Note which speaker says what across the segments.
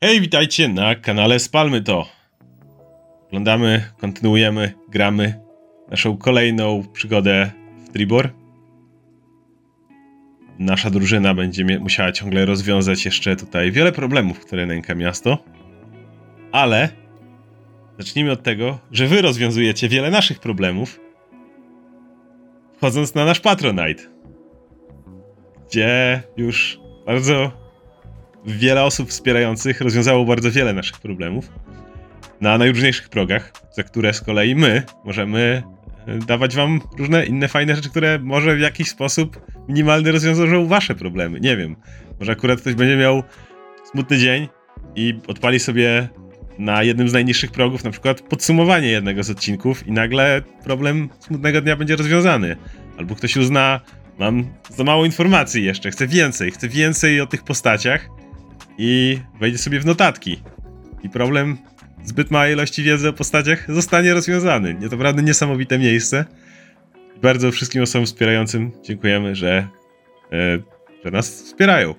Speaker 1: Hej, witajcie na kanale Spalmy to. Oglądamy, kontynuujemy, gramy naszą kolejną przygodę w Tribor. Nasza drużyna będzie musiała ciągle rozwiązać jeszcze tutaj wiele problemów, które nęka miasto. Ale zacznijmy od tego, że wy rozwiązujecie wiele naszych problemów, wchodząc na nasz Patronite, gdzie już bardzo wiele osób wspierających rozwiązało bardzo wiele naszych problemów na najróżniejszych progach, za które z kolei my możemy dawać wam różne inne fajne rzeczy, które może w jakiś sposób minimalny rozwiążą wasze problemy. Nie wiem, może akurat ktoś będzie miał smutny dzień i odpali sobie na jednym z najniższych progów na przykład podsumowanie jednego z odcinków i nagle problem smutnego dnia będzie rozwiązany. Albo ktoś uzna, mam za mało informacji jeszcze, chcę więcej o tych postaciach i wejdzie sobie w notatki. I problem zbyt małej ilości wiedzy o postaciach zostanie rozwiązany. To naprawdę niesamowite miejsce. Bardzo wszystkim osobom wspierającym dziękujemy, że nas wspierają.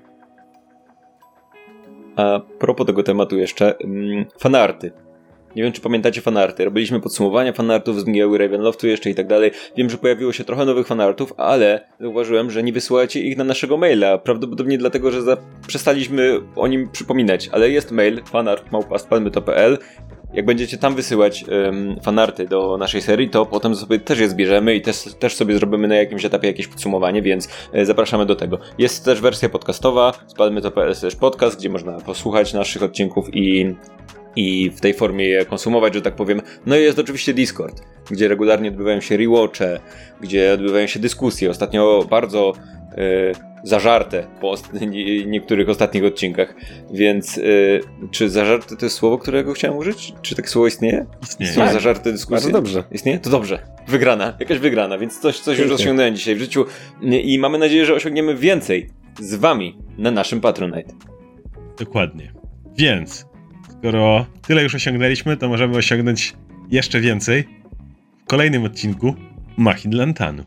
Speaker 2: A propos tego tematu jeszcze, fanarty. Nie wiem, czy pamiętacie fanarty. Robiliśmy podsumowania fanartów z mgieły Ravenloftu jeszcze i tak dalej. Wiem, że pojawiło się trochę nowych fanartów, ale zauważyłem, że nie wysyłacie ich na naszego maila. Prawdopodobnie dlatego, że przestaliśmy o nim przypominać. Ale jest mail fanart@spalmyto.pl. Jak będziecie tam wysyłać fanarty do naszej serii, to potem sobie też je zbierzemy i też sobie zrobimy na jakimś etapie jakieś podsumowanie, więc zapraszamy do tego. Jest też wersja podcastowa spalmyto.pl/podcast, gdzie można posłuchać naszych odcinków i w tej formie je konsumować, że tak powiem. No i jest oczywiście Discord, gdzie regularnie odbywają się rewatche, gdzie odbywają się dyskusje, ostatnio bardzo zażarte po niektórych ostatnich odcinkach, więc czy zażarte to jest słowo, którego chciałem użyć? Czy takie słowo istnieje?
Speaker 1: Istnieje.
Speaker 2: Są zażarte dyskusje?
Speaker 3: Bardzo dobrze.
Speaker 2: Istnieje? To dobrze. Jakaś wygrana, więc coś już osiągnąłem dzisiaj w życiu i mamy nadzieję, że osiągniemy więcej z wami na naszym Patronite.
Speaker 1: Dokładnie. Więc skoro tyle już osiągnęliśmy, to możemy osiągnąć jeszcze więcej w kolejnym odcinku Machin Lantanu.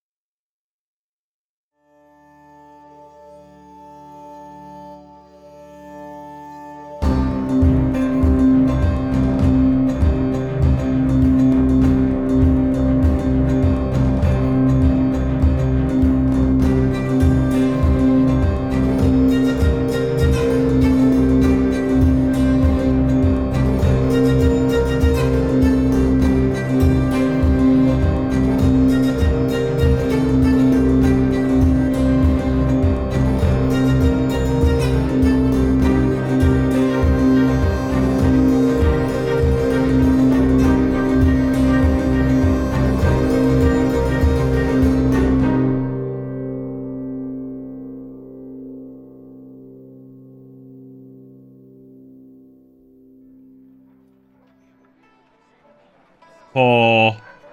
Speaker 1: Po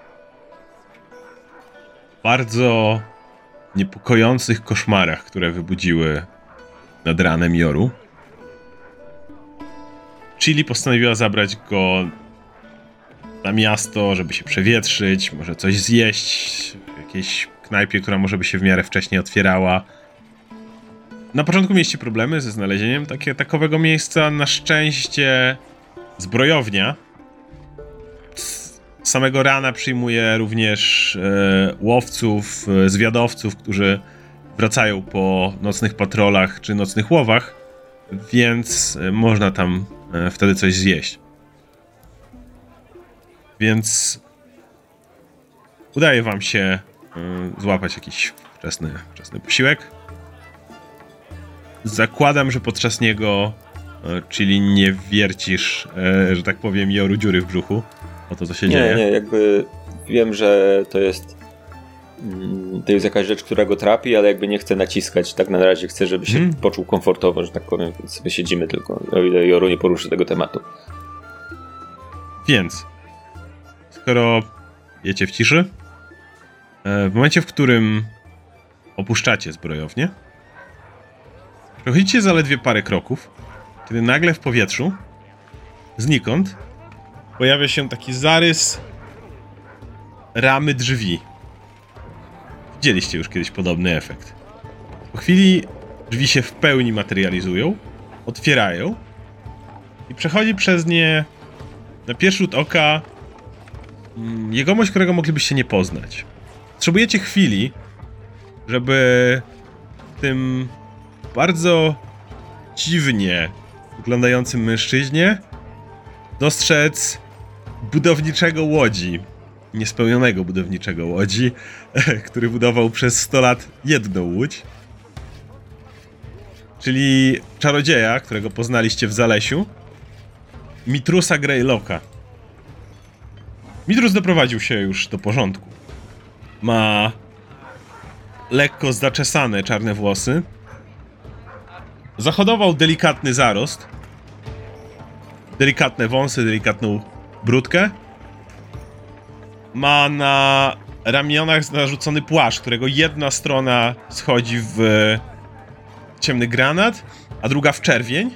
Speaker 1: bardzo niepokojących koszmarach, które wybudziły nad ranem Joru, Chili postanowiła zabrać go na miasto, żeby się przewietrzyć, może coś zjeść w jakiejś knajpie, która może by się w miarę wcześniej otwierała. Na początku mieliście problemy ze znalezieniem takowego miejsca. Na szczęście zbrojownia samego rana przyjmuje również łowców, zwiadowców, którzy wracają po nocnych patrolach czy nocnych łowach, więc można tam wtedy coś zjeść. Więc udaje wam się złapać jakiś wczesny posiłek. Zakładam, że podczas niego, czyli nie wiercisz, że tak powiem, Joru dziury w brzuchu o to, co się dzieje.
Speaker 2: Nie, jakby wiem, że to jest jakaś rzecz, która go trapi, ale jakby nie chcę naciskać. Tak na razie chcę, żeby się poczuł komfortowo, że tak powiem, więc sobie siedzimy tylko, o ile Joru nie poruszy tego tematu.
Speaker 1: Więc, skoro jecie w ciszy, w momencie, w którym opuszczacie zbrojownię, przechodzicie zaledwie parę kroków, kiedy nagle w powietrzu, znikąd, pojawia się taki zarys ramy drzwi. Widzieliście już kiedyś podobny efekt. Po chwili drzwi się w pełni materializują, otwierają i przechodzi przez nie na pierwszy rzut oka jegomość, którego moglibyście nie poznać. Potrzebujecie chwili, żeby w tym bardzo dziwnie wyglądającym mężczyźnie dostrzec budowniczego łodzi, niespełnionego budowniczego łodzi, który budował przez 100 lat jedną łódź, czyli czarodzieja, którego poznaliście w Zalesiu, Mitrusa Greylocka. Mitrus doprowadził się już do porządku. Ma lekko zaczesane czarne włosy. Zahodował delikatny zarost. Delikatne wąsy, delikatną brudkę. Ma na ramionach narzucony płaszcz, którego jedna strona schodzi w ciemny granat, a druga w czerwień.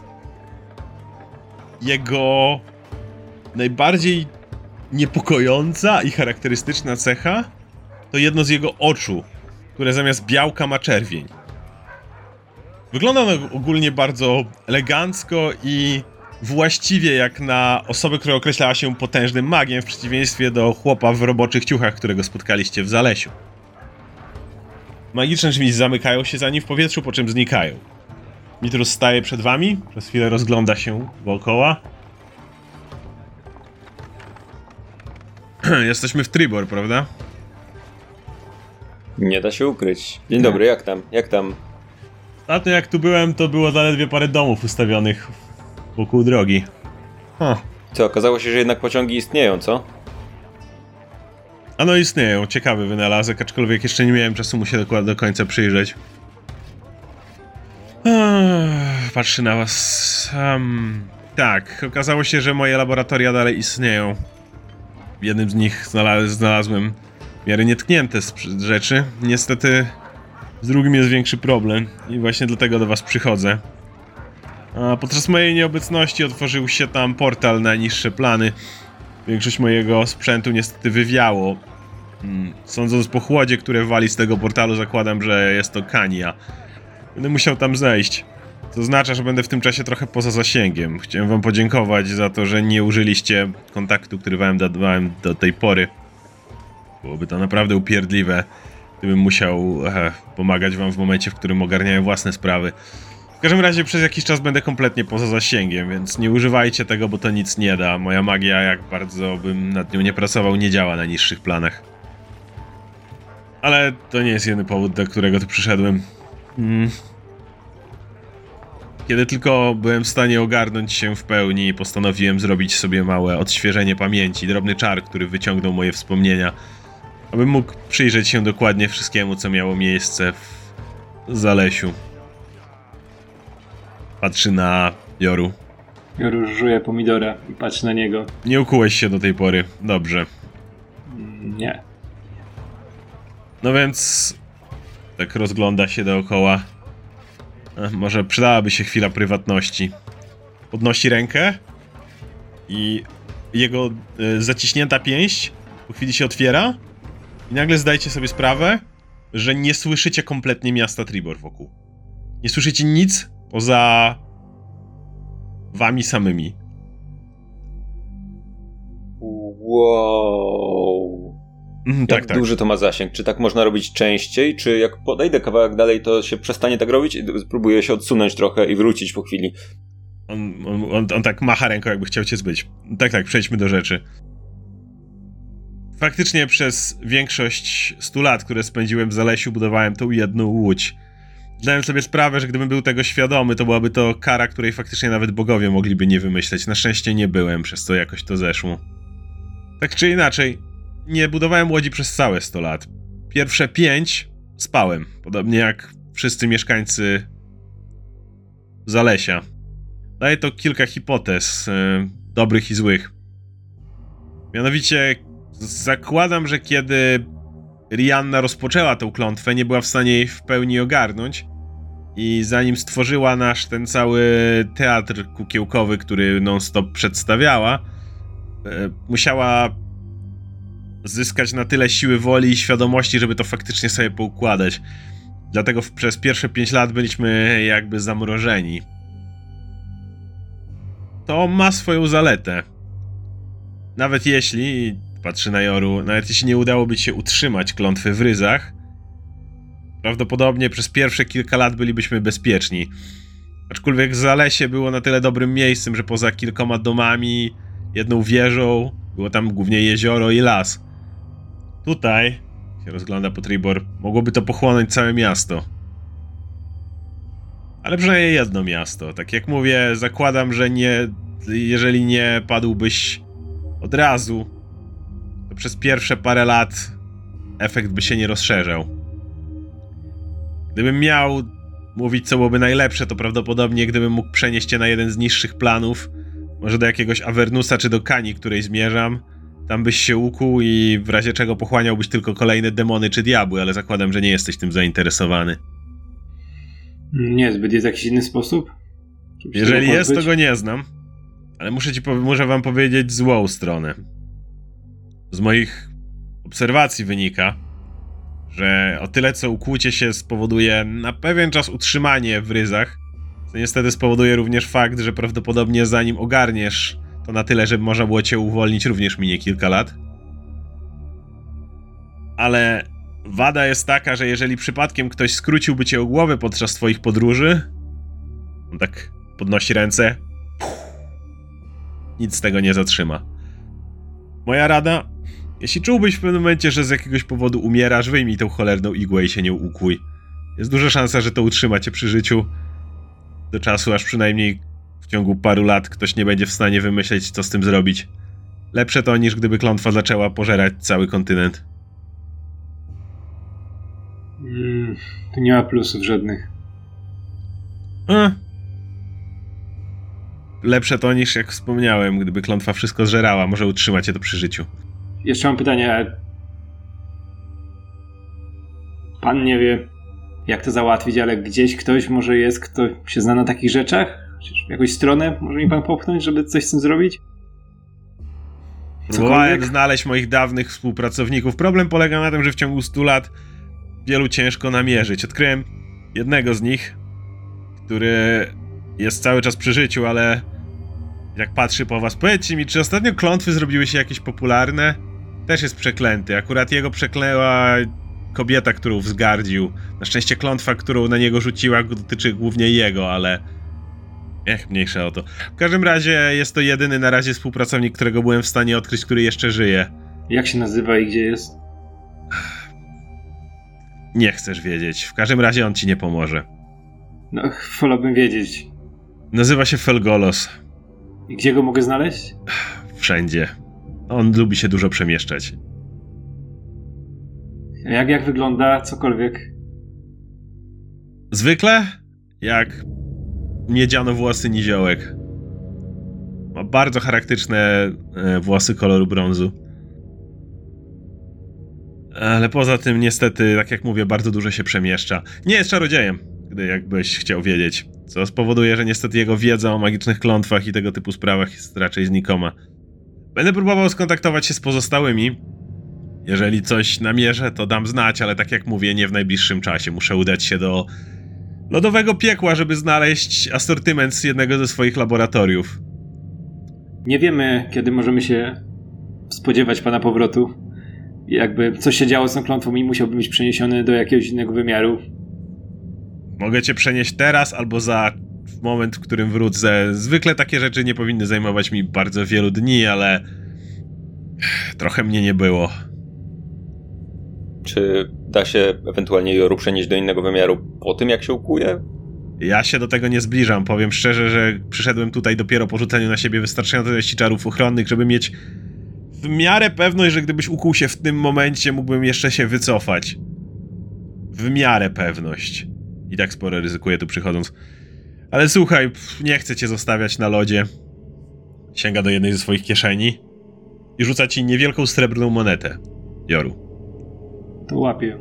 Speaker 1: Jego najbardziej niepokojąca i charakterystyczna cecha to jedno z jego oczu, które zamiast białka ma czerwień. Wygląda on ogólnie bardzo elegancko i właściwie jak na osobę, która określała się potężnym magiem, w przeciwieństwie do chłopa w roboczych ciuchach, którego spotkaliście w Zalesiu. Magiczne drzwi zamykają się za nim w powietrzu, po czym znikają. Mitrus staje przed wami, przez chwilę rozgląda się dookoła. Jesteśmy w Tribor, prawda?
Speaker 2: Nie da się ukryć. Dzień dobry, jak tam? Jak tam?
Speaker 1: Ostatnio jak tu byłem, to było zaledwie parę domów ustawionych wokół drogi.
Speaker 2: Co, okazało się, że jednak pociągi istnieją, co?
Speaker 1: Ano istnieją, ciekawy wynalazek, aczkolwiek jeszcze nie miałem czasu mu się do końca przyjrzeć. Patrzy na was. Tak, okazało się, że moje laboratoria dalej istnieją. W jednym z nich znalazłem w miarę nietknięte rzeczy. Niestety z drugim jest większy problem i właśnie dlatego do was przychodzę. Podczas mojej nieobecności otworzył się tam portal na niższe plany. Większość mojego sprzętu niestety wywiało. Sądząc po chłodzie, które wali z tego portalu, zakładam, że jest to Kania. Będę musiał tam zejść. To oznacza, że będę w tym czasie trochę poza zasięgiem. Chciałem wam podziękować za to, że nie użyliście kontaktu, który wam dawałem do tej pory. Byłoby to naprawdę upierdliwe, gdybym musiał pomagać wam w momencie, w którym ogarniałem własne sprawy. W każdym razie przez jakiś czas będę kompletnie poza zasięgiem, więc nie używajcie tego, bo to nic nie da. Moja magia, jak bardzo bym nad nią nie pracował, nie działa na niższych planach. Ale to nie jest jedyny powód, dla którego tu przyszedłem. Kiedy tylko byłem w stanie ogarnąć się w pełni, postanowiłem zrobić sobie małe odświeżenie pamięci, drobny czar, który wyciągnął moje wspomnienia, abym mógł przyjrzeć się dokładnie wszystkiemu, co miało miejsce w Zalesiu. Patrzy na Joru.
Speaker 3: Joru żuje pomidora i patrzy na niego.
Speaker 1: Nie ukułeś się do tej pory. Dobrze.
Speaker 3: Nie.
Speaker 1: No więc... tak rozgląda się dookoła. Może przydałaby się chwila prywatności. Podnosi rękę i jego zaciśnięta pięść po chwili się otwiera i nagle zdajcie sobie sprawę, że nie słyszycie kompletnie miasta Tribor wokół. Nie słyszycie nic poza wami samymi.
Speaker 2: Wow.
Speaker 1: Tak.
Speaker 2: Duży to ma zasięg? Czy tak można robić częściej? Czy jak podejdę kawałek dalej, to się przestanie tak robić? Spróbuję się odsunąć trochę i wrócić po chwili.
Speaker 1: On tak macha ręką, jakby chciał cię zbyć. Tak, przejdźmy do rzeczy. Faktycznie przez większość 100 lat, które spędziłem w Zalesiu, budowałem tą jedną łódź. Zdałem sobie sprawę, że gdybym był tego świadomy, to byłaby to kara, której faktycznie nawet bogowie mogliby nie wymyśleć. Na szczęście nie byłem, przez co jakoś to zeszło. Tak czy inaczej, nie budowałem łodzi przez całe 100 lat. Pierwsze 5 spałem, podobnie jak wszyscy mieszkańcy Zalesia. Daje to kilka hipotez, dobrych i złych. Mianowicie, zakładam, że kiedy Rihanna rozpoczęła tę klątwę, nie była w stanie jej w pełni ogarnąć i zanim stworzyła nasz ten cały teatr kukiełkowy, który non-stop przedstawiała, musiała zyskać na tyle siły woli i świadomości, żeby to faktycznie sobie poukładać. Dlatego przez pierwsze 5 lat byliśmy jakby zamrożeni. to ma swoją zaletę. Nawet jeśli, patrzy na Joru, nawet jeśli nie udałoby ci się utrzymać klątwy w ryzach, prawdopodobnie przez pierwsze kilka lat bylibyśmy bezpieczni. Aczkolwiek Zalesie było na tyle dobrym miejscem, że poza kilkoma domami, jedną wieżą, było tam głównie jezioro i las. Tutaj, się rozgląda po Tribor, mogłoby to pochłonąć całe miasto. Ale przynajmniej jedno miasto. Tak jak mówię, zakładam, że jeżeli nie padłbyś od razu, to przez pierwsze parę lat efekt by się nie rozszerzał. Gdybym miał mówić, co byłoby najlepsze, to prawdopodobnie gdybym mógł przenieść cię na jeden z niższych planów, może do jakiegoś Avernusa czy do Kani, której zmierzam, tam byś się ukuł i w razie czego pochłaniałbyś tylko kolejne demony czy diabły, ale zakładam, że nie jesteś tym zainteresowany.
Speaker 3: Niezbyt. Jest jakiś inny sposób?
Speaker 1: Jeżeli jest, to go nie znam, ale muszę wam powiedzieć złą stronę. Z moich obserwacji wynika, że o tyle co ukłucie się spowoduje na pewien czas utrzymanie w ryzach, co niestety spowoduje również fakt, że prawdopodobnie zanim ogarniesz to na tyle, żeby można było cię uwolnić, również minie kilka lat. Ale wada jest taka, że jeżeli przypadkiem ktoś skróciłby cię o głowę podczas twoich podróży, on tak podnosi ręce, nic z tego nie zatrzyma. Moja rada: jeśli czułbyś w pewnym momencie, że z jakiegoś powodu umierasz, wyjmij tą cholerną igłę i się nią ukłuj. Jest duża szansa, że to utrzyma cię przy życiu do czasu, aż przynajmniej w ciągu paru lat ktoś nie będzie w stanie wymyśleć, co z tym zrobić. Lepsze to, niż gdyby klątwa zaczęła pożerać cały kontynent.
Speaker 3: Tu nie ma plusów żadnych.
Speaker 1: Lepsze to, niż jak wspomniałem, gdyby klątwa wszystko zżerała, może utrzyma cię to przy życiu.
Speaker 3: Jeszcze mam pytanie. Pan nie wie, jak to załatwić, ale gdzieś ktoś może jest, kto się zna na takich rzeczach? Chociaż jakąś stronę może mi pan popchnąć, żeby coś z tym zrobić?
Speaker 1: Próbowałem znaleźć moich dawnych współpracowników. Problem polega na tym, że w ciągu 100 lat wielu ciężko namierzyć. Odkryłem jednego z nich, który jest cały czas przy życiu, ale jak patrzy po was, powiedzcie mi, czy ostatnio klątwy zrobiły się jakieś popularne? Też jest przeklęty. Akurat jego przeklęła kobieta, którą wzgardził. Na szczęście klątwa, którą na niego rzuciła, dotyczy głównie jego, ale mniejsza o to. W każdym razie jest to jedyny na razie współpracownik, którego byłem w stanie odkryć, który jeszcze żyje.
Speaker 3: Jak się nazywa i gdzie jest?
Speaker 1: Nie chcesz wiedzieć. W każdym razie on ci nie pomoże.
Speaker 3: No, wolałbym wiedzieć.
Speaker 1: Nazywa się Felgolos.
Speaker 3: I gdzie go mogę znaleźć?
Speaker 1: Wszędzie. On lubi się dużo przemieszczać.
Speaker 3: A jak wygląda cokolwiek?
Speaker 1: Zwykle jak miedziano-włosy niziołek. Ma bardzo charakterystyczne włosy koloru brązu. Ale poza tym niestety, tak jak mówię, bardzo dużo się przemieszcza. Nie jest czarodziejem, gdy jakbyś chciał wiedzieć. Co spowoduje, że niestety jego wiedza o magicznych klątwach i tego typu sprawach jest raczej znikoma. Będę próbował skontaktować się z pozostałymi. Jeżeli coś namierzę, to dam znać, ale tak jak mówię, nie w najbliższym czasie. Muszę udać się do lodowego piekła, żeby znaleźć asortyment z jednego ze swoich laboratoriów.
Speaker 3: Nie wiemy, kiedy możemy się spodziewać pana powrotu. Jakby coś się działo z tą klątwą i musiałby być przeniesiony do jakiegoś innego wymiaru.
Speaker 1: Mogę cię przenieść teraz albo za moment, w którym wrócę. Zwykle takie rzeczy nie powinny zajmować mi bardzo wielu dni, ale trochę mnie nie było.
Speaker 2: Czy da się ewentualnie Joru przenieść do innego wymiaru po tym, jak się ukuje?
Speaker 1: Ja się do tego nie zbliżam. Powiem szczerze, że przyszedłem tutaj dopiero po rzuceniu na siebie wystarczającej ilości czarów ochronnych, żeby mieć w miarę pewność, że gdybyś ukuł się w tym momencie, mógłbym jeszcze się wycofać. W miarę pewność. I tak sporo ryzykuję tu przychodząc. Ale słuchaj, nie chcę cię zostawiać na lodzie. Sięga do jednej ze swoich kieszeni i rzuca ci niewielką srebrną monetę. Joru.
Speaker 3: To łapię.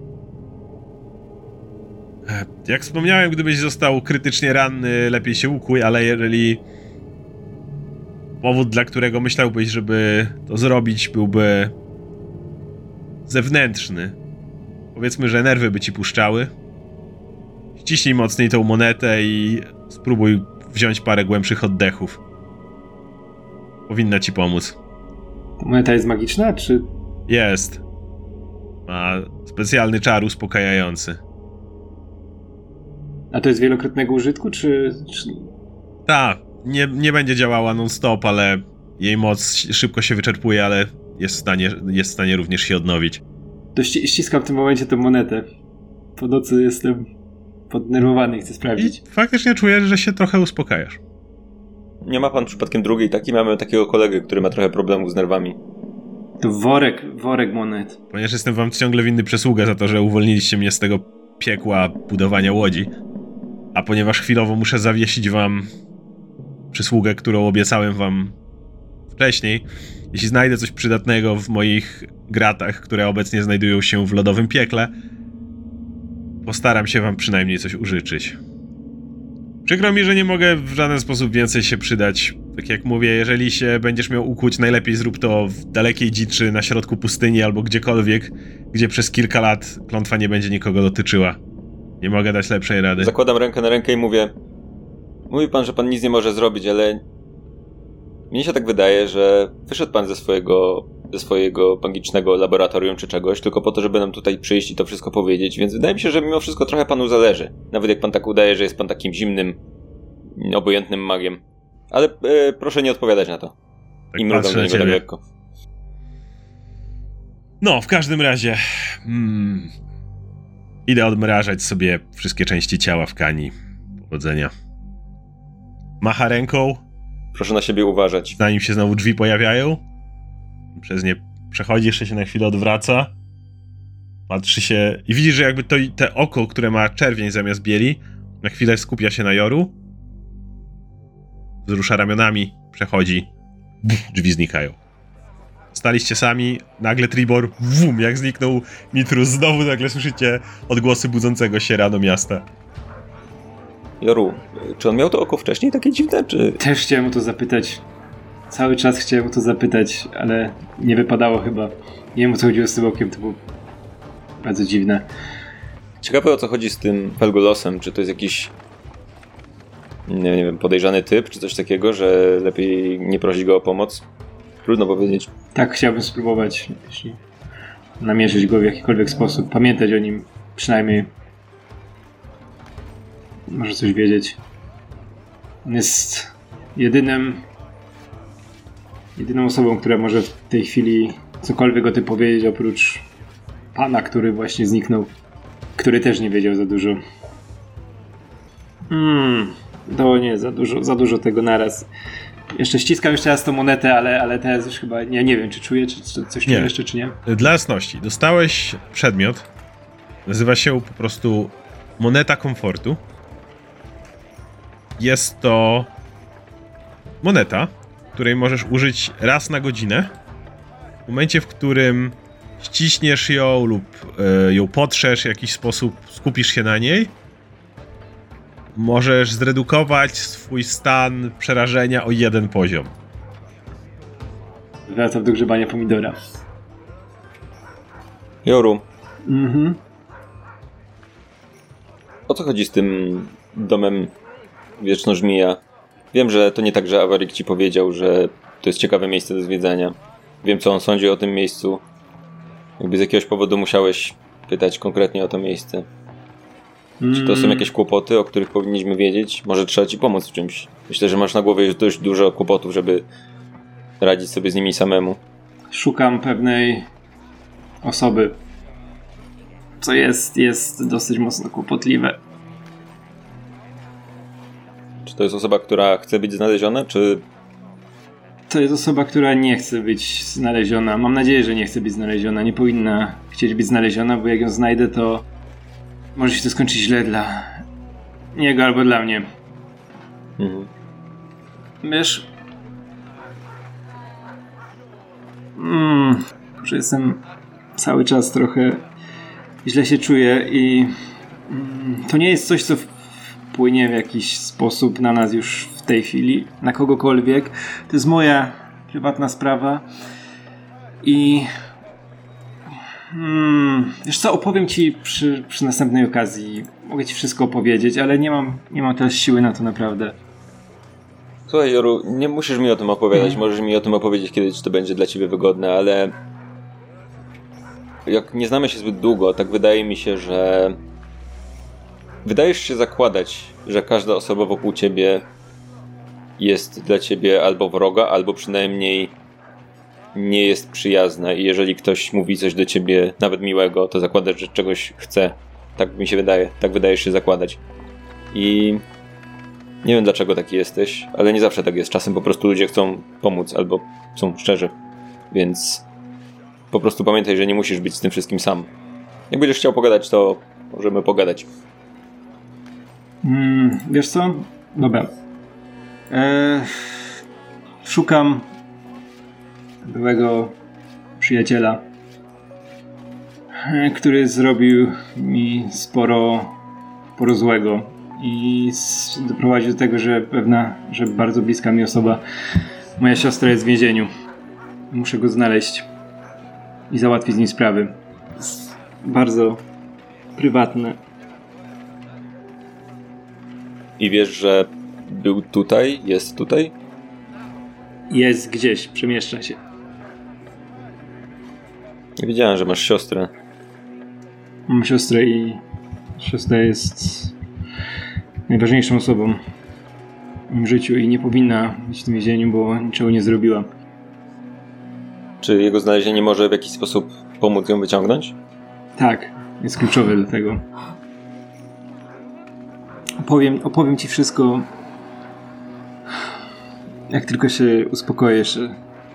Speaker 1: Jak wspomniałem, gdybyś został krytycznie ranny, lepiej się ukłuj, ale jeżeli powód, dla którego myślałbyś, żeby to zrobić, byłby zewnętrzny, powiedzmy, że nerwy by ci puszczały, ściśnij mocniej tą monetę i spróbuj wziąć parę głębszych oddechów. powinna ci pomóc.
Speaker 3: Ta moneta jest magiczna, czy...
Speaker 1: Jest. Ma specjalny czar uspokajający.
Speaker 3: A to jest wielokrotnego użytku, czy...
Speaker 1: Tak, nie będzie działała non-stop, ale jej moc szybko się wyczerpuje, ale jest w stanie również się odnowić.
Speaker 3: To ściskam w tym momencie tę monetę. Po nocy jestem poddenerwowany i chcę sprawdzić.
Speaker 1: I faktycznie czujesz, że się trochę uspokajasz.
Speaker 2: Nie ma pan przypadkiem drugiej takiej? Mamy takiego kolegę, który ma trochę problemów z nerwami.
Speaker 3: To worek monet.
Speaker 1: Ponieważ jestem wam ciągle winny przysługę za to, że uwolniliście mnie z tego piekła budowania łodzi, a ponieważ chwilowo muszę zawiesić wam przysługę, którą obiecałem wam wcześniej, jeśli znajdę coś przydatnego w moich gratach, które obecnie znajdują się w lodowym piekle, postaram się wam przynajmniej coś użyczyć. Przykro mi, że nie mogę w żaden sposób więcej się przydać. Tak jak mówię, jeżeli się będziesz miał ukuć, najlepiej zrób to w dalekiej dziczy, na środku pustyni albo gdziekolwiek, gdzie przez kilka lat klątwa nie będzie nikogo dotyczyła. Nie mogę dać lepszej rady.
Speaker 2: Zakładam rękę na rękę i mówię: mówi pan, że pan nic nie może zrobić, ale mnie się tak wydaje, że wyszedł pan ze swojego magicznego laboratorium czy czegoś, tylko po to, żeby nam tutaj przyjść i to wszystko powiedzieć, więc wydaje mi się, że mimo wszystko trochę panu zależy. Nawet jak pan tak udaje, że jest pan takim zimnym, obojętnym magiem. Ale proszę nie odpowiadać na to.
Speaker 1: Tak
Speaker 2: I mrugam
Speaker 1: patrzę
Speaker 2: do
Speaker 1: na
Speaker 2: niego tak
Speaker 1: ciebie.
Speaker 2: lekko.
Speaker 1: No, w każdym razie... Idę odmrażać sobie wszystkie części ciała w Kani. Powodzenia. Macha ręką,
Speaker 2: Proszę na siebie uważać.
Speaker 1: zanim się znowu drzwi pojawiają. Przez nie przechodzi, jeszcze się na chwilę odwraca. Patrzy się i widzi, że jakby te oko, które ma czerwień zamiast bieli, na chwilę skupia się na Joru. Wzrusza ramionami, przechodzi. Drzwi znikają. Staliście sami, nagle Tribor, jak zniknął Mitrus, znowu nagle słyszycie odgłosy budzącego się rano miasta.
Speaker 2: Joru, czy on miał to oko wcześniej takie dziwne, czy...
Speaker 3: Też chciałem o to zapytać. Cały czas chciałem o to zapytać, ale nie wypadało chyba. Nie wiem, o co chodziło z tym okiem, to było bardzo dziwne.
Speaker 2: Ciekawe, o co chodzi z tym Felgolosem. Czy to jest jakiś, nie wiem, podejrzany typ, czy coś takiego, że lepiej nie prosić go o pomoc? Trudno powiedzieć.
Speaker 3: Tak, chciałbym spróbować, jeśli namierzyć go w jakikolwiek sposób. Pamiętać o nim przynajmniej. Może coś wiedzieć. On jest jedyną osobą, która może w tej chwili cokolwiek o tym powiedzieć, oprócz pana, który właśnie zniknął, który też nie wiedział za dużo. To nie, za dużo tego naraz. Ściskam jeszcze raz tą monetę, ale teraz już chyba nie wiem, czy czuję, czy coś czuję jeszcze, czy nie.
Speaker 1: Dla jasności, dostałeś przedmiot, nazywa się po prostu moneta komfortu. Jest to moneta, której możesz użyć raz na godzinę. W momencie, w którym ściśniesz ją lub ją potrzesz w jakiś sposób, skupisz się na niej, możesz zredukować swój stan przerażenia o 1 poziom.
Speaker 3: Wracam do grzebania pomidora.
Speaker 2: Joru,
Speaker 3: Mhm.
Speaker 2: o co chodzi z tym domem Wiecznożmija? Wiem, że to nie tak, że Awarik ci powiedział, że to jest ciekawe miejsce do zwiedzania. Wiem, co on sądzi o tym miejscu. Jakby z jakiegoś powodu musiałeś pytać konkretnie o to miejsce. Czy to są jakieś kłopoty, o których powinniśmy wiedzieć? Może trzeba ci pomóc w czymś. Myślę, że masz na głowie już dość dużo kłopotów, żeby radzić sobie z nimi samemu.
Speaker 3: Szukam pewnej osoby, co jest dosyć mocno kłopotliwe.
Speaker 2: Czy to jest osoba, która chce być znaleziona, czy...
Speaker 3: To jest osoba, która nie chce być znaleziona. Mam nadzieję, że nie chce być znaleziona. Nie powinna chcieć być znaleziona, bo jak ją znajdę, to może się to skończyć źle dla niego albo dla mnie.
Speaker 2: Mhm.
Speaker 3: Wiesz... że jestem cały czas trochę źle się czuję i to nie jest coś, co wpłynie w jakiś sposób na nas już w tej chwili, na kogokolwiek. To jest moja prywatna sprawa i wiesz co, opowiem ci przy następnej okazji. Mogę ci wszystko opowiedzieć, ale nie mam teraz siły na to naprawdę.
Speaker 2: Słuchaj, Joru, nie musisz mi o tym opowiadać, możesz mi o tym opowiedzieć kiedyś, czy to będzie dla ciebie wygodne, ale jak nie znamy się zbyt długo, tak wydaje mi się, że wydajesz się zakładać, że każda osoba wokół ciebie jest dla ciebie albo wroga, albo przynajmniej nie jest przyjazna i jeżeli ktoś mówi coś do ciebie, nawet miłego, to zakładasz, że czegoś chce. Tak mi się wydaje, tak wydajesz się zakładać. I nie wiem dlaczego taki jesteś, ale nie zawsze tak jest. Czasem po prostu ludzie chcą pomóc albo są szczerzy. Więc po prostu pamiętaj, że nie musisz być z tym wszystkim sam. Jak będziesz chciał pogadać, to możemy pogadać.
Speaker 3: Wiesz co? Dobra. Szukam byłego przyjaciela, który zrobił mi sporo złego i doprowadził do tego, że bardzo bliska mi osoba, moja siostra, jest w więzieniu. Muszę go znaleźć i załatwić z nim sprawy. Bardzo prywatne.
Speaker 2: I wiesz, że był tutaj, jest tutaj?
Speaker 3: Jest gdzieś, przemieszcza się.
Speaker 2: Nie wiedziałem, że masz siostrę.
Speaker 3: Mam siostrę i siostra jest najważniejszą osobą w życiu i nie powinna być w tym więzieniu, bo niczego nie zrobiła.
Speaker 2: Czy jego znalezienie może w jakiś sposób pomóc ją wyciągnąć?
Speaker 3: Tak, jest kluczowe do tego. Opowiem ci wszystko, jak tylko się uspokoję jeszcze.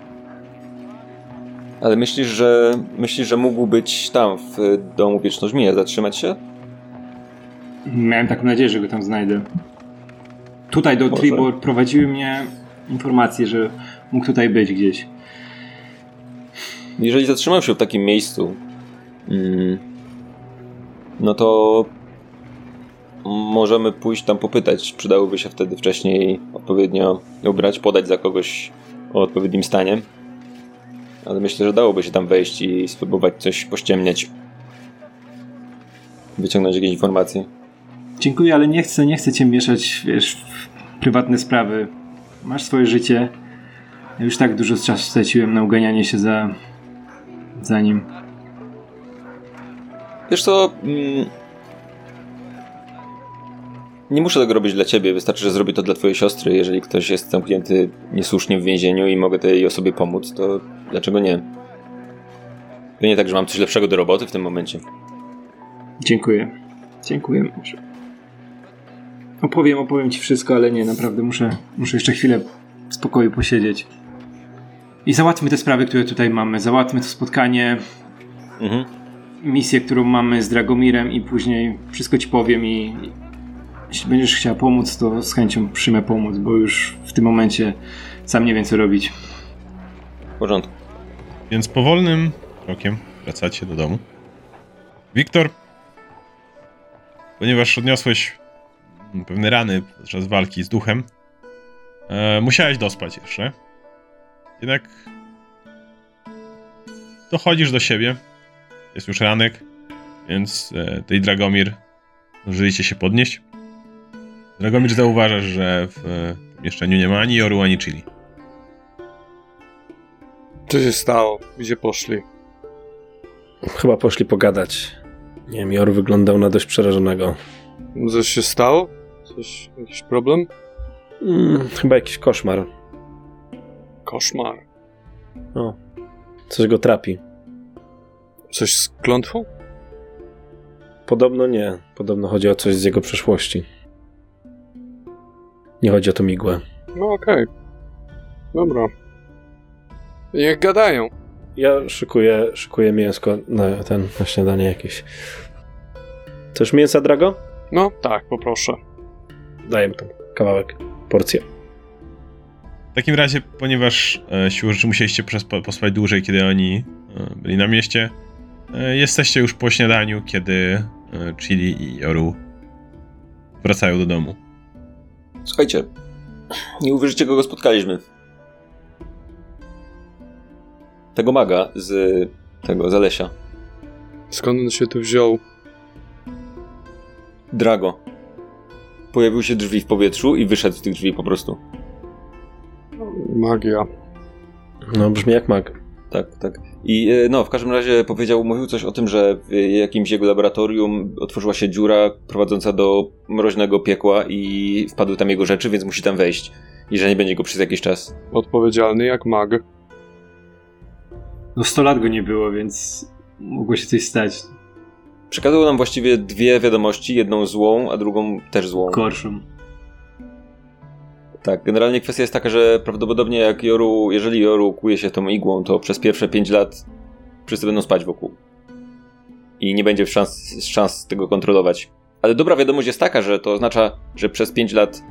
Speaker 2: Ale myślisz, że mógł być tam, w domu Wiecznożmija, zatrzymać się?
Speaker 3: Miałem taką nadzieję, że go tam znajdę. Tutaj do Tribor prowadziły mnie informacje, że mógł tutaj być gdzieś.
Speaker 2: Jeżeli zatrzymał się w takim miejscu, no to możemy pójść tam popytać. Przydałoby się wtedy wcześniej odpowiednio ubrać, podać za kogoś o odpowiednim stanie. Ale myślę, że dałoby się tam wejść i spróbować coś pościemniać. Wyciągnąć jakieś informacje.
Speaker 3: Dziękuję, ale nie chcę cię mieszać, wiesz, w prywatne sprawy. Masz swoje życie. Ja już tak dużo czasu straciłem na uganianie się za nim.
Speaker 2: Wiesz co? Nie muszę tego robić dla ciebie. Wystarczy, że zrobię to dla twojej siostry. Jeżeli ktoś jest zamknięty niesłusznie w więzieniu i mogę tej osobie pomóc, to dlaczego nie? To nie tak, że mam coś lepszego do roboty w tym momencie.
Speaker 3: Dziękuję. Opowiem ci wszystko, ale nie, naprawdę muszę jeszcze chwilę w spokoju posiedzieć. I załatwmy te sprawy, które tutaj mamy. Załatwmy to spotkanie, misję, którą mamy z Dragomirem i później wszystko ci powiem i jeśli będziesz chciała pomóc, to z chęcią przyjmę pomoc, bo już w tym momencie sam nie wiem, co robić.
Speaker 2: W porządku.
Speaker 1: Więc powolnym krokiem wracacie do domu. Wiktor, ponieważ odniosłeś pewne rany podczas walki z duchem, musiałeś dospać jeszcze. Jednak dochodzisz do siebie. Jest już ranek, więc ty i Dragomir zdążyliście się podnieść. Dragomir, zauważasz, że w pomieszczeniu nie ma ani Joru, ani Chili.
Speaker 4: Co się stało? Gdzie poszli?
Speaker 5: Chyba poszli pogadać. Nie wiem, Joru wyglądał na dość przerażonego.
Speaker 4: Coś się stało? Jakiś problem?
Speaker 5: Chyba jakiś koszmar.
Speaker 4: Koszmar.
Speaker 5: No, coś go trapi.
Speaker 4: Coś z klątwą?
Speaker 5: Podobno nie. Podobno chodzi o coś z jego przeszłości. Nie chodzi o tą migłę.
Speaker 4: No okej. Dobra. Niech gadają.
Speaker 5: Ja szykuję mięsko na śniadanie jakieś. Chcesz mięsa, Drago?
Speaker 4: No tak, poproszę.
Speaker 5: Daję mu tam kawałek, porcję.
Speaker 1: W takim razie, ponieważ siłą rzeczy musieliście pospać dłużej, kiedy oni byli na mieście, jesteście już po śniadaniu, kiedy Chili i Joru wracają do domu.
Speaker 2: Słuchajcie, nie uwierzycie, kogo spotkaliśmy. Tego maga z tego Zalesia.
Speaker 4: Skąd on się tu wziął?
Speaker 2: Drago. Pojawił się drzwi w powietrzu i wyszedł z tych drzwi po prostu.
Speaker 4: Magia.
Speaker 5: No, brzmi jak mag.
Speaker 2: Tak. I w każdym razie mówił coś o tym, że w jakimś jego laboratorium otworzyła się dziura prowadząca do mroźnego piekła i wpadły tam jego rzeczy, więc musi tam wejść. I że nie będzie go przez jakiś czas.
Speaker 4: Odpowiedzialny jak mag.
Speaker 3: No 100 lat go nie było, więc mogło się coś stać.
Speaker 2: Przekazał nam właściwie 2 wiadomości, jedną złą, a drugą też złą.
Speaker 3: Gorszą.
Speaker 2: Tak, generalnie kwestia jest taka, że prawdopodobnie jeżeli Joru kłuje się tą igłą, to przez pierwsze 5 lat wszyscy będą spać wokół. I nie będzie szans tego kontrolować. Ale dobra wiadomość jest taka, że to oznacza, że przez 5 lat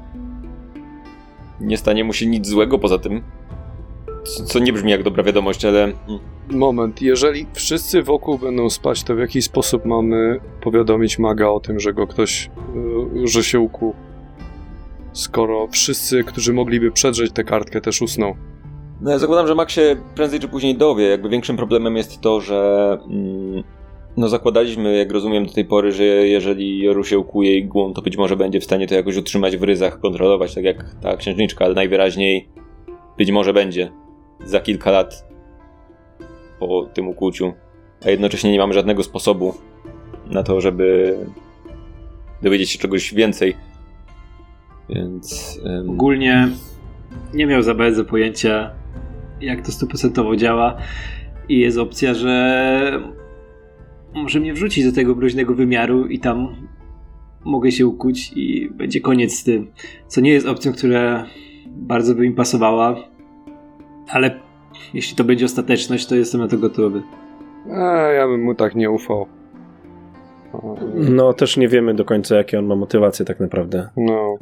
Speaker 2: nie stanie mu się nic złego poza tym. Co nie brzmi jak dobra wiadomość, ale...
Speaker 4: Moment, jeżeli wszyscy wokół będą spać, to w jaki sposób mamy powiadomić maga o tym, że go ktoś, że się ukuł? Skoro wszyscy, którzy mogliby przedrzeć tę kartkę, też usną.
Speaker 2: No ja zakładam, że mag się prędzej czy później dowie. Jakby większym problemem jest to, że zakładaliśmy, jak rozumiem do tej pory, że jeżeli Joru się ukłuje igłą, to być może będzie w stanie to jakoś utrzymać w ryzach, kontrolować, tak jak ta księżniczka, ale najwyraźniej być może będzie za kilka lat po tym ukłuciu. A jednocześnie nie mamy żadnego sposobu na to, żeby dowiedzieć się czegoś więcej. Więc...
Speaker 3: Ogólnie nie miał za bardzo pojęcia, jak to 100% działa i jest opcja, że może mnie wrzucić do tego mroźnego wymiaru i tam mogę się ukuć i będzie koniec z tym. Co nie jest opcją, która bardzo by mi pasowała, ale jeśli to będzie ostateczność, to jestem na to gotowy.
Speaker 4: Ja bym mu tak nie ufał.
Speaker 5: No, też nie wiemy do końca, jakie on ma motywacje tak naprawdę.
Speaker 4: No.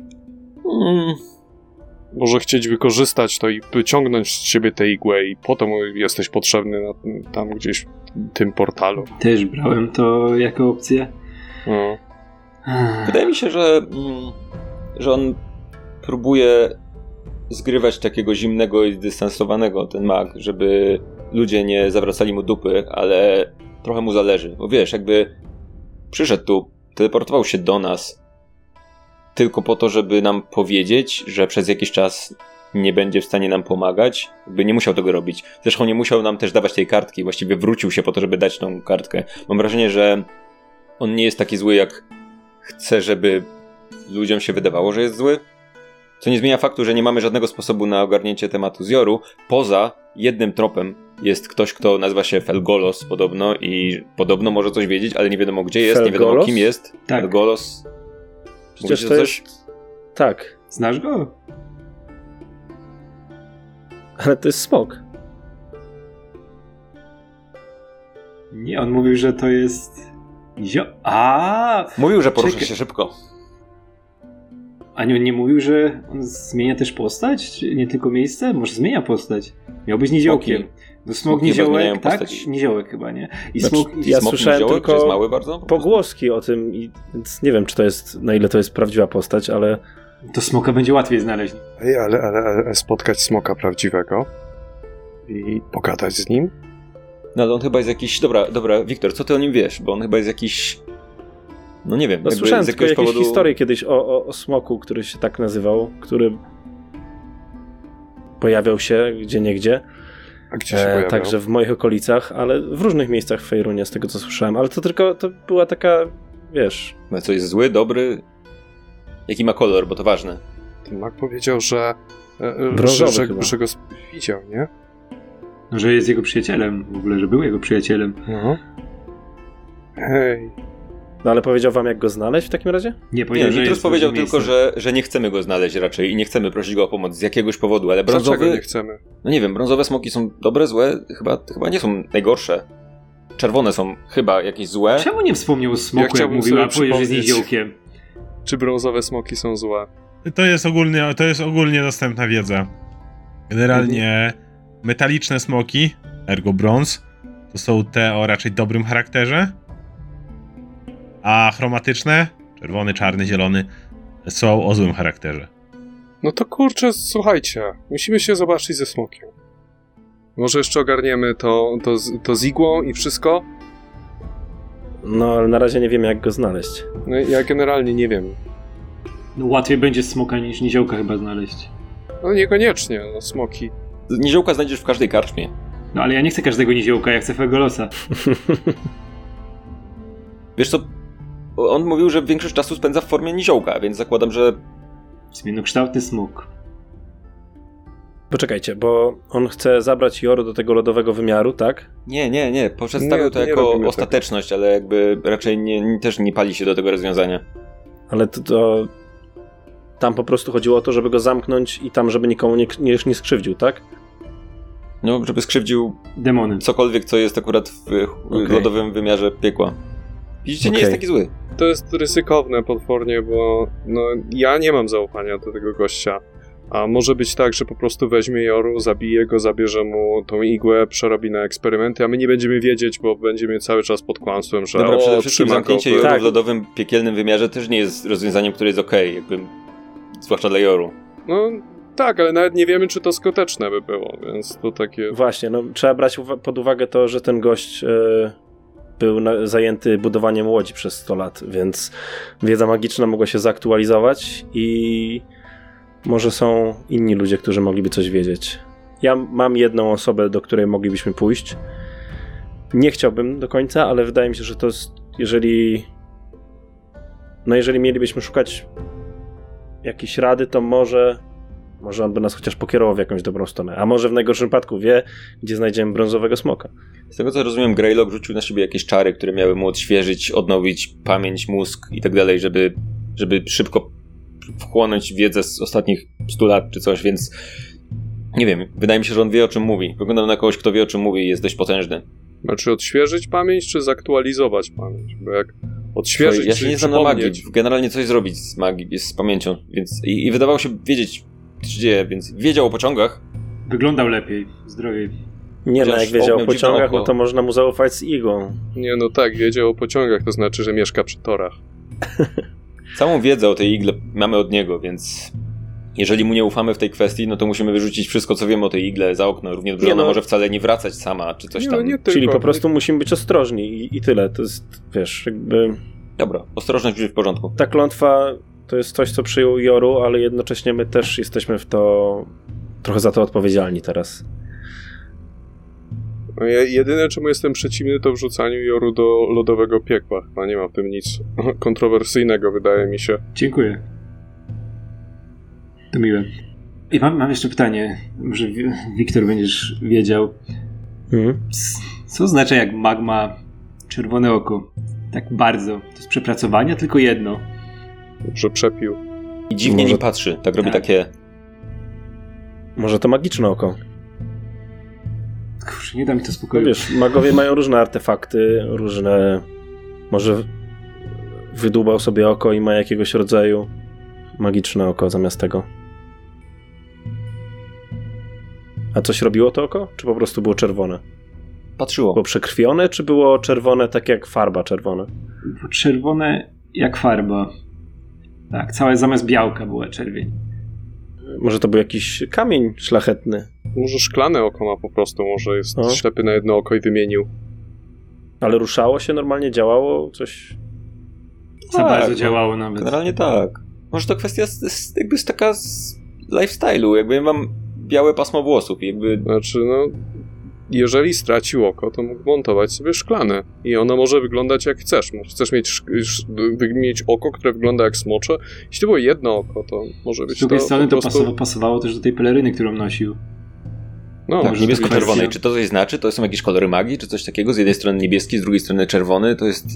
Speaker 4: Może chcieć wykorzystać to i wyciągnąć z siebie tę igłę i potem jesteś potrzebny tam gdzieś w tym portalu.
Speaker 3: Też brałem to jako opcję.
Speaker 4: No.
Speaker 2: Wydaje mi się, że on próbuje zgrywać takiego zimnego i zdystansowanego, ten mag, żeby ludzie nie zawracali mu dupy, ale trochę mu zależy. Bo wiesz, jakby przyszedł tu, teleportował się do nas tylko po to, żeby nam powiedzieć, że przez jakiś czas nie będzie w stanie nam pomagać, by nie musiał tego robić. Zresztą nie musiał nam też dawać tej kartki, właściwie wrócił się po to, żeby dać tą kartkę. Mam wrażenie, że on nie jest taki zły, jak chce, żeby ludziom się wydawało, że jest zły. Co nie zmienia faktu, że nie mamy żadnego sposobu na ogarnięcie tematu z Joru, poza jednym tropem. Jest ktoś, kto nazywa się Felgolos podobno i podobno może coś wiedzieć, ale nie wiadomo gdzie jest,
Speaker 5: Felgolos?
Speaker 2: nie wiadomo kim jest.
Speaker 3: Tak.
Speaker 2: Felgolos.
Speaker 5: Przecież
Speaker 2: Mówicie
Speaker 5: to
Speaker 2: coś?
Speaker 5: jest... Tak,
Speaker 3: Znasz go?
Speaker 5: ale to jest smok.
Speaker 3: Nie, on mówił, że to jest...
Speaker 2: Mówił, że porusza
Speaker 3: Czekaj.
Speaker 2: się szybko.
Speaker 3: A nie mówił, że on zmienia też postać? Czy nie tylko miejsce? Może zmienia postać. Miał być niziołkiem. No smok
Speaker 2: Smoki chyba zmieniają
Speaker 3: niziołek, tak?
Speaker 2: postać.
Speaker 3: Niziołek chyba, nie? I
Speaker 5: Znaczy,
Speaker 3: smok...
Speaker 5: ja
Speaker 2: Smok
Speaker 5: słyszałem
Speaker 2: niziołek,
Speaker 5: tylko
Speaker 2: że jest mały bardzo?
Speaker 5: pogłoski o tym, więc nie wiem, czy to jest, na ile to jest prawdziwa postać, ale
Speaker 3: To smoka będzie łatwiej znaleźć.
Speaker 4: Ej, ale spotkać smoka prawdziwego i pogadać z nim?
Speaker 2: No ale on chyba jest jakiś... Dobra, Wiktor, co ty o nim wiesz? Bo on chyba jest jakiś... No nie wiem,
Speaker 5: no, słyszałem
Speaker 2: z
Speaker 5: tylko
Speaker 2: jakiegoś
Speaker 5: jakieś
Speaker 2: powodu...
Speaker 5: historie kiedyś o smoku, który się tak nazywał, który pojawiał się gdzieniegdzie.
Speaker 4: A gdzie się pojawiał?
Speaker 5: Także w moich okolicach, ale w różnych miejscach w Fejrunie, z tego co słyszałem. Ale to tylko, to była taka, wiesz...
Speaker 2: No co, jest zły, dobry? Jaki ma kolor, bo to ważne.
Speaker 4: Ten mag powiedział, że
Speaker 5: Brązowy chyba.
Speaker 4: że go widział, nie?
Speaker 3: No, że jest jego przyjacielem w ogóle, że był jego przyjacielem.
Speaker 4: No. Hej.
Speaker 5: No ale powiedział wam, jak go znaleźć w takim razie?
Speaker 3: Nie,
Speaker 2: Nie,
Speaker 3: powiedział, że
Speaker 2: Nitrus
Speaker 3: jest w
Speaker 2: powiedział
Speaker 3: różnych
Speaker 2: tylko,
Speaker 3: miejscach.
Speaker 2: że nie chcemy go znaleźć raczej i nie chcemy prosić go o pomoc z jakiegoś powodu, ale
Speaker 4: Dlaczego
Speaker 2: brązowy...
Speaker 4: nie chcemy?
Speaker 2: No nie wiem, brązowe smoki są dobre, złe? Chyba nie są najgorsze. Czerwone są chyba jakieś złe.
Speaker 3: Czemu nie wspomniał o smoku, jak
Speaker 4: chciałbym
Speaker 3: mówił, a
Speaker 4: sobie
Speaker 3: powiedział, że jest
Speaker 4: przypomnieć.
Speaker 3: niziołkiem?
Speaker 4: Czy brązowe smoki są złe?
Speaker 1: To jest ogólnie dostępna wiedza. Generalnie metaliczne smoki, ergo brąz, to są te o raczej dobrym charakterze, a chromatyczne, czerwony, czarny, zielony, są o złym charakterze.
Speaker 4: No to kurczę, słuchajcie, musimy się zobaczyć ze smokiem. Może jeszcze ogarniemy to z igłą i wszystko?
Speaker 5: No ale na razie nie wiemy, jak go znaleźć.
Speaker 4: No, ja generalnie nie wiem.
Speaker 3: No łatwiej będzie smoka niż niziołka chyba znaleźć.
Speaker 4: No niekoniecznie, no smoki.
Speaker 2: Niziołka znajdziesz w każdej karczmie.
Speaker 3: No ale ja nie chcę każdego niziołka, ja chcę Fegolosa.
Speaker 2: Wiesz co, on mówił, że większość czasu spędza w formie niziołka, więc zakładam, że...
Speaker 3: Zmiennokształtny smok.
Speaker 5: Poczekajcie, bo on chce zabrać Joru do tego lodowego wymiaru, tak?
Speaker 2: Nie. Przedstawił
Speaker 4: Nie,
Speaker 2: to
Speaker 4: nie
Speaker 2: jako
Speaker 4: robimy
Speaker 2: ostateczność, ale jakby raczej też nie pali się do tego rozwiązania.
Speaker 5: Ale to tam po prostu chodziło o to, żeby go zamknąć i tam, żeby nikomu nie skrzywdził, tak?
Speaker 2: No, żeby skrzywdził
Speaker 3: Demony.
Speaker 2: cokolwiek, co jest akurat w lodowym wymiarze piekła. Widzicie, nie jest taki zły.
Speaker 4: To jest ryzykowne potwornie, bo no, ja nie mam zaufania do tego gościa. A może być tak, że po prostu weźmie Joru, zabije go, zabierze mu tą igłę, przerobi na eksperymenty, a my nie będziemy wiedzieć, bo będziemy cały czas pod kłamstwem, że
Speaker 2: Dobra, przede wszystkim
Speaker 4: trzyma
Speaker 2: zamknięcie
Speaker 4: go.
Speaker 2: Joru
Speaker 5: Tak.
Speaker 2: w lodowym, piekielnym wymiarze też nie jest rozwiązaniem, które jest okej, jakby, zwłaszcza dla Joru.
Speaker 4: No tak, ale nawet nie wiemy, czy to skuteczne by było, więc to takie...
Speaker 5: Właśnie, no trzeba brać pod uwagę to, że ten gość był zajęty budowaniem łodzi przez 100 lat, więc wiedza magiczna mogła się zaktualizować i może są inni ludzie, którzy mogliby coś wiedzieć. Ja mam jedną osobę, do której moglibyśmy pójść. Nie chciałbym do końca, ale wydaje mi się, że to jest, jeżeli mielibyśmy szukać jakiejś rady, to może on by nas chociaż pokierował w jakąś dobrą stronę. A może w najgorszym wypadku wie, gdzie znajdziemy brązowego smoka.
Speaker 2: Z tego co rozumiem, Greylock rzucił na siebie jakieś czary, które miały mu odświeżyć, odnowić pamięć, mózg i tak dalej, żeby szybko wchłonąć wiedzę z ostatnich 100 lat czy coś, więc nie wiem, wydaje mi się, że on wie, o czym mówi. Wygląda na kogoś, kto wie, o czym mówi i jest dość potężny.
Speaker 4: Znaczy odświeżyć pamięć, czy zaktualizować pamięć? Bo jak odświeżyć,
Speaker 2: Ja się
Speaker 4: czyli
Speaker 2: nie znam na magii,
Speaker 4: przypomnieć...
Speaker 2: generalnie coś zrobić z magii, z pamięcią, więc i wydawało się wiedzieć, co się dzieje, więc wiedział o pociągach.
Speaker 3: Wyglądał lepiej, zdrowiej.
Speaker 5: Nie, no
Speaker 2: Chociaż
Speaker 5: jak wiedział o
Speaker 2: miał dziwne
Speaker 5: pociągach,
Speaker 2: oko.
Speaker 5: no to można mu zaufać z igłą.
Speaker 4: Nie, no tak, wiedział o pociągach, to znaczy, że mieszka przy torach.
Speaker 2: Całą wiedzę o tej igle mamy od niego, więc jeżeli mu nie ufamy w tej kwestii, no to musimy wyrzucić wszystko, co wiemy o tej igle za okno. Równie dobrze
Speaker 5: Nie,
Speaker 2: ona
Speaker 5: no.
Speaker 2: może wcale nie wracać sama, czy coś
Speaker 4: Nie,
Speaker 2: tam.
Speaker 4: no nie
Speaker 5: Czyli
Speaker 4: tylko,
Speaker 5: po prostu musimy być ostrożni i tyle. To jest, wiesz, jakby
Speaker 2: Dobra, ostrożność będzie w porządku.
Speaker 5: ta klątwa to jest coś, co przyjął Joru, ale jednocześnie my też jesteśmy w to trochę za to odpowiedzialni teraz.
Speaker 4: No ja jedyne, czemu jestem przeciwny, to wrzucaniu Joru do lodowego piekła. Chyba nie ma w tym nic kontrowersyjnego, wydaje mi się.
Speaker 3: Dziękuję. To miłe. I mam jeszcze pytanie. Może Wiktor będziesz wiedział. Co oznacza, jak magma czerwone oko? Tak bardzo. To jest przepracowanie, tylko jedno.
Speaker 4: Że przepił.
Speaker 2: I dziwnie
Speaker 5: Może-
Speaker 2: nim patrzy, tak robi
Speaker 3: Tak.
Speaker 2: takie...
Speaker 5: Może to magiczne oko.
Speaker 3: Kurczę, nie da mi to
Speaker 5: No
Speaker 3: spokoju.
Speaker 5: wiesz, magowie mają różne artefakty, różne... Może wydłubał sobie oko i ma jakiegoś rodzaju magiczne oko zamiast tego. A coś robiło to oko? Czy po prostu było czerwone?
Speaker 2: Patrzyło.
Speaker 5: Było przekrwione, czy było czerwone tak jak farba czerwona?
Speaker 3: Było czerwone jak farba. Tak, całe zamiast białka była czerwień.
Speaker 5: Może to był jakiś kamień szlachetny.
Speaker 4: Może szklane oko ma po prostu, może jest
Speaker 5: No.
Speaker 4: ślepy na jedno oko i wymienił.
Speaker 5: Ale ruszało się normalnie, działało coś?
Speaker 3: Za
Speaker 2: Tak,
Speaker 3: bardzo
Speaker 2: no.
Speaker 3: działało nawet.
Speaker 2: Generalnie tak. Może to kwestia jakby taka z lifestyle'u, jakby ja mam białe pasmo włosów i jakby...
Speaker 4: Znaczy, no, jeżeli stracił oko, to mógł montować sobie szklane. I ono może wyglądać jak chcesz. Chcesz mieć oko, które wygląda jak smocze. Jeśli to było jedno oko, to może być
Speaker 3: Z drugiej
Speaker 4: to
Speaker 3: strony
Speaker 4: po
Speaker 3: to
Speaker 4: prostu...
Speaker 3: pasowało też do tej peleryny, którą nosił.
Speaker 4: No,
Speaker 2: Tak,
Speaker 3: może
Speaker 2: niebiesko-czerwonej.
Speaker 3: kwestia-
Speaker 2: Czy to coś znaczy? To są jakieś kolory magii, czy coś takiego? Z jednej strony niebieski, z drugiej strony czerwony. To jest...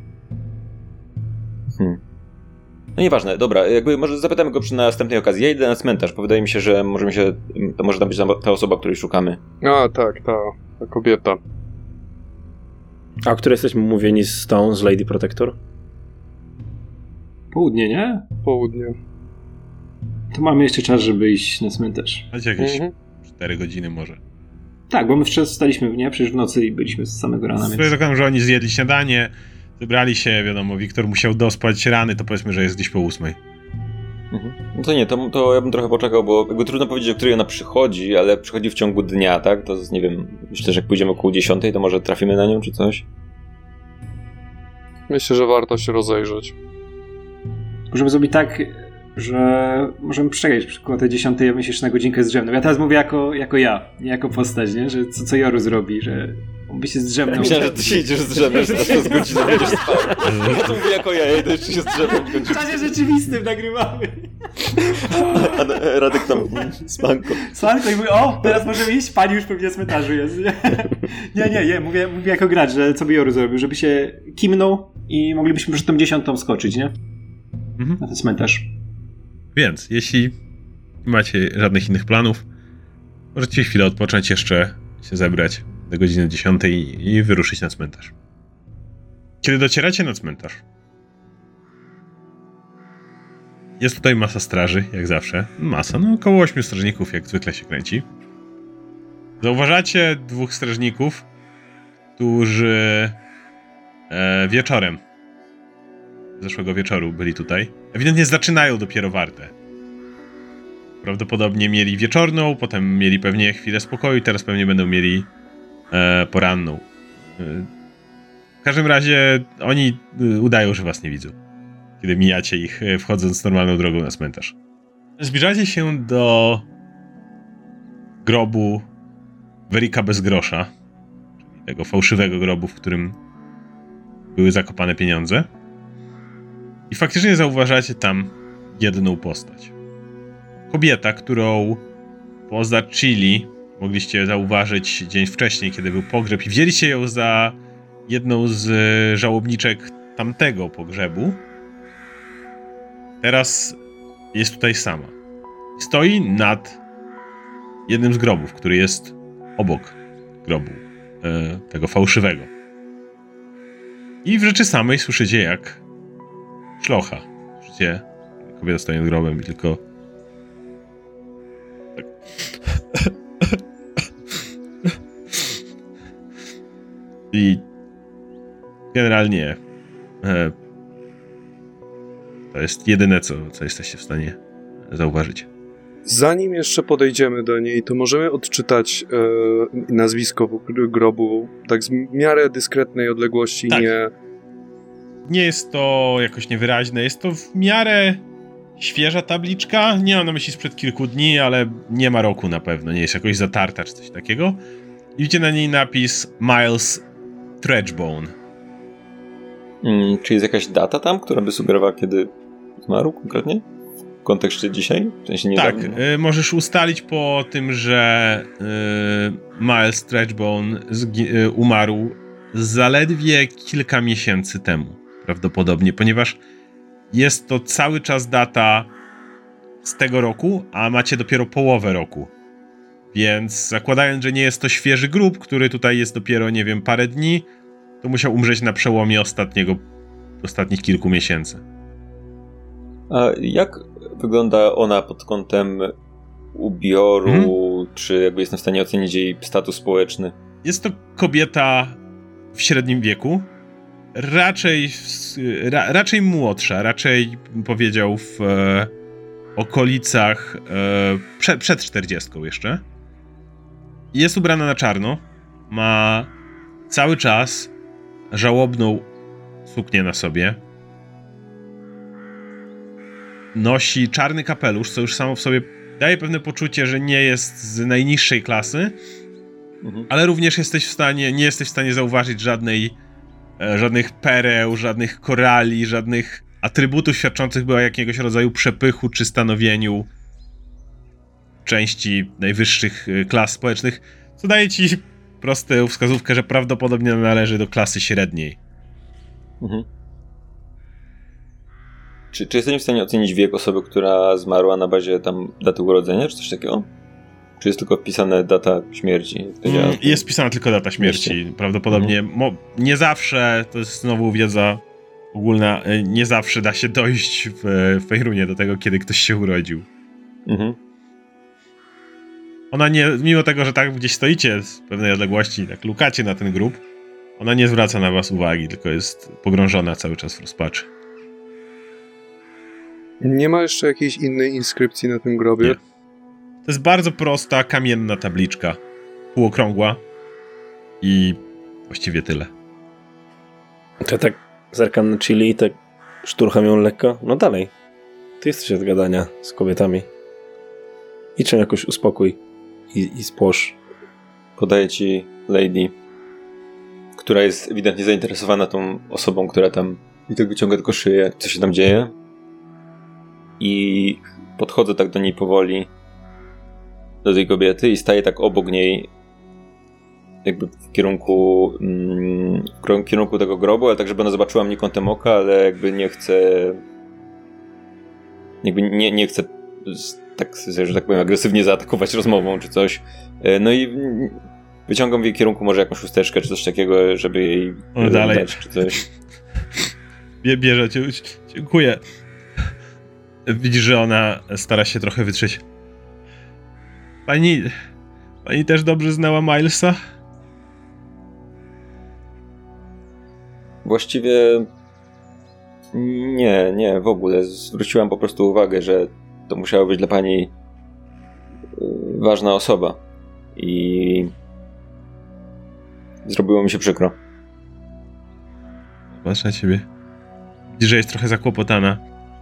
Speaker 2: No nieważne, dobra, jakby może zapytamy go przy następnej okazji. Ja idę na cmentarz, bo wydaje mi się, że to może tam być ta osoba, której szukamy.
Speaker 4: A, tak, ta kobieta.
Speaker 5: A o której jesteśmy mówieni z tą, z Lady Protector?
Speaker 3: Południe, nie?
Speaker 4: Południe.
Speaker 3: To mamy jeszcze czas, żeby iść na cmentarz.
Speaker 1: Chodź jakieś
Speaker 4: Mhm.
Speaker 1: 4 godziny może.
Speaker 3: Tak, bo my wstaliśmy przecież w nocy i byliśmy z samego rana, więc...
Speaker 1: Zakładam, że oni zjedli śniadanie, zebrali się, wiadomo, Wiktor musiał dospać rany, to powiedzmy, że jest gdzieś po 8.
Speaker 2: No to nie, to ja bym trochę poczekał, bo jakby trudno powiedzieć, o której ona przychodzi, ale przychodzi w ciągu dnia, tak? To jest, nie wiem, myślę, że jak pójdziemy około 10, to może trafimy na nią, czy coś?
Speaker 4: Myślę, że warto się rozejrzeć.
Speaker 3: Możemy zrobić tak, że możemy przeczekać przykład 10 miesięczną godzinkę zdrzemną. Ja teraz mówię jako ja, nie jako postać, nie? Że co Joru zrobi, że on by się zdrzemnął.
Speaker 2: Myślałem, że ty się idziesz zdrzemnąć, teraz z godziną będziesz spał. Ja to mówię jako ja idę jeszcze się zdrzemnąć godzinę.
Speaker 3: W czasie rzeczywistym nagrywamy.
Speaker 2: A Radek tam spanko.
Speaker 3: Słanko i mówi, o, teraz możemy iść, pani już pewnie w cmentarzu jest. Nie, mówię jako gracz, że co by Joru zrobił, żeby się kimnął i moglibyśmy przed tą 10 skoczyć, nie? Na ten cmentarz.
Speaker 1: Więc, jeśli nie macie żadnych innych planów, możecie chwilę odpocząć, jeszcze się zebrać do godziny 10 i wyruszyć na cmentarz. Kiedy docieracie na cmentarz, jest tutaj masa straży, jak zawsze. Masa, około 8 strażników, jak zwykle się kręci. Zauważacie 2 strażników, którzy wieczorem, zeszłego wieczoru byli tutaj. Ewidentnie zaczynają dopiero wartę. Prawdopodobnie mieli wieczorną, potem mieli pewnie chwilę spokoju, teraz pewnie będą mieli poranną. W każdym razie oni udają, że was nie widzą, kiedy mijacie ich, wchodząc normalną drogą na cmentarz. Zbliżacie się do grobu Werika bez grosza, czyli tego fałszywego grobu, w którym były zakopane pieniądze. I faktycznie zauważacie tam jedną postać. Kobieta, którą poznaczyli, mogliście zauważyć dzień wcześniej, kiedy był pogrzeb, i wzięliście ją za jedną z żałobniczek tamtego pogrzebu. Teraz jest tutaj sama. Stoi nad jednym z grobów, który jest obok grobu tego fałszywego. I w rzeczy samej słyszycie, jak szlocha. Słyszycie, kobieta stoi nad grobem i tylko tak. I generalnie to jest jedyne, co jesteście w stanie zauważyć.
Speaker 4: Zanim jeszcze podejdziemy do niej, to możemy odczytać nazwisko grobu tak z miarę dyskretnej odległości.
Speaker 1: Tak. Nie jest to jakoś niewyraźne, jest to w miarę świeża tabliczka. Nie mam na myśli sprzed kilku dni, ale nie ma roku na pewno, nie jest jakoś zatarta czy coś takiego. I widzicie na niej napis Miles Stretchbone.
Speaker 2: Czy jest jakaś data tam, która by sugerowała, kiedy zmarł konkretnie? W kontekście dzisiaj? W sensie niedawno?
Speaker 1: Tak, możesz ustalić po tym, że Miles Stretchbone umarł zaledwie kilka miesięcy temu, prawdopodobnie, ponieważ jest to cały czas data z tego roku, a macie dopiero połowę roku. Więc zakładając, że nie jest to świeży grób, który tutaj jest dopiero, nie wiem, parę dni, to musiał umrzeć na przełomie ostatnich kilku miesięcy.
Speaker 2: A jak wygląda ona pod kątem ubioru, czy jakby jestem w stanie ocenić jej status społeczny?
Speaker 1: Jest to kobieta w średnim wieku, raczej młodsza, raczej powiedział w okolicach przed 40 jeszcze. Jest ubrana na czarno, ma cały czas żałobną suknię na sobie. Nosi czarny kapelusz, co już samo w sobie daje pewne poczucie, że nie jest z najniższej klasy, ale również nie jesteś w stanie zauważyć żadnych pereł, żadnych korali, żadnych atrybutów świadczących o jakiegoś rodzaju przepychu czy stanowieniu części najwyższych klas społecznych, co daje ci prostą wskazówkę, że prawdopodobnie należy do klasy średniej.
Speaker 2: Czy jesteś w stanie ocenić wiek osoby, która zmarła na bazie tam daty urodzenia, czy coś takiego? Czy jest tylko wpisana data śmierci?
Speaker 1: Jest wpisana tylko data śmierci. Prawdopodobnie nie zawsze, to jest znowu wiedza ogólna, nie zawsze da się dojść w Fejrunie do tego, kiedy ktoś się urodził. Ona nie, mimo tego, że tak gdzieś stoicie z pewnej odległości, tak lukacie na ten grób, ona nie zwraca na was uwagi, tylko jest pogrążona cały czas w rozpaczy.
Speaker 4: Nie ma jeszcze jakiejś innej inskrypcji na tym grobie?
Speaker 1: Nie. To jest bardzo prosta, kamienna tabliczka, półokrągła i właściwie tyle.
Speaker 5: To tak zerkam na Chili i tak szturcham ją lekko. No dalej. ty jesteś od gadania z kobietami. Idź ją jakoś uspokój i spłosz.
Speaker 2: Podaję ci Lady, która jest ewidentnie zainteresowana tą osobą, która tam i tak wyciąga tylko szyję, co się tam dzieje. I podchodzę tak do niej powoli, do tej kobiety i staję tak obok niej, jakby w kierunku tego grobu, ale tak, żeby ona zobaczyła mnie kątem oka, ale jakby nie chcę tak, że tak powiem, agresywnie zaatakować rozmową czy coś. No i wyciągam w jej kierunku może jakąś chusteczkę czy coś takiego, żeby jej
Speaker 1: dalej
Speaker 2: dać czy coś.
Speaker 1: Bierze cię, dziękuję. Widzisz, że ona stara się trochę wytrzeć. Pani też dobrze znała Milesa?
Speaker 2: Właściwie nie, w ogóle. Zwróciłam po prostu uwagę, że to musiała być dla pani ważna osoba i zrobiło mi się przykro.
Speaker 1: Patrz na ciebie. Widzisz, że jest trochę zakłopotana.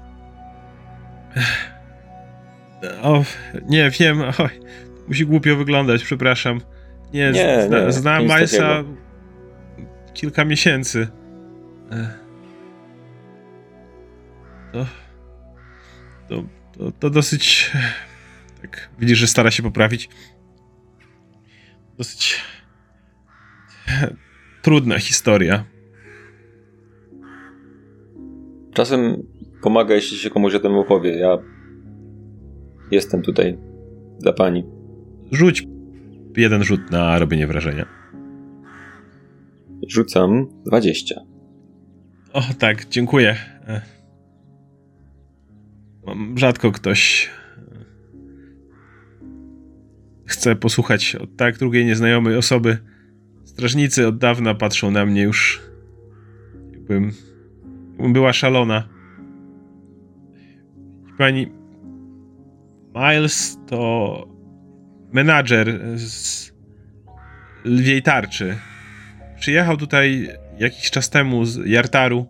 Speaker 1: O, nie, wiem, oj, musi głupio wyglądać, przepraszam. Znałem Milesa kilka miesięcy. To dosyć... Tak, widzisz, że stara się poprawić. Dosyć... trudna historia.
Speaker 2: Czasem pomaga, jeśli się komuś o tym opowie. Ja jestem tutaj dla pani.
Speaker 1: Rzuć jeden rzut na robienie wrażenia.
Speaker 2: Rzucam 20.
Speaker 1: O, tak, dziękuję. Rzadko ktoś chce posłuchać od tak drugiej nieznajomej osoby. Strażnicy od dawna patrzą na mnie już, jakbym była szalona. Pani Miles to menadżer z Lwiej Tarczy. Przyjechał tutaj jakiś czas temu z Jartaru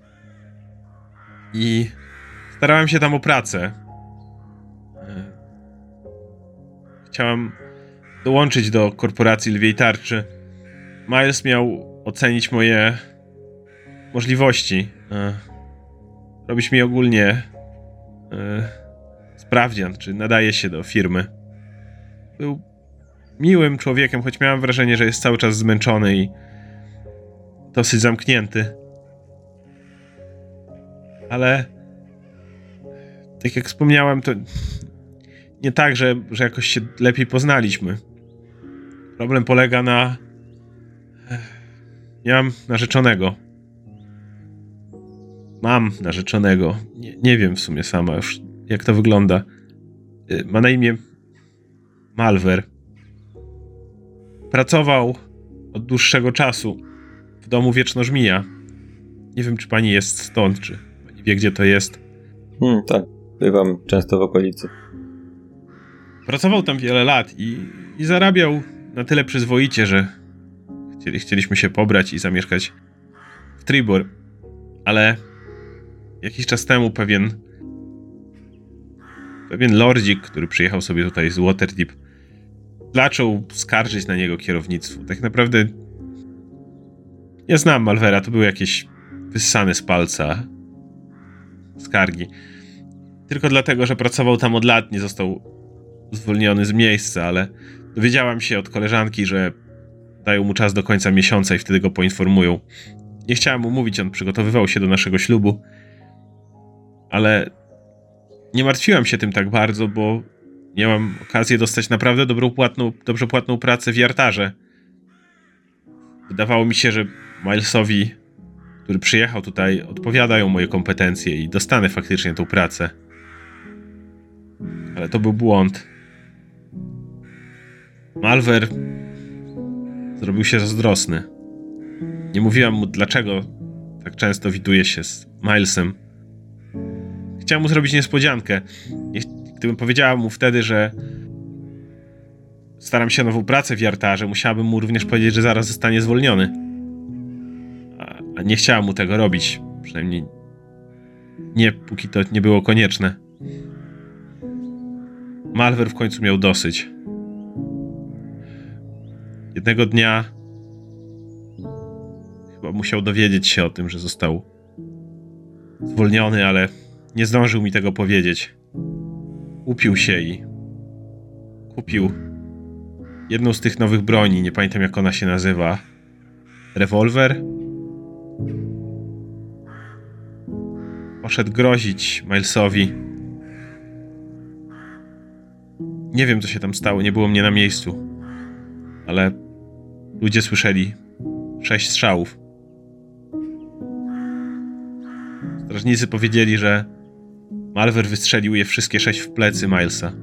Speaker 1: i starałem się tam o pracę. Chciałem dołączyć do korporacji Lwiej Tarczy. Miles miał ocenić moje możliwości. Robić mi ogólnie sprawdzian, czy nadaje się do firmy. Był miłym człowiekiem, choć miałem wrażenie, że jest cały czas zmęczony i dosyć zamknięty. Ale tak jak wspomniałem, to nie tak, że jakoś się lepiej poznaliśmy. Problem polega na... Ja mam narzeczonego. Mam narzeczonego. Nie wiem w sumie sama już, jak to wygląda. Ma na imię Malwer. Pracował od dłuższego czasu w domu Wiecznożmija. Nie wiem, czy pani jest stąd, czy pani wie, gdzie to jest.
Speaker 2: Tak, bywam często w okolicy.
Speaker 1: Pracował tam wiele lat i zarabiał na tyle przyzwoicie, że chcieliśmy się pobrać i zamieszkać w Tribor. Ale jakiś czas temu pewien lordzik, który przyjechał sobie tutaj z Waterdeep, zaczął skarżyć na niego kierownictwo. Tak naprawdę nie znam Malwera, to były jakieś wyssane z palca skargi. Tylko dlatego, że pracował tam od lat, nie został zwolniony z miejsca, ale dowiedziałam się od koleżanki, że dają mu czas do końca miesiąca i wtedy go poinformują. Nie chciałem mu mówić, on przygotowywał się do naszego ślubu, ale nie martwiłem się tym tak bardzo, bo miałem okazję dostać naprawdę dobrze płatną pracę w Jartarze. Wydawało mi się, że Milesowi, który przyjechał tutaj, odpowiadają moje kompetencje i dostanę faktycznie tą pracę. Ale to był błąd. Malwer zrobił się zazdrosny. Nie mówiłam mu, dlaczego tak często widuje się z Milesem. Chciałem mu zrobić niespodziankę. Gdybym powiedziała mu wtedy, że staram się o nową pracę w Jartarze, musiałabym mu również powiedzieć, że zaraz zostanie zwolniony. A nie chciałam mu tego robić. Przynajmniej Nie, póki to nie było konieczne. Malwer w końcu miał dosyć. Jednego dnia chyba musiał dowiedzieć się o tym, że został zwolniony, ale nie zdążył mi tego powiedzieć. Upił się i kupił jedną z tych nowych broni, nie pamiętam jak ona się nazywa. Rewolwer? Poszedł grozić Milesowi. Nie wiem, co się tam stało, nie było mnie na miejscu. Ale ludzie słyszeli 6 strzałów. Strażnicy powiedzieli, że Malwer wystrzelił je wszystkie 6 w plecy Milesa.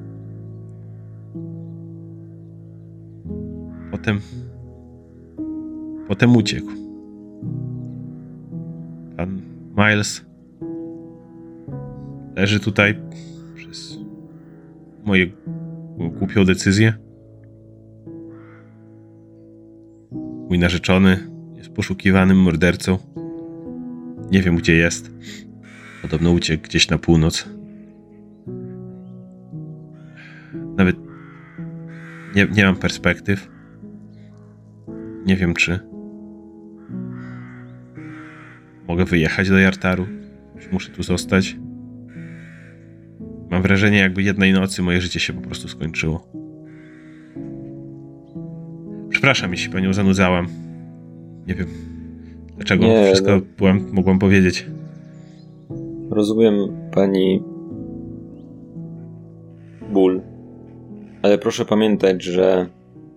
Speaker 1: Potem uciekł. Pan Miles leży tutaj przez moją głupią decyzję. Mój narzeczony jest poszukiwanym mordercą. Nie wiem, gdzie jest. Podobno uciekł gdzieś na północ. Nawet nie mam perspektyw. Nie wiem, czy mogę wyjechać do Jartaru. Czy muszę tu zostać. Mam wrażenie, jakby jednej nocy moje życie się po prostu skończyło. Przepraszam, jeśli panią zanudzałam. Nie wiem, dlaczego wszystko mogłam powiedzieć.
Speaker 2: Rozumiem pani ból, ale proszę pamiętać, że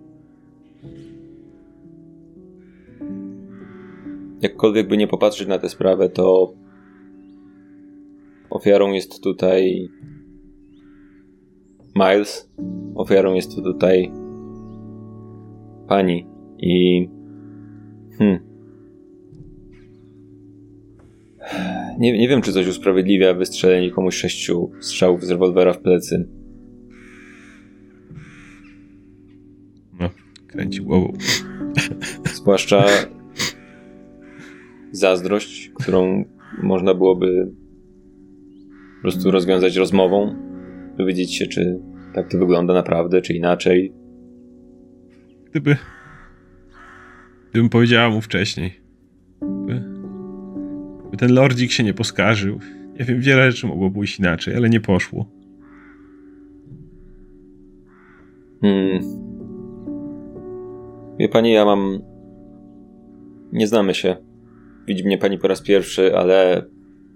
Speaker 2: jakkolwiek by nie popatrzeć na tę sprawę, to ofiarą jest tutaj Miles, ofiarą jest tutaj pani i nie wiem, czy coś usprawiedliwia wystrzelenie komuś 6 strzałów z rewolwera w plecy.
Speaker 1: No, kręci głową.
Speaker 2: Zwłaszcza zazdrość, którą można byłoby po prostu rozwiązać rozmową, dowiedzieć się, czy tak to wygląda naprawdę, czy inaczej.
Speaker 1: Gdybym powiedziała mu wcześniej, by ten lordzik się nie poskarżył. Nie wiem, wiele rzeczy mogło pójść inaczej, ale nie poszło.
Speaker 2: Wie pani, nie znamy się. Widzi mnie pani po raz pierwszy, ale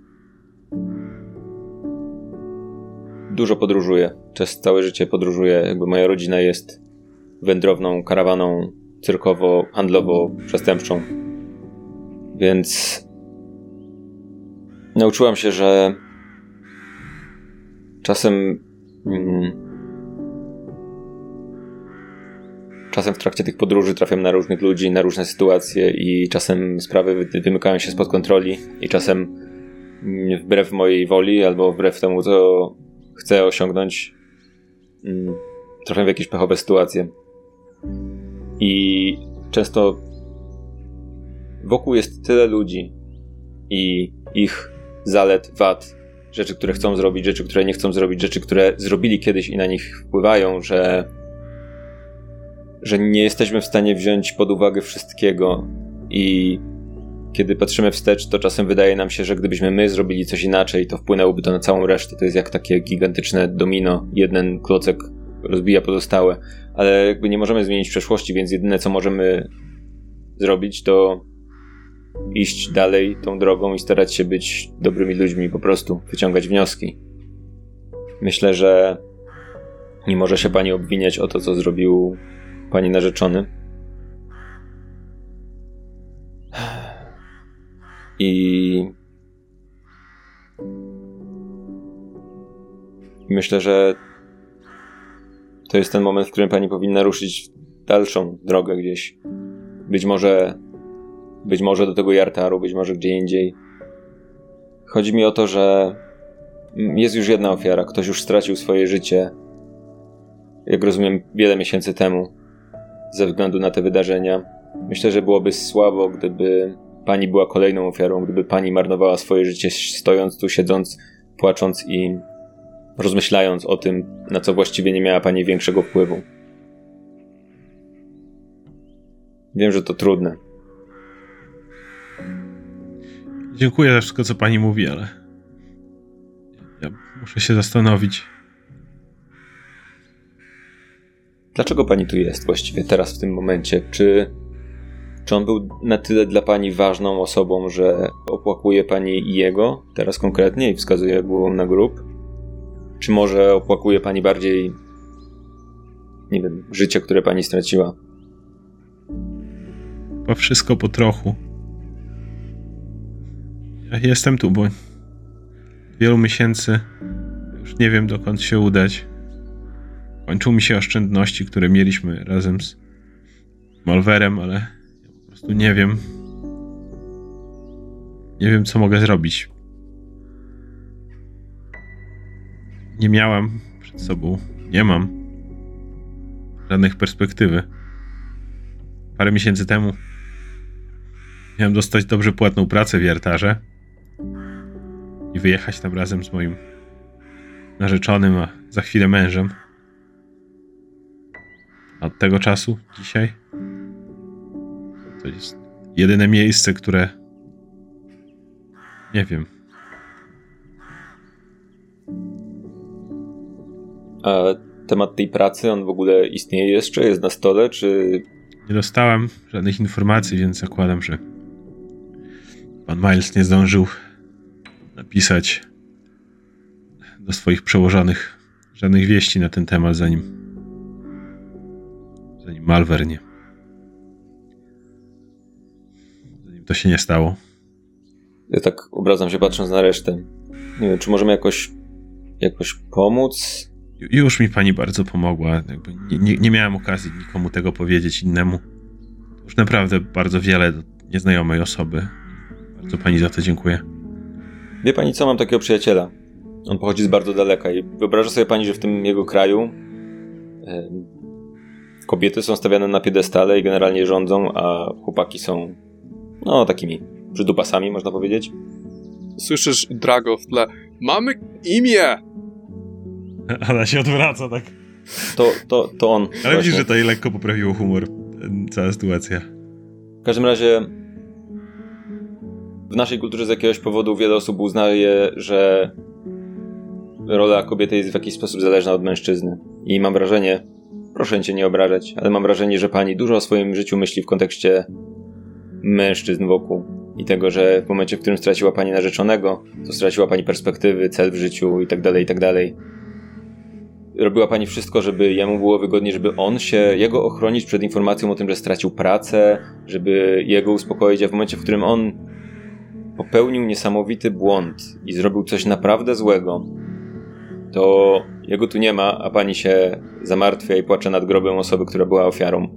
Speaker 2: dużo podróżuję. Przez całe życie podróżuję. Jakby moja rodzina jest wędrowną karawaną cyrkowo-handlowo-przestępczą. Więc nauczyłam się, że czasem w trakcie tych podróży trafiam na różnych ludzi, na różne sytuacje i czasem sprawy wymykają się spod kontroli i czasem wbrew mojej woli albo wbrew temu, co chcę osiągnąć, trafiam w jakieś pechowe sytuacje. I często wokół jest tyle ludzi i ich zalet, wad, rzeczy, które chcą zrobić, rzeczy, które nie chcą zrobić, rzeczy, które zrobili kiedyś i na nich wpływają, że nie jesteśmy w stanie wziąć pod uwagę wszystkiego i kiedy patrzymy wstecz, to czasem wydaje nam się, że gdybyśmy my zrobili coś inaczej, to wpłynęłoby to na całą resztę. To jest jak takie gigantyczne domino. Jeden klocek rozbija pozostałe, ale jakby nie możemy zmienić przeszłości, więc jedyne, co możemy zrobić, to iść dalej tą drogą i starać się być dobrymi ludźmi, po prostu wyciągać wnioski. Myślę, że nie może się pani obwiniać o to, co zrobił pani narzeczony. I myślę, że to jest ten moment, w którym pani powinna ruszyć dalszą drogę gdzieś. Być może do tego Jartaru, być może gdzie indziej. Chodzi mi o to, że jest już jedna ofiara. Ktoś już stracił swoje życie, jak rozumiem, wiele miesięcy temu, ze względu na te wydarzenia. Myślę, że byłoby słabo, gdyby pani była kolejną ofiarą, gdyby pani marnowała swoje życie stojąc tu, siedząc, płacząc i rozmyślając o tym, na co właściwie nie miała pani większego wpływu. Wiem, że to trudne.
Speaker 1: Dziękuję za wszystko, co pani mówi, ale ja muszę się zastanowić.
Speaker 2: Dlaczego pani tu jest właściwie teraz, w tym momencie? Czy on był na tyle dla pani ważną osobą, że opłakuje pani jego, teraz konkretnie, i wskazuje głową na grób? Czy może opłakuje pani bardziej, nie wiem, życie, które pani straciła?
Speaker 1: Chyba wszystko po trochu. Ja jestem tu, bo od wielu miesięcy już nie wiem, dokąd się udać. Kończą mi się oszczędności, które mieliśmy razem z Malwerem, ale ja po prostu nie wiem. Nie wiem, co mogę zrobić. Nie miałem przed sobą, nie mam żadnych perspektywy. Parę miesięcy temu miałem dostać dobrze płatną pracę w Jartarze i wyjechać tam razem z moim narzeczonym, a za chwilę mężem. A od tego czasu, dzisiaj, to jest jedyne miejsce, które nie wiem.
Speaker 2: A temat tej pracy, on w ogóle istnieje jeszcze? Jest na stole, czy...
Speaker 1: Nie dostałem żadnych informacji, więc zakładam, że pan Miles nie zdążył napisać do swoich przełożonych żadnych wieści na ten temat, zanim Malwer nie. Zanim to się nie stało.
Speaker 2: Ja tak obracam się, patrząc na resztę. Nie wiem, czy możemy jakoś pomóc?
Speaker 1: Już mi pani bardzo pomogła. Jakby nie miałem okazji nikomu tego powiedzieć innemu. To już naprawdę bardzo wiele do nieznajomej osoby. Bardzo pani za to dziękuję.
Speaker 2: Wie pani co, mam takiego przyjaciela. On pochodzi z bardzo daleka i wyobraża sobie pani, że w tym jego kraju kobiety są stawiane na piedestale i generalnie rządzą, a chłopaki są takimi przydupasami, można powiedzieć.
Speaker 4: Słyszysz Drago w tle. Mamy imię!
Speaker 1: Ona się odwraca tak.
Speaker 2: To on.
Speaker 1: Ale
Speaker 2: właśnie.
Speaker 1: widzisz, że to jej lekko poprawiło humor. Cała sytuacja.
Speaker 2: W każdym razie w naszej kulturze z jakiegoś powodu wiele osób uznaje, że rola kobiety jest w jakiś sposób zależna od mężczyzny. I mam wrażenie, proszę cię nie obrażać, ale mam wrażenie, że pani dużo o swoim życiu myśli w kontekście mężczyzn wokół. I tego, że w momencie, w którym straciła pani narzeczonego, to straciła pani perspektywy, cel w życiu i tak dalej, i tak dalej. Robiła pani wszystko, żeby jemu było wygodniej, żeby jego ochronić przed informacją o tym, że stracił pracę, żeby jego uspokoić, a w momencie, w którym on popełnił niesamowity błąd i zrobił coś naprawdę złego, to jego tu nie ma, a pani się zamartwia i płacze nad grobem osoby, która była ofiarą.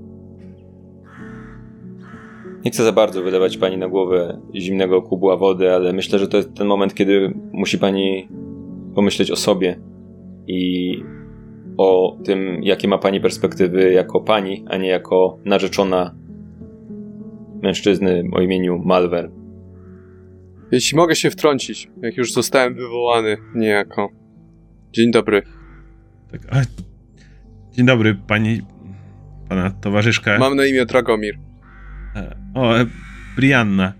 Speaker 2: Nie chcę za bardzo wylewać pani na głowę zimnego kubła wody, ale myślę, że to jest ten moment, kiedy musi pani pomyśleć o sobie i o tym, jakie ma pani perspektywy jako pani, a nie jako narzeczona mężczyzny o imieniu Malwer.
Speaker 4: Jeśli mogę się wtrącić, jak już zostałem wywołany niejako. Dzień dobry.
Speaker 1: Tak, dzień dobry, pana towarzyszka.
Speaker 4: Mam na imię Dragomir.
Speaker 1: Brianna.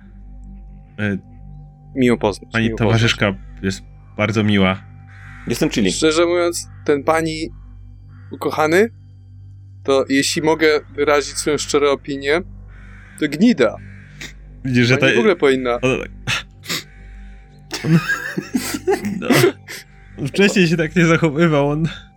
Speaker 4: Miło poznać.
Speaker 1: Pani towarzyszka jest bardzo miła.
Speaker 2: Jestem Chili.
Speaker 4: Szczerze mówiąc, ten pani ukochany, to jeśli mogę wyrazić swoją szczerą opinię, to gnida.
Speaker 1: Widzisz, że
Speaker 4: Pani w ogóle powinna...
Speaker 1: On wcześniej się tak nie zachowywał,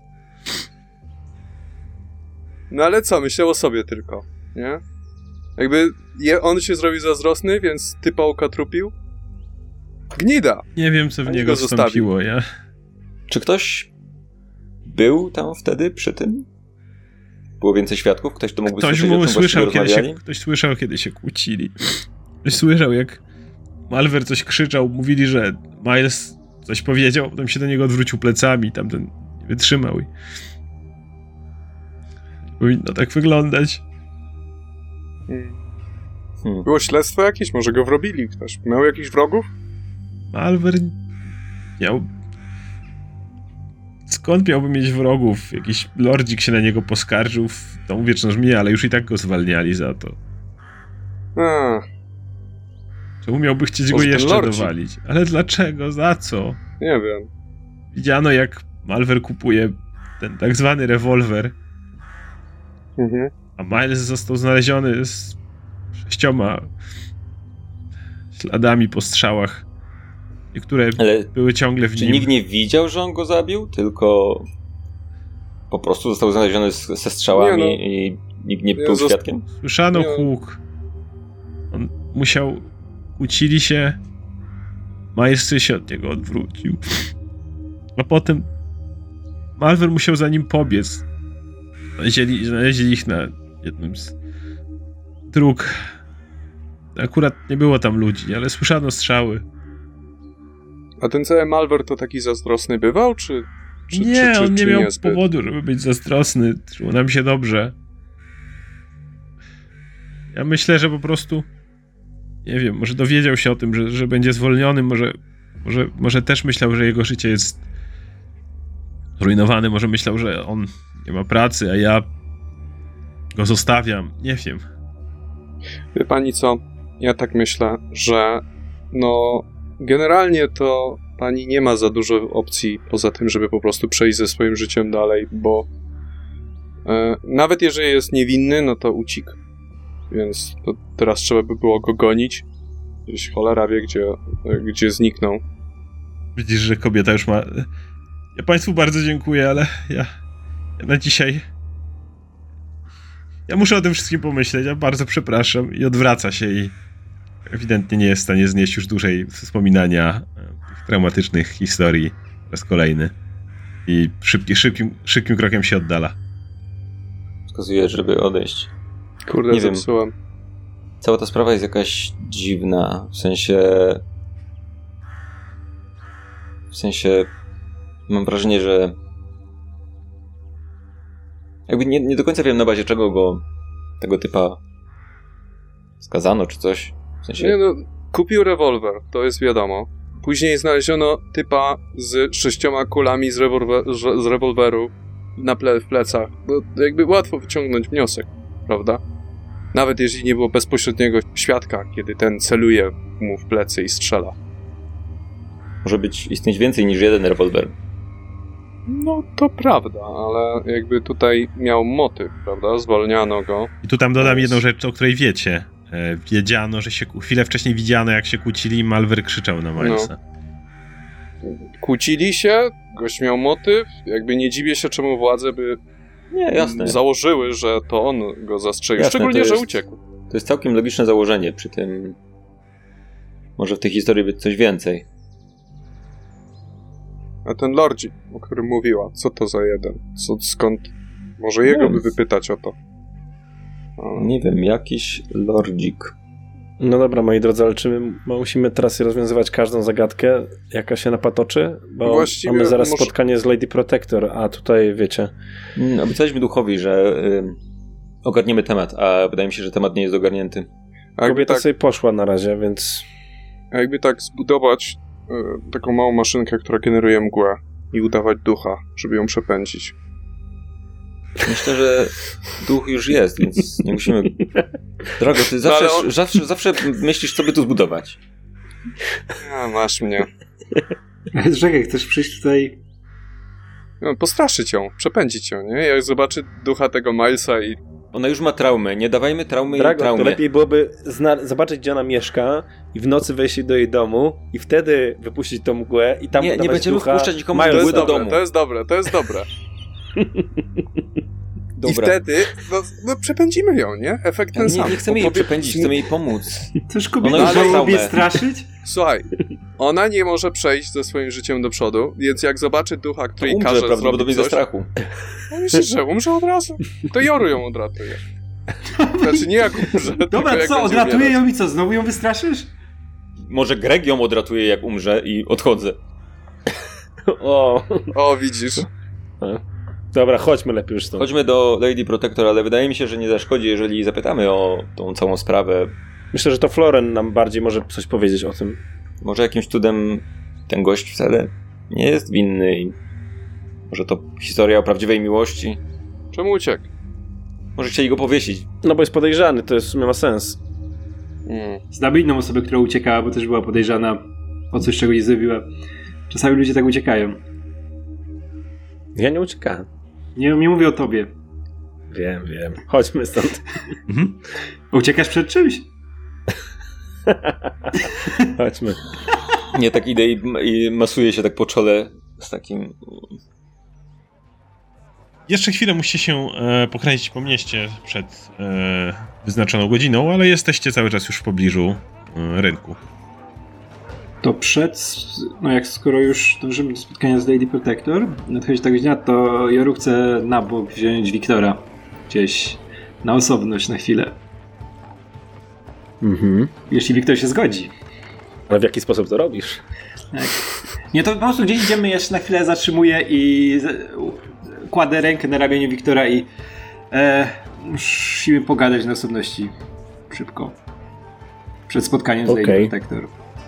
Speaker 4: No ale co, myślał o sobie tylko, nie? Jakby on się zrobił zazdrosny, więc typa ukatrupił. Gnida!
Speaker 1: Nie wiem, co w niego wstąpiło,
Speaker 2: Czy ktoś był tam wtedy przy tym? Było więcej świadków? Ktoś to mógłby słyszeć, o czym
Speaker 1: ktoś słyszał, kiedy się kłócili. Ktoś słyszał, jak Malwer coś krzyczał, mówili, że Miles coś powiedział, potem się do niego odwrócił plecami, tamten nie wytrzymał i... Powinno tak wyglądać.
Speaker 4: Było śledztwo jakieś? Może go wrobili ktoś? Miał jakichś wrogów?
Speaker 1: Malwer miał... Skąd miałby mieć wrogów? Jakiś lordzik się na niego poskarżył w tą wieczną żmiję, ale już i tak go zwalniali za to.
Speaker 4: A,
Speaker 1: Czemu miałby chcieć go
Speaker 4: Może ten
Speaker 1: jeszcze
Speaker 4: lordzik?
Speaker 1: dowalić? Ale dlaczego? Za co?
Speaker 4: nie wiem.
Speaker 1: Widziano, jak Malwer kupuje ten tak zwany rewolwer,
Speaker 4: Mhm.
Speaker 1: a Miles został znaleziony z 6 śladami po strzałach, które
Speaker 2: Ale
Speaker 1: były ciągle w
Speaker 2: czy
Speaker 1: nim.
Speaker 2: nikt nie widział, że on go zabił? Tylko po prostu został znaleziony ze strzałami
Speaker 4: Nie,
Speaker 2: i nikt nie
Speaker 4: Nie,
Speaker 2: był świadkiem?
Speaker 1: Słyszano
Speaker 4: Nie.
Speaker 1: huk. On musiał... Kłócili się. Miles się od niego odwrócił. A potem Malwer musiał za nim pobiec. Znaleźli ich na jednym z dróg. Akurat nie było tam ludzi, ale słyszano strzały.
Speaker 4: A ten cały Malwer to taki zazdrosny bywał, czy
Speaker 1: Nie, on nie miał
Speaker 4: niezbyt?
Speaker 1: powodu, żeby być zazdrosny. Czuł nam się dobrze. Ja myślę, że po prostu nie wiem, może dowiedział się o tym, że będzie zwolniony, może też myślał, że jego życie jest zrujnowane, może myślał, że on nie ma pracy, a ja go zostawiam. Nie wiem.
Speaker 4: Wie pani co? Ja tak myślę, że no generalnie to pani nie ma za dużo opcji poza tym, żeby po prostu przejść ze swoim życiem dalej, bo nawet jeżeli jest niewinny, no to uciekł. Więc to teraz trzeba by było go gonić. Gdzieś cholera wie, gdzie zniknął.
Speaker 1: Widzisz, że kobieta już ma... Ja państwu bardzo dziękuję, ale ja na dzisiaj... Ja muszę o tym wszystkim pomyśleć, ja bardzo przepraszam i odwraca się i ewidentnie nie jest w stanie znieść już dłużej wspominania tych traumatycznych historii po raz kolejny. I szybkim krokiem się oddala.
Speaker 2: Wskazuje, żeby odejść.
Speaker 4: Kurde,
Speaker 2: Nie wiem.
Speaker 4: zepsułem.
Speaker 2: Cała ta sprawa jest jakaś dziwna. W sensie mam wrażenie, że jakby nie do końca wiem, na bazie czego go tego typa skazano czy coś. W sensie
Speaker 4: Nie no, kupił rewolwer, to jest wiadomo. Później znaleziono typa z 6 kulami z rewolweru w plecach. No, jakby łatwo wyciągnąć wniosek, prawda? Nawet jeśli nie było bezpośredniego świadka, kiedy ten celuje mu w plecy i strzela.
Speaker 2: może istnieć więcej niż jeden rewolwer.
Speaker 4: No to prawda, ale jakby tutaj miał motyw, prawda? Zwalniano go.
Speaker 1: I tu tam dodam jedną rzecz, o której wiecie. Wiedziano, że się... Chwilę wcześniej widziano, jak się kłócili i Malwer krzyczał na Milesa.
Speaker 4: Kłócili się, gość miał motyw, jakby nie dziwię się, czemu władze by
Speaker 2: Nie, jasne.
Speaker 4: założyły, że to on go zastrzelił.
Speaker 2: Jasne,
Speaker 4: Szczególnie,
Speaker 2: to
Speaker 4: że
Speaker 2: jest-
Speaker 4: uciekł.
Speaker 2: To jest całkiem logiczne założenie przy tym. Może w tej historii być coś więcej.
Speaker 4: A ten lordzik, o którym mówiła, co to za jeden? Skąd? Może jego by wypytać o to.
Speaker 2: Nie wiem, jakiś lordzik.
Speaker 5: No dobra, moi drodzy, ale czy my musimy teraz rozwiązywać każdą zagadkę, jaka się napatoczy? Bo
Speaker 4: Właściwie
Speaker 5: mamy zaraz
Speaker 4: może-
Speaker 5: spotkanie z Lady Protector, a tutaj, wiecie...
Speaker 2: Obiecaliśmy duchowi, że ogarniemy temat, a wydaje mi się, że temat nie jest ogarnięty.
Speaker 4: A jakby
Speaker 5: Kobieta
Speaker 4: tak,
Speaker 5: sobie poszła na razie, więc...
Speaker 4: zbudować taką małą maszynkę, która generuje mgłę i udawać ducha, żeby ją przepędzić.
Speaker 2: Myślę, że duch już jest, więc nie musimy... Drogo, ty
Speaker 4: ale on-
Speaker 2: zawsze myślisz, co by tu zbudować.
Speaker 4: A, masz mnie.
Speaker 3: Czekaj, chcesz przyjść tutaj?
Speaker 4: No, postraszyć ją, przepędzić ją, nie? Jak zobaczy ducha tego Milesa i...
Speaker 2: Ona już ma traumę, nie dawajmy traumy jej
Speaker 5: Drago, to
Speaker 2: traumie.
Speaker 5: lepiej byłoby zobaczyć, gdzie ona mieszka i w nocy wejść do jej domu i wtedy wypuścić tą mgłę i tam
Speaker 2: Nie
Speaker 5: dawać
Speaker 2: będziemy
Speaker 5: ducha.
Speaker 2: wpuszczać nikomu
Speaker 5: Miles
Speaker 2: mgły do
Speaker 5: domu.
Speaker 2: domu.
Speaker 4: To jest dobre. I
Speaker 2: Dobra.
Speaker 4: wtedy, no przepędzimy ją, nie? Efekt ten sam.
Speaker 2: Nie chcemy jej
Speaker 4: Opowie-
Speaker 2: przepędzić, chcemy jej pomóc.
Speaker 3: Też
Speaker 2: Ona
Speaker 3: kobieta
Speaker 2: już ma
Speaker 3: lubię
Speaker 2: traumę.
Speaker 3: straszyć?
Speaker 4: Słuchaj, ona nie może przejść ze swoim życiem do przodu, więc jak zobaczy ducha, który jej
Speaker 2: Umrze
Speaker 4: każe
Speaker 2: prawdopodobnie
Speaker 4: zrobić
Speaker 2: ze
Speaker 4: coś,
Speaker 2: strachu.
Speaker 4: no myślisz, że umrze od razu? To Joru ją odratuje. Znaczy nie jak umrze, tylko
Speaker 3: Dobra,
Speaker 4: jak
Speaker 3: co,
Speaker 4: będzie
Speaker 3: odratuje
Speaker 4: umierać.
Speaker 3: ją i co, znowu ją wystraszysz?
Speaker 2: Może Greg ją odratuje, jak umrze i odchodzę.
Speaker 5: O,
Speaker 4: O, widzisz.
Speaker 5: dobra, chodźmy lepiej już stąd.
Speaker 2: Chodźmy do Lady Protector, ale wydaje mi się, że nie zaszkodzi, jeżeli zapytamy o tą całą sprawę
Speaker 5: Myślę, że to Floren nam bardziej może coś powiedzieć o tym.
Speaker 2: Może jakimś cudem ten gość wcale nie jest winny i może to historia o prawdziwej miłości.
Speaker 4: Czemu uciekł?
Speaker 2: Może chcieli go powiesić.
Speaker 5: No bo jest podejrzany, to w sumie ma sens.
Speaker 3: Znamy inną osobę, która uciekała, bo też była podejrzana o coś, czego nie zrobiła. Czasami ludzie tak uciekają.
Speaker 5: Ja nie uciekałem.
Speaker 3: Nie mówię o tobie.
Speaker 5: Wiem. Chodźmy stąd.
Speaker 3: Uciekasz przed czymś?
Speaker 5: Chodźmy.
Speaker 2: Nie, tak idę i masuję się tak po czole z takim...
Speaker 1: Jeszcze chwilę musicie się pokręcić po mieście przed wyznaczoną godziną, ale jesteście cały czas już w pobliżu rynku.
Speaker 3: To jak skoro już dążymy do spotkania z Lady Protector, nadchodzi ta godzina, to Joru chce na bok wziąć Wiktora gdzieś na osobność na chwilę. Jeśli Wiktor się zgodzi.
Speaker 5: Ale w jaki sposób to robisz?
Speaker 3: Tak. Nie, to po prostu gdzieś idziemy, ja się na chwilę zatrzymuję i kładę rękę na ramieniu Wiktora i musimy pogadać na osobności szybko. Przed spotkaniem z Lady Protector.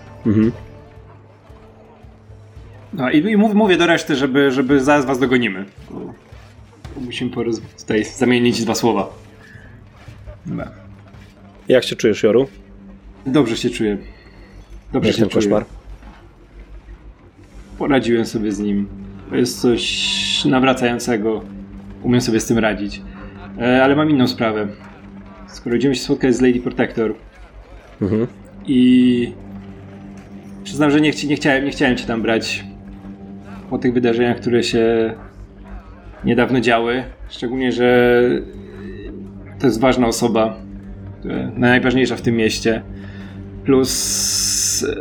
Speaker 3: No i mówię do reszty, żeby zaraz was dogonimy. Bo musimy tutaj zamienić 2 słowa. Dobra.
Speaker 5: Jak się czujesz, Joru?
Speaker 3: Dobrze się czuję. Dobrze
Speaker 5: Jak
Speaker 3: się
Speaker 5: ten
Speaker 3: czuję.
Speaker 5: koszmar?
Speaker 3: Poradziłem sobie z nim. To jest coś nawracającego. Umiem sobie z tym radzić. Ale mam inną sprawę. Skoro idziemy się spotkać z Lady Protector i przyznam, że nie chciałem cię tam brać po tych wydarzeniach, które się niedawno działy. Szczególnie, że to jest ważna osoba, najważniejsza w tym mieście. Plus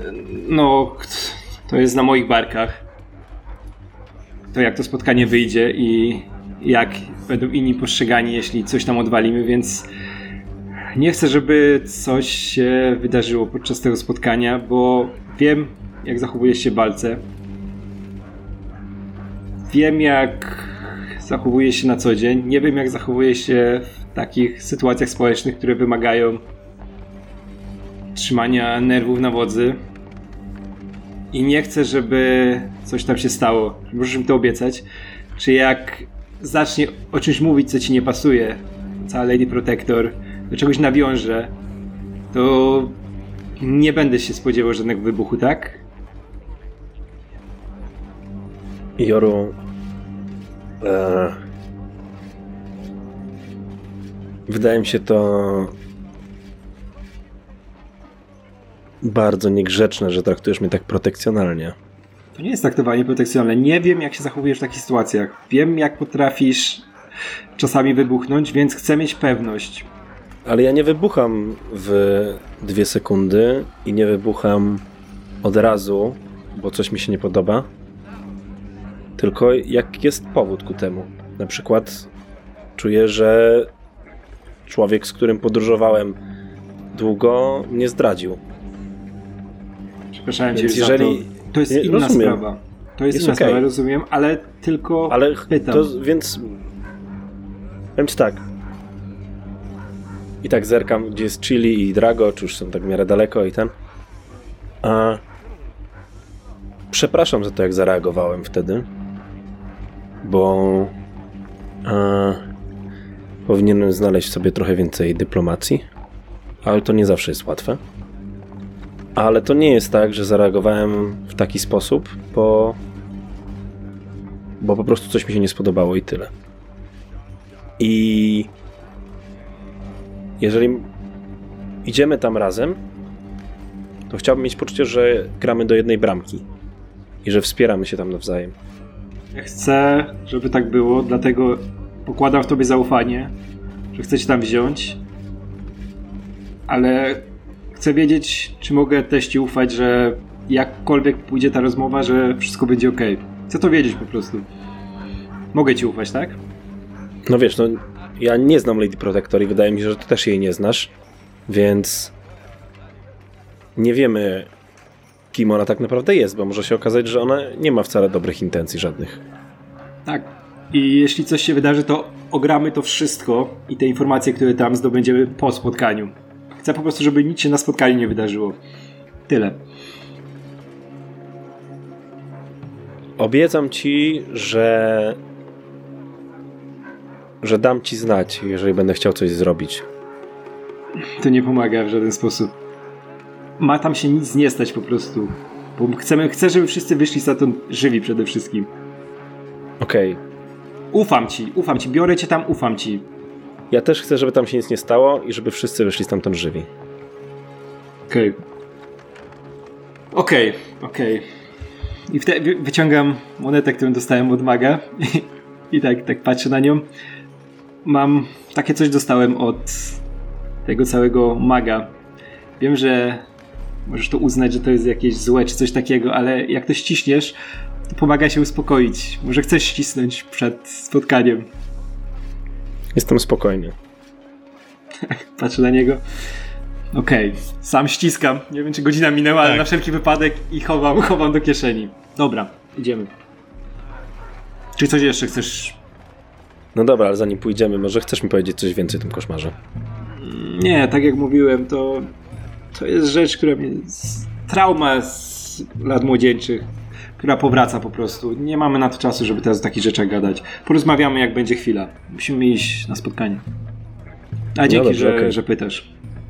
Speaker 3: to jest na moich barkach. To jak to spotkanie wyjdzie i jak będą inni postrzegani, jeśli coś tam odwalimy, więc nie chcę, żeby coś się wydarzyło podczas tego spotkania, bo wiem, jak zachowujesz się w walce. Wiem, jak zachowujesz się na co dzień. Nie wiem, jak zachowujesz się w takich sytuacjach społecznych, które wymagają trzymania nerwów na wodzy. I nie chcę, żeby coś tam się stało. Możesz mi to obiecać. Czy jak zacznie o czymś mówić, co ci nie pasuje, cała Lady Protector, do czegoś nawiąże, to nie będę się spodziewał żadnego wybuchu, tak?
Speaker 5: Joru, wydaje mi się to bardzo niegrzeczne, że traktujesz mnie tak protekcjonalnie.
Speaker 3: To nie jest traktowanie protekcjonalne. Nie wiem, jak się zachowujesz w takich sytuacjach. Wiem, jak potrafisz czasami wybuchnąć, więc chcę mieć pewność.
Speaker 5: Ale ja nie wybucham w 2 sekundy i nie wybucham od razu, bo coś mi się nie podoba. Tylko jak jest powód ku temu. Na przykład czuję, że człowiek, z którym podróżowałem długo, mnie zdradził.
Speaker 3: Przepraszam cię,
Speaker 5: Więc jeżeli...
Speaker 3: to jest inna sprawa. To jest inna sprawa, rozumiem, ale tylko pytam.
Speaker 5: Więc powiem ci tak. I tak zerkam, gdzie jest Chili i Drago, czy już są tak w miarę daleko i ten. Przepraszam za to, jak zareagowałem wtedy, bo powinienem znaleźć sobie trochę więcej dyplomacji, ale to nie zawsze jest łatwe. Ale to nie jest tak, że zareagowałem w taki sposób, bo po prostu coś mi się nie spodobało i tyle. I jeżeli idziemy tam razem, to chciałbym mieć poczucie, że gramy do jednej bramki i że wspieramy się tam nawzajem.
Speaker 3: Ja chcę, żeby tak było, dlatego pokładam w tobie zaufanie, że chcę cię tam wziąć, ale chcę wiedzieć, czy mogę też ci ufać, że jakkolwiek pójdzie ta rozmowa, że wszystko będzie okej. Chcę to wiedzieć po prostu. Mogę ci ufać, tak?
Speaker 5: No wiesz, ja nie znam Lady Protector i wydaje mi się, że ty też jej nie znasz, więc nie wiemy, kim ona tak naprawdę jest, bo może się okazać, że ona nie ma wcale dobrych intencji żadnych.
Speaker 3: Tak. I jeśli coś się wydarzy, to ogramy to wszystko i te informacje, które tam zdobędziemy po spotkaniu. Chcę po prostu, żeby nic się na spotkaniu nie wydarzyło. Tyle.
Speaker 5: Obiecam ci, że dam ci znać, jeżeli będę chciał coś zrobić.
Speaker 3: To nie pomaga w żaden sposób. Ma tam się nic nie stać po prostu. Bo chcę, żeby wszyscy wyszli stamtąd żywi przede wszystkim.
Speaker 5: Okej.
Speaker 3: Ufam ci, biorę cię tam, ufam ci.
Speaker 5: Ja też chcę, żeby tam się nic nie stało i żeby wszyscy wyszli stamtąd żywi.
Speaker 3: Okej. I wtedy wyciągam monetę, którą dostałem od maga i tak patrzę na nią. Mam takie coś, dostałem od tego całego maga. Wiem, że możesz to uznać, że to jest jakieś złe czy coś takiego, ale jak to ściśniesz, to pomaga się uspokoić. Może chcesz ścisnąć przed spotkaniem.
Speaker 5: Jestem spokojny.
Speaker 3: Patrzę na niego. Okej, sam ściskam. Nie wiem, czy godzina minęła, ale na wszelki wypadek i chowam do kieszeni. Dobra, idziemy. Czy coś jeszcze chcesz?
Speaker 5: No dobra, ale zanim pójdziemy, może chcesz mi powiedzieć coś więcej o tym koszmarze?
Speaker 3: Nie, tak jak mówiłem, to jest rzecz, która mnie... Trauma z lat młodzieńczych, która powraca po prostu. Nie mamy na to czasu, żeby teraz o takich rzeczach gadać. Porozmawiamy, jak będzie chwila. Musimy iść na spotkanie. A dzięki,
Speaker 5: dobrze, okej.
Speaker 3: że pytasz.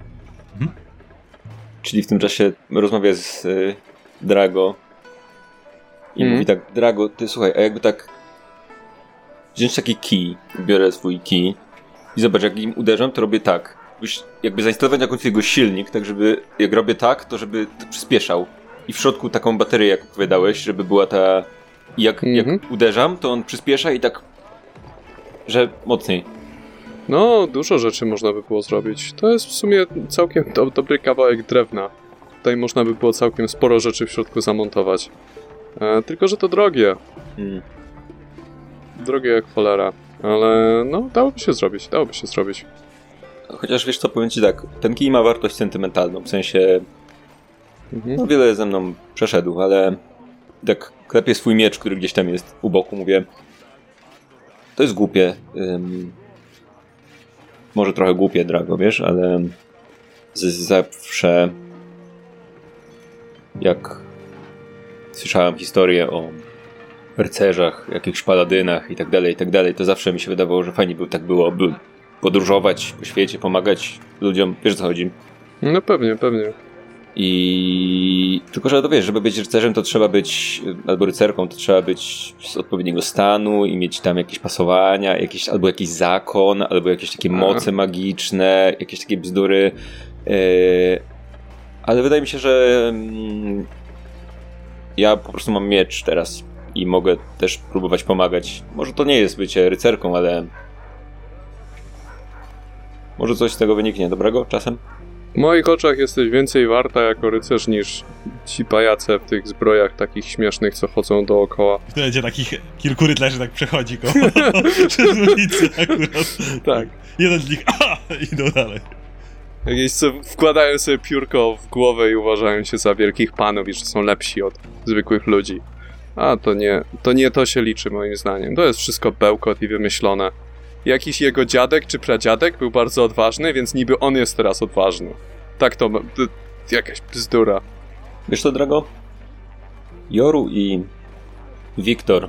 Speaker 2: Czyli w tym czasie rozmawia z Drago i mówi tak: Drago, ty słuchaj, a jakby tak wziąć taki kij, biorę swój kij i zobacz, jak im uderzam, to robię tak. Jakby zainstalować jakąś jego silnik, tak żeby jak robię tak, to żeby to przyspieszał. I w środku taką baterię, jak opowiadałeś, żeby była ta... I jak uderzam, to on przyspiesza i tak... że mocniej.
Speaker 4: No, dużo rzeczy można by było zrobić. To jest w sumie całkiem dobry kawałek drewna. Tutaj można by było całkiem sporo rzeczy w środku zamontować. Tylko, że to drogie. Drogie jak cholera. Ale no, dałoby się zrobić.
Speaker 2: Chociaż wiesz co, powiem ci tak, ten kij ma wartość sentymentalną, w sensie... No wiele ze mną przeszedł, ale... Tak klepię swój miecz, który gdzieś tam jest u boku, mówię... To jest głupie. Może trochę głupie, Drago, wiesz, ale... Zawsze... Jak... Słyszałem historię o rycerzach, jakichś paladynach i tak dalej, to zawsze mi się wydawało, że fajnie by tak było, by podróżować po świecie, pomagać ludziom, wiesz o co chodzi?
Speaker 4: No pewnie.
Speaker 2: I tylko, że to wiesz, żeby być rycerzem, to trzeba być, albo rycerką, to trzeba być z odpowiedniego stanu i mieć tam jakieś pasowania, albo jakiś zakon, albo jakieś takie moce magiczne, jakieś takie bzdury. Ale wydaje mi się, że ja po prostu mam miecz teraz i mogę też próbować pomagać. Może to nie jest bycie rycerką, ale może coś z tego wyniknie dobrego czasem?
Speaker 4: W moich oczach jesteś więcej warta jako rycerz niż ci pajace w tych zbrojach takich śmiesznych, co chodzą dookoła.
Speaker 1: To będzie takich kilku rycerzy tak przechodzi koło przez ulicę akurat.
Speaker 4: Tak.
Speaker 1: Jeden z nich idą dalej.
Speaker 4: Jakieś co wkładają sobie piórko w głowę i uważają się za wielkich panów i że są lepsi od zwykłych ludzi. A to się liczy moim zdaniem. To jest wszystko bełkot i wymyślone. Jakiś jego dziadek czy pradziadek był bardzo odważny, więc niby on jest teraz odważny. Tak to jakaś bzdura.
Speaker 2: Wiesz co, Drago? Joru i Wiktor,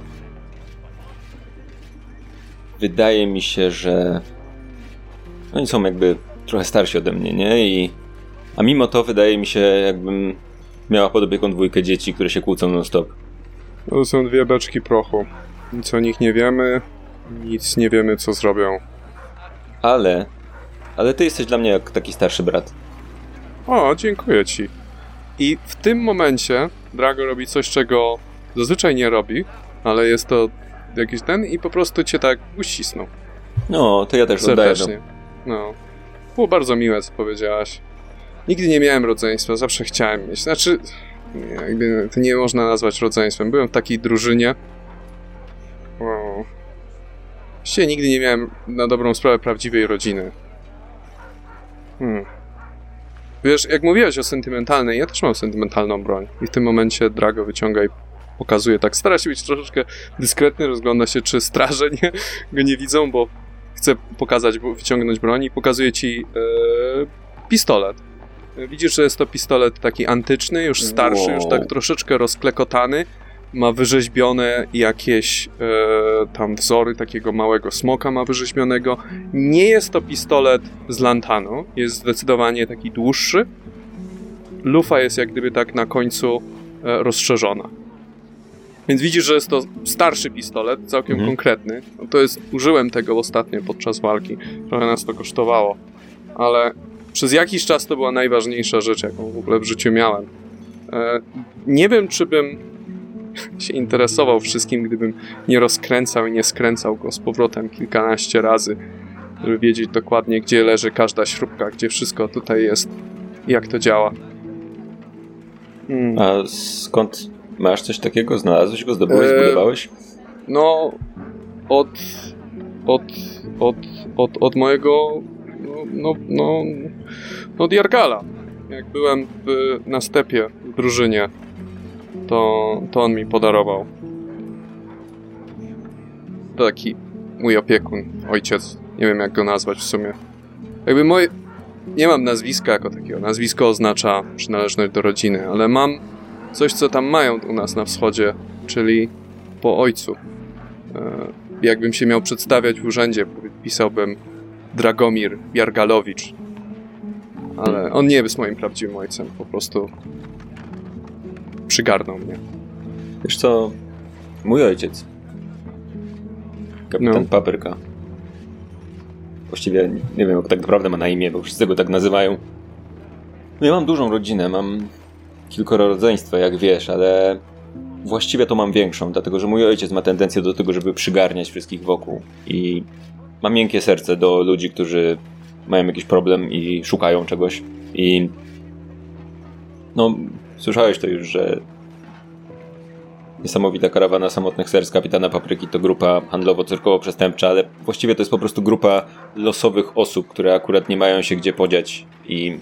Speaker 2: wydaje mi się, że oni są jakby trochę starsi ode mnie, nie? A mimo to wydaje mi się, jakbym miała pod opieką dwójkę dzieci, które się kłócą non-stop.
Speaker 4: To są dwie beczki prochu. Nic o nich nie wiemy, nic nie wiemy, co zrobią.
Speaker 2: Ale ty jesteś dla mnie jak taki starszy brat.
Speaker 4: O, dziękuję ci. I w tym momencie Drago robi coś, czego zazwyczaj nie robi, ale jest to jakiś ten i po prostu cię tak uścisnął.
Speaker 2: No, to ja też oddaję.
Speaker 4: Serdecznie. No. Było bardzo miłe, co powiedziałaś. Nigdy nie miałem rodzeństwa, zawsze chciałem mieć. Znaczy, jakby to nie można nazwać rodzeństwem. Byłem w takiej drużynie. Wow. Właściwie nigdy nie miałem na dobrą sprawę prawdziwej rodziny. Wiesz, jak mówiłeś o sentymentalnej, ja też mam sentymentalną broń. I w tym momencie Drago wyciąga i pokazuje tak. Stara się być troszeczkę dyskretny, rozgląda się, czy straże go nie widzą, bo chce pokazać, wyciągnąć broń i pokazuje ci pistolet. Widzisz, że jest to pistolet taki antyczny, już starszy, już tak troszeczkę rozklekotany. Ma wyrzeźbione jakieś tam wzory takiego małego smoka ma wyrzeźbionego. Nie jest to pistolet z lantanu, jest zdecydowanie taki dłuższy. Lufa jest jak gdyby tak na końcu rozszerzona. Więc widzisz, że jest to starszy pistolet, całkiem konkretny. No to jest, użyłem tego ostatnio podczas walki. Trochę nas to kosztowało. Ale przez jakiś czas to była najważniejsza rzecz, jaką w ogóle w życiu miałem. Nie wiem, czy bym się interesował wszystkim, gdybym nie rozkręcał i nie skręcał go z powrotem kilkanaście razy, żeby wiedzieć dokładnie, gdzie leży każda śrubka, gdzie wszystko tutaj jest, jak to działa.
Speaker 2: A skąd masz coś takiego? Znalazłeś go? Zdobyłeś? Zbudowałeś?
Speaker 4: No, od mojego od Jargala. Jak byłem na stepie w drużynie, to on mi podarował. To taki mój opiekun, ojciec. Nie wiem, jak go nazwać w sumie. Jakby nie mam nazwiska jako takiego. Nazwisko oznacza przynależność do rodziny, ale mam coś, co tam mają u nas na wschodzie, czyli po ojcu. Jakbym się miał przedstawiać w urzędzie, pisałbym Dragomir Jargalowicz. Ale on nie jest moim prawdziwym ojcem, po prostu przygarnął mnie.
Speaker 2: Wiesz co, mój ojciec, kapitan Papryka, właściwie nie wiem, jak tak naprawdę ma na imię, bo wszyscy go tak nazywają. Ja mam dużą rodzinę, mam kilkoro rodzeństwa, jak wiesz, ale właściwie to mam większą, dlatego że mój ojciec ma tendencję do tego, żeby przygarniać wszystkich wokół i ma miękkie serce do ludzi, którzy mają jakiś problem i szukają czegoś. I no, słyszałeś to już, że Niesamowita karawana samotnych serc kapitana Papryki to grupa handlowo-cyrkowo-przestępcza, ale właściwie to jest po prostu grupa losowych osób, które akurat nie mają się gdzie podziać i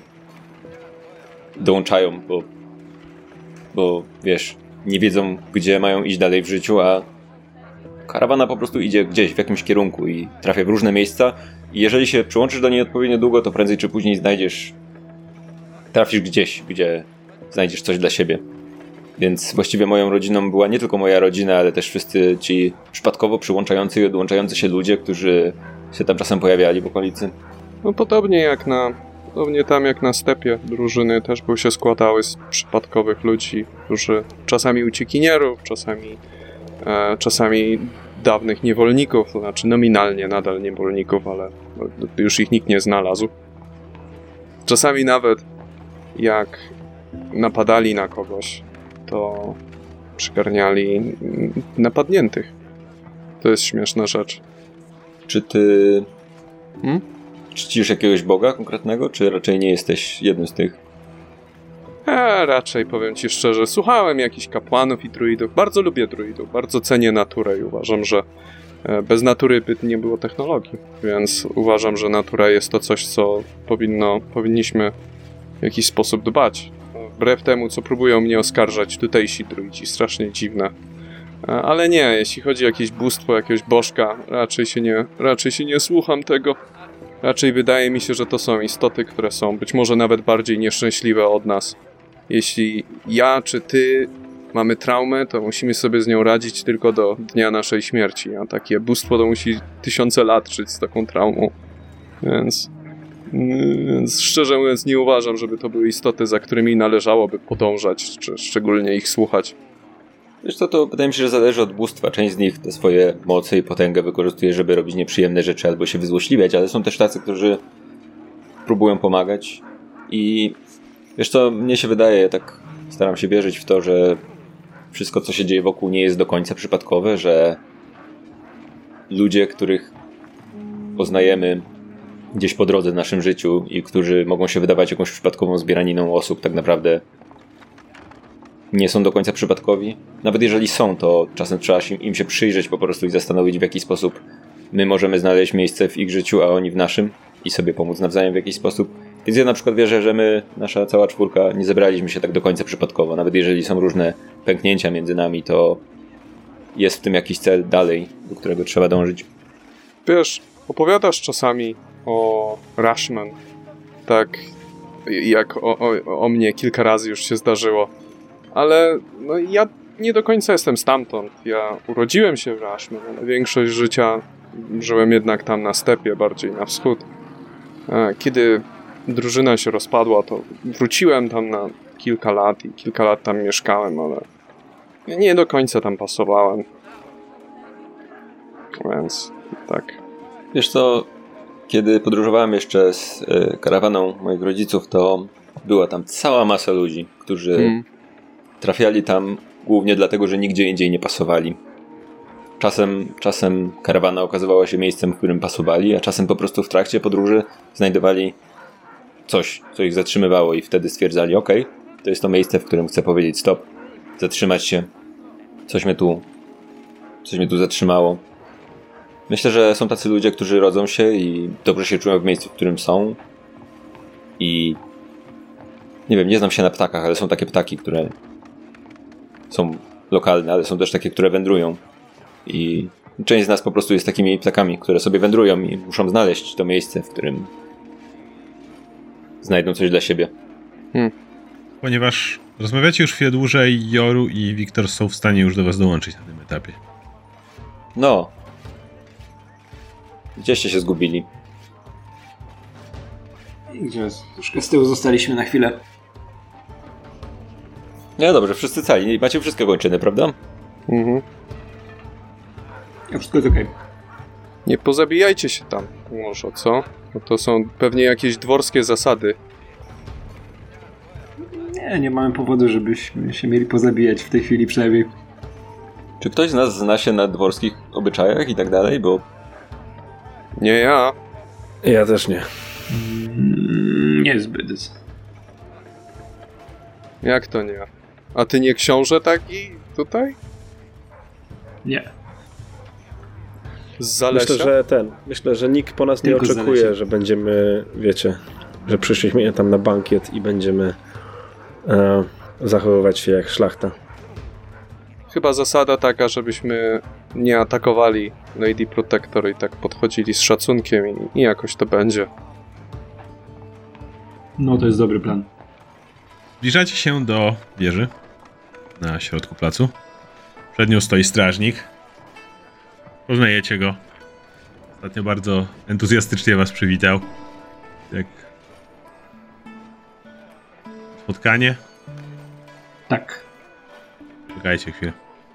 Speaker 2: dołączają, bo wiesz, nie wiedzą, gdzie mają iść dalej w życiu, a karawana po prostu idzie gdzieś w jakimś kierunku i trafia w różne miejsca i jeżeli się przyłączysz do niej odpowiednio długo, to prędzej czy później trafisz gdzieś, gdzie znajdziesz coś dla siebie. Więc właściwie moją rodziną była nie tylko moja rodzina, ale też wszyscy ci przypadkowo przyłączający i odłączający się ludzie, którzy się tam czasem pojawiali w okolicy.
Speaker 4: No podobnie tam jak na stepie drużyny też się składały z przypadkowych ludzi, którzy czasami uciekinierów, czasami dawnych niewolników, to znaczy nominalnie nadal niewolników, ale już ich nikt nie znalazł. Czasami nawet jak napadali na kogoś, to przygarniali napadniętych. To jest śmieszna rzecz.
Speaker 2: Czy ty czcisz jakiegoś Boga konkretnego, czy raczej nie jesteś jednym z tych?
Speaker 4: Raczej powiem ci szczerze, słuchałem jakichś kapłanów i druidów. Bardzo lubię druidów, bardzo cenię naturę i uważam, że bez natury by nie było technologii. Więc uważam, że natura jest to coś, co powinniśmy w jakiś sposób dbać. Wbrew temu, co próbują mnie oskarżać tutejsi druidzi, strasznie dziwne. Ale nie, jeśli chodzi o jakieś bóstwo, jakiegoś bożka, raczej się nie słucham tego. Raczej wydaje mi się, że to są istoty, które są być może nawet bardziej nieszczęśliwe od nas. Jeśli ja czy ty mamy traumę, to musimy sobie z nią radzić tylko do dnia naszej śmierci, a takie bóstwo to musi 1000 lat żyć z taką traumą. Więc szczerze mówiąc nie uważam, żeby to były istoty, za którymi należałoby podążać, czy szczególnie ich słuchać.
Speaker 2: Wiesz co, to wydaje mi się, że zależy od bóstwa. Część z nich te swoje moce i potęgę wykorzystuje, żeby robić nieprzyjemne rzeczy albo się wyzłośliwiać, ale są też tacy, którzy próbują pomagać i wiesz co, mnie się wydaje, tak staram się wierzyć w to, że wszystko, co się dzieje wokół, nie jest do końca przypadkowe, że ludzie, których poznajemy gdzieś po drodze w naszym życiu i którzy mogą się wydawać jakąś przypadkową zbieraniną osób, tak naprawdę nie są do końca przypadkowi. Nawet jeżeli są, to czasem trzeba im się przyjrzeć po prostu i zastanowić, w jaki sposób my możemy znaleźć miejsce w ich życiu, a oni w naszym i sobie pomóc nawzajem w jakiś sposób. Więc ja na przykład wierzę, że my, nasza cała czwórka, nie zebraliśmy się tak do końca przypadkowo. Nawet jeżeli są różne pęknięcia między nami, to jest w tym jakiś cel dalej, do którego trzeba dążyć.
Speaker 4: Wiesz, opowiadasz czasami o Rashman tak jak o mnie kilka razy już się zdarzyło. Ale no, ja nie do końca jestem stamtąd. Ja urodziłem się w Rashmi, ale większość życia żyłem jednak tam na stepie, bardziej na wschód. Kiedy drużyna się rozpadła, to wróciłem tam na kilka lat i kilka lat tam mieszkałem, ale nie do końca tam pasowałem. Więc tak.
Speaker 2: Wiesz co, kiedy podróżowałem jeszcze z karawaną moich rodziców, to była tam cała masa ludzi, którzy trafiali tam głównie dlatego, że nigdzie indziej nie pasowali. Czasem karawana okazywała się miejscem, w którym pasowali, a czasem po prostu w trakcie podróży znajdowali coś, co ich zatrzymywało i wtedy stwierdzali, okej, to jest to miejsce, w którym chcę powiedzieć stop, zatrzymać się, coś mnie tu zatrzymało. Myślę, że są tacy ludzie, którzy rodzą się i dobrze się czują w miejscu, w którym są i nie wiem, nie znam się na ptakach, ale są takie ptaki, które są lokalne, ale są też takie, które wędrują i część z nas po prostu jest takimi ptakami, które sobie wędrują i muszą znaleźć to miejsce, w którym znajdą coś dla siebie.
Speaker 1: Ponieważ rozmawiacie już chwilę dłużej, Joru i Wiktor są w stanie już do was dołączyć na tym etapie.
Speaker 2: No. Gdzieście się zgubili?
Speaker 3: Gdzie troszkę z tyłu zostaliśmy na chwilę.
Speaker 2: No dobrze, wszyscy cali. Macie wszystko kończone, prawda?
Speaker 4: Mhm.
Speaker 3: Wszystko jest okej.
Speaker 4: Nie pozabijajcie się tam może, co? No to są pewnie jakieś dworskie zasady.
Speaker 3: Nie mamy powodu, żebyśmy się mieli pozabijać w tej chwili przynajmniej.
Speaker 2: Czy ktoś z nas zna się na dworskich obyczajach i tak dalej? Bo
Speaker 4: Nie ja.
Speaker 5: Ja też nie.
Speaker 3: Niezbyt.
Speaker 4: Jak to nie? A ty nie książę taki tutaj?
Speaker 3: Nie.
Speaker 4: Z Zalesia?
Speaker 5: Myślę, że nikt po nas nie
Speaker 3: Tylko z
Speaker 5: oczekuje,
Speaker 3: Zalesia.
Speaker 5: że będziemy, wiecie, że przyszliśmy tam na bankiet i będziemy zachowywać się jak szlachta.
Speaker 4: Chyba zasada taka, żebyśmy nie atakowali Lady Protector i tak podchodzili z szacunkiem i jakoś to będzie.
Speaker 3: No to jest dobry plan.
Speaker 1: Zbliżacie się do wieży na środku placu. Przed nią stoi strażnik. Poznajecie go. Ostatnio bardzo entuzjastycznie was przywitał. Jak spotkanie.
Speaker 3: Tak.
Speaker 1: Czekajcie chwilę.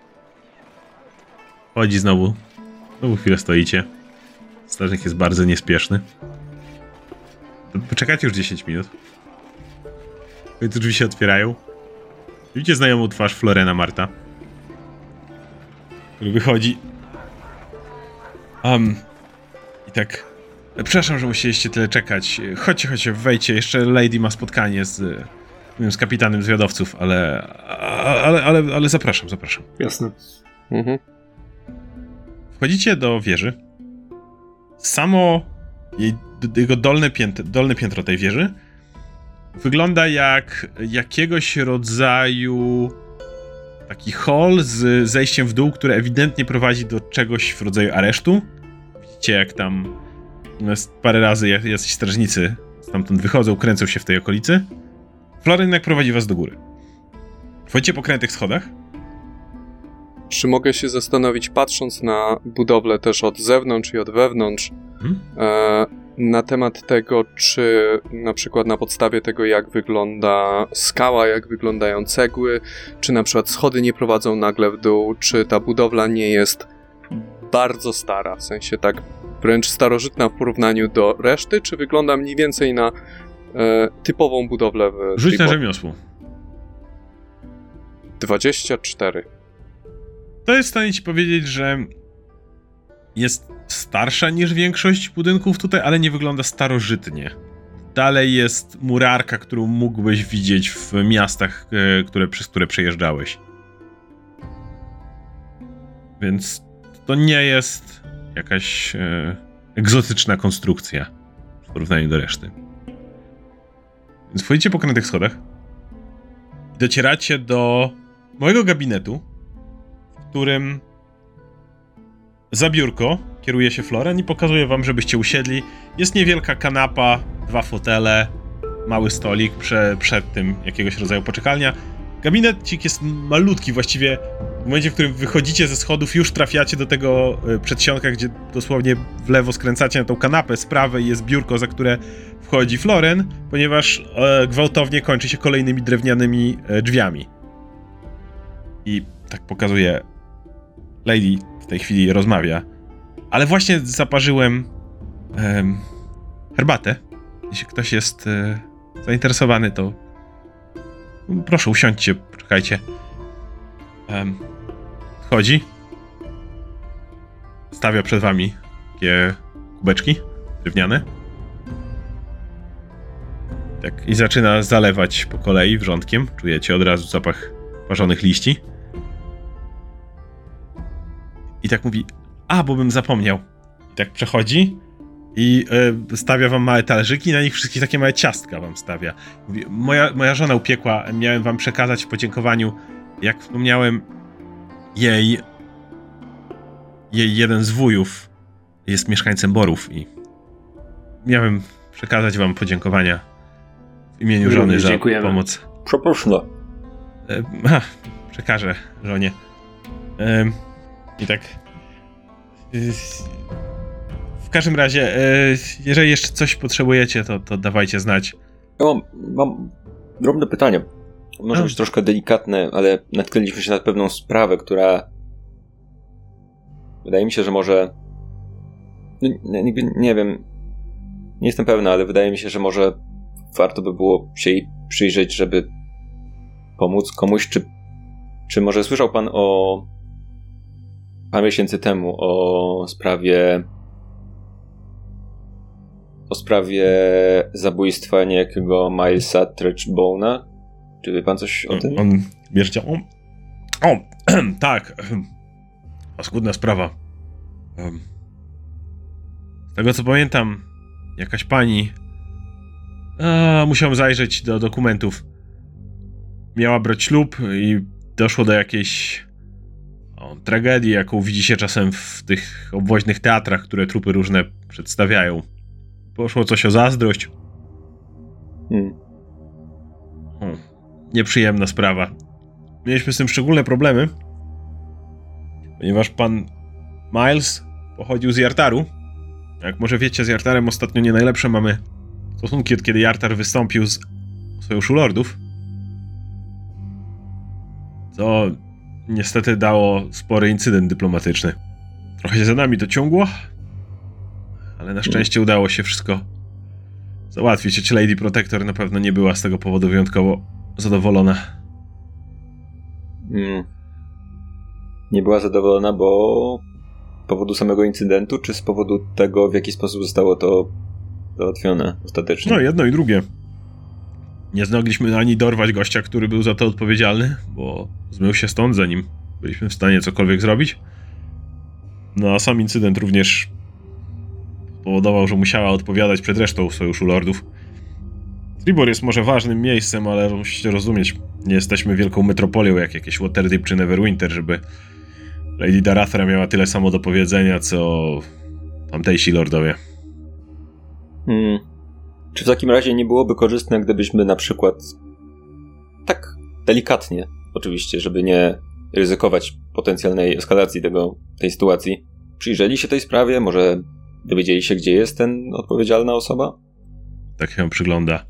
Speaker 1: Chodzi znowu. Znowu chwilę stoicie. Strażnik jest bardzo niespieszny. Poczekajcie już 10 minut. W końcu drzwi się otwierają. Widzicie znajomą twarz Florena Marta, który wychodzi. I tak... Przepraszam, że musieliście tyle czekać. Chodźcie, wejdźcie. Jeszcze Lady ma spotkanie z kapitanem zwiadowców, ale zapraszam.
Speaker 3: Jasne.
Speaker 4: Mhm.
Speaker 1: Wchodzicie do wieży. Samo jego dolne piętro tej wieży wygląda jak jakiegoś rodzaju taki hol z zejściem w dół, które ewidentnie prowadzi do czegoś w rodzaju aresztu. Widzicie, jak tam parę razy jacyś strażnicy stamtąd wychodzą, kręcą się w tej okolicy. Floren jednak prowadzi was do góry. Wchodzicie po krętych schodach.
Speaker 4: Czy mogę się zastanowić, patrząc na budowlę też od zewnątrz i od wewnątrz, na temat tego, czy na przykład na podstawie tego, jak wygląda skała, jak wyglądają cegły, czy na przykład schody nie prowadzą nagle w dół, czy ta budowla nie jest bardzo stara, w sensie tak wręcz starożytna w porównaniu do reszty, czy wygląda mniej więcej na typową budowlę w
Speaker 1: Rzuć na
Speaker 4: Tripod?
Speaker 1: rzemiosło.
Speaker 4: 24.
Speaker 1: To jest w stanie ci powiedzieć, że jest starsza niż większość budynków tutaj, ale nie wygląda starożytnie. Dalej jest murarka, którą mógłbyś widzieć w miastach, przez które przejeżdżałeś. Więc to nie jest jakaś egzotyczna konstrukcja w porównaniu do reszty. Więc wchodzicie po krętych schodach i docieracie do mojego gabinetu, w którym za biurko kieruje się Floren i pokazuje wam, żebyście usiedli. Jest niewielka kanapa, 2 fotele, mały stolik, przed tym jakiegoś rodzaju poczekalnia. Gabinecik jest malutki, właściwie w momencie, w którym wychodzicie ze schodów, już trafiacie do tego przedsionka, gdzie dosłownie w lewo skręcacie na tą kanapę z prawej, jest biurko, za które wchodzi Floren, ponieważ gwałtownie kończy się kolejnymi drewnianymi drzwiami. I tak pokazuje, Lady w tej chwili rozmawia, ale właśnie zaparzyłem herbatę. Jeśli ktoś jest zainteresowany, to proszę, usiądźcie, poczekajcie. Wchodzi. Stawia przed wami takie kubeczki drewniane. Tak, i zaczyna zalewać po kolei wrzątkiem. Czujecie od razu zapach parzonych liści. I tak mówi, bo bym zapomniał. I tak przechodzi i stawia wam małe talerzyki, na nich wszystkie takie małe ciastka wam stawia. Mówi, moja żona upiekła, miałem wam przekazać w podziękowaniu, jak wspomniałem, jej jeden z wujów jest mieszkańcem Borów i miałem przekazać wam podziękowania w imieniu żony za pomoc.
Speaker 2: Przepraszam.
Speaker 1: Przekażę żonie. I tak... W każdym razie, jeżeli jeszcze coś potrzebujecie, to dawajcie znać.
Speaker 2: Ja mam drobne pytanie. Może być troszkę delikatne, ale natknęliśmy się na pewną sprawę, która wydaje mi się, że może... nie wiem, nie jestem pewna, ale wydaje mi się, że może warto by było się jej przyjrzeć, żeby pomóc komuś. Czy może słyszał pan parę miesięcy temu o sprawie zabójstwa niejakiego Milesa Trechbone'a? Czy wie pan coś o tym?
Speaker 1: On wierciał. Tak. Paskudna sprawa. Z tego co pamiętam, jakaś pani... musiałem zajrzeć do dokumentów. Miała brać ślub i doszło do jakiejś tragedii, jaką widzi się czasem w tych obwoźnych teatrach, które trupy różne przedstawiają. Poszło coś o zazdrość. Nieprzyjemna sprawa. Mieliśmy z tym szczególne problemy, ponieważ pan Miles pochodził z Jartaru. Jak może wiecie, z Jartarem ostatnio nie najlepsze mamy stosunki, od kiedy Jartar wystąpił z Sojuszu Lordów. Co niestety dało spory incydent dyplomatyczny. Trochę się za nami to ciągło, ale na szczęście udało się wszystko załatwić. Choć Lady Protector na pewno nie była z tego powodu wyjątkowo zadowolona.
Speaker 2: Nie była zadowolona, bo z powodu samego incydentu, czy z powodu tego, w jaki sposób zostało to załatwione ostatecznie?
Speaker 1: No, jedno i drugie. Nie zmogliśmy ani dorwać gościa, który był za to odpowiedzialny, bo zmył się stąd, zanim byliśmy w stanie cokolwiek zrobić. No a sam incydent również powodował, że musiała odpowiadać przed resztą Sojuszu Lordów. Tribor jest może ważnym miejscem, ale musicie rozumieć, nie jesteśmy wielką metropolią jak jakieś Waterdeep czy Neverwinter, żeby Lady Darathra miała tyle samo do powiedzenia, co tamtejsi lordowie.
Speaker 2: Czy w takim razie nie byłoby korzystne, gdybyśmy na przykład tak delikatnie, oczywiście, żeby nie ryzykować potencjalnej eskalacji tej sytuacji, przyjrzeli się tej sprawie, może dowiedzieli się, gdzie jest ten odpowiedzialna osoba?
Speaker 1: Tak się przygląda.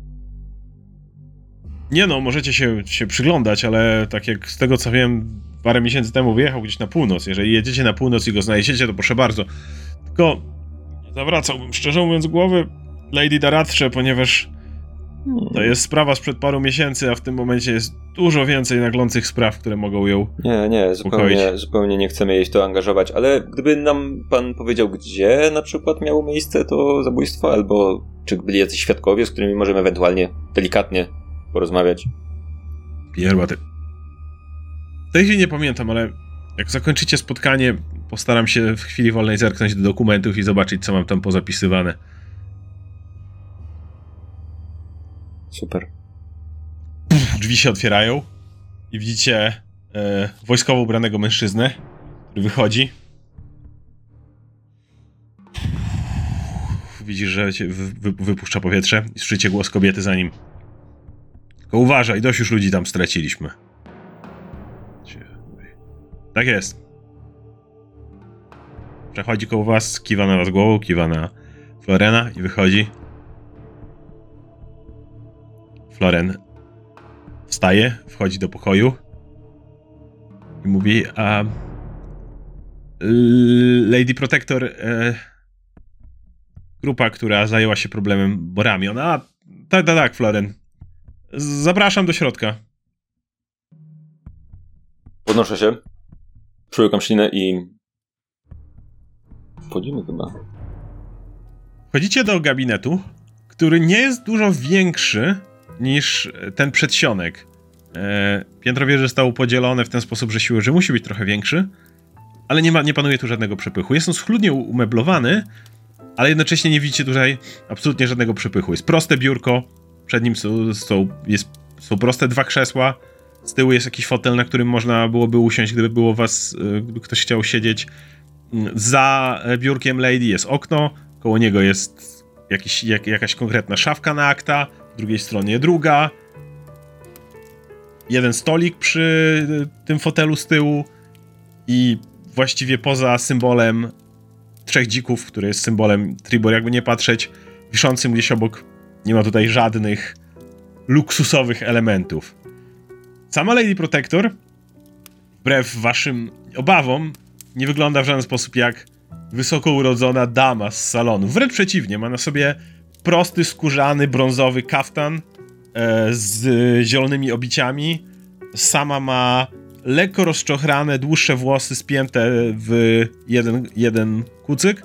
Speaker 1: Nie no, możecie się przyglądać, ale tak jak z tego co wiem, parę miesięcy temu wyjechał gdzieś na północ. Jeżeli jedziecie na północ i go znajdziecie, to proszę bardzo. Tylko nie zawracałbym, szczerze mówiąc, głowy Lady Daratrze, ponieważ to jest sprawa sprzed paru miesięcy, a w tym momencie jest dużo więcej naglących spraw, które mogą ją
Speaker 2: Nie, zupełnie nie chcemy jej w to angażować, ale gdyby nam pan powiedział, gdzie na przykład miało miejsce to zabójstwo, albo czy byli jacyś świadkowie, z którymi możemy ewentualnie delikatnie porozmawiać.
Speaker 1: Pierbaty. W tej chwili nie pamiętam, ale jak zakończycie spotkanie, postaram się w chwili wolnej zerknąć do dokumentów i zobaczyć, co mam tam pozapisywane.
Speaker 2: Super.
Speaker 1: Drzwi się otwierają i widzicie wojskowo ubranego mężczyznę, który wychodzi. widzisz, że cię wypuszcza powietrze i słyszycie głos kobiety za nim. Tylko uważaj, dość już ludzi tam straciliśmy. Tak jest. Przechodzi koło was, kiwa na was głową, kiwa na Florena i wychodzi. Floren wstaje, wchodzi do pokoju i mówi, Lady Protector, grupa, która zajęła się problemem Borami, ona, tak, Floren, zapraszam do środka.
Speaker 2: Podnoszę się, przełykam ślinę i wchodzimy chyba.
Speaker 1: Wchodzicie do gabinetu, który nie jest dużo większy niż ten przedsionek. Piętro wieży zostało podzielone w ten sposób, że siłą, że musi być trochę większy, ale nie panuje tu żadnego przepychu. Jest on schludnie umeblowany, ale jednocześnie nie widzicie tutaj absolutnie żadnego przepychu. Jest proste biurko, przed nim są proste 2 krzesła, z tyłu jest jakiś fotel, na którym można byłoby usiąść, gdyby ktoś chciał siedzieć. Za biurkiem Lady jest okno, koło niego jest jakaś konkretna szafka na akta, w drugiej stronie druga. Jeden stolik przy tym fotelu z tyłu i właściwie poza symbolem 3 dzików, który jest symbolem Tribor, jakby nie patrzeć, wiszącym gdzieś obok, nie ma tutaj żadnych luksusowych elementów. Sama Lady Protector, wbrew waszym obawom, nie wygląda w żaden sposób jak wysoko urodzona dama z salonu. Wręcz przeciwnie, ma na sobie prosty, skórzany, brązowy kaftan z zielonymi obiciami. Sama ma lekko rozczochrane, dłuższe włosy spięte w jeden kucyk.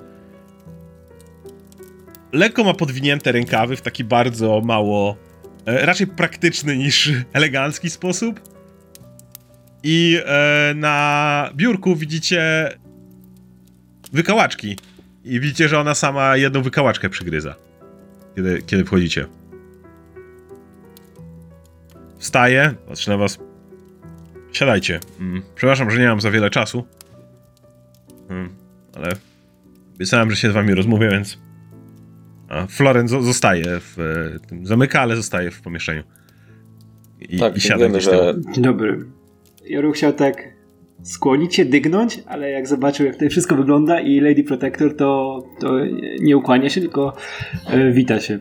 Speaker 1: Lekko ma podwinięte rękawy w taki bardzo mało, raczej praktyczny niż elegancki sposób. I na biurku widzicie wykałaczki. I widzicie, że ona sama jedną wykałaczkę przygryza, kiedy wchodzicie. Wstaje, patrzy na was. Siadajcie. Przepraszam, że nie mam za wiele czasu. Ale obiecałem, że się z wami rozmówię, więc... Floren zostaje zamyka, ale zostaje w pomieszczeniu. I siada gdzieś tam.
Speaker 3: Dzień dobry. Joru chciał tak skłonić się, dygnąć, ale jak zobaczył, jak to wszystko wygląda i Lady Protector, to nie ukłania się, tylko wita się.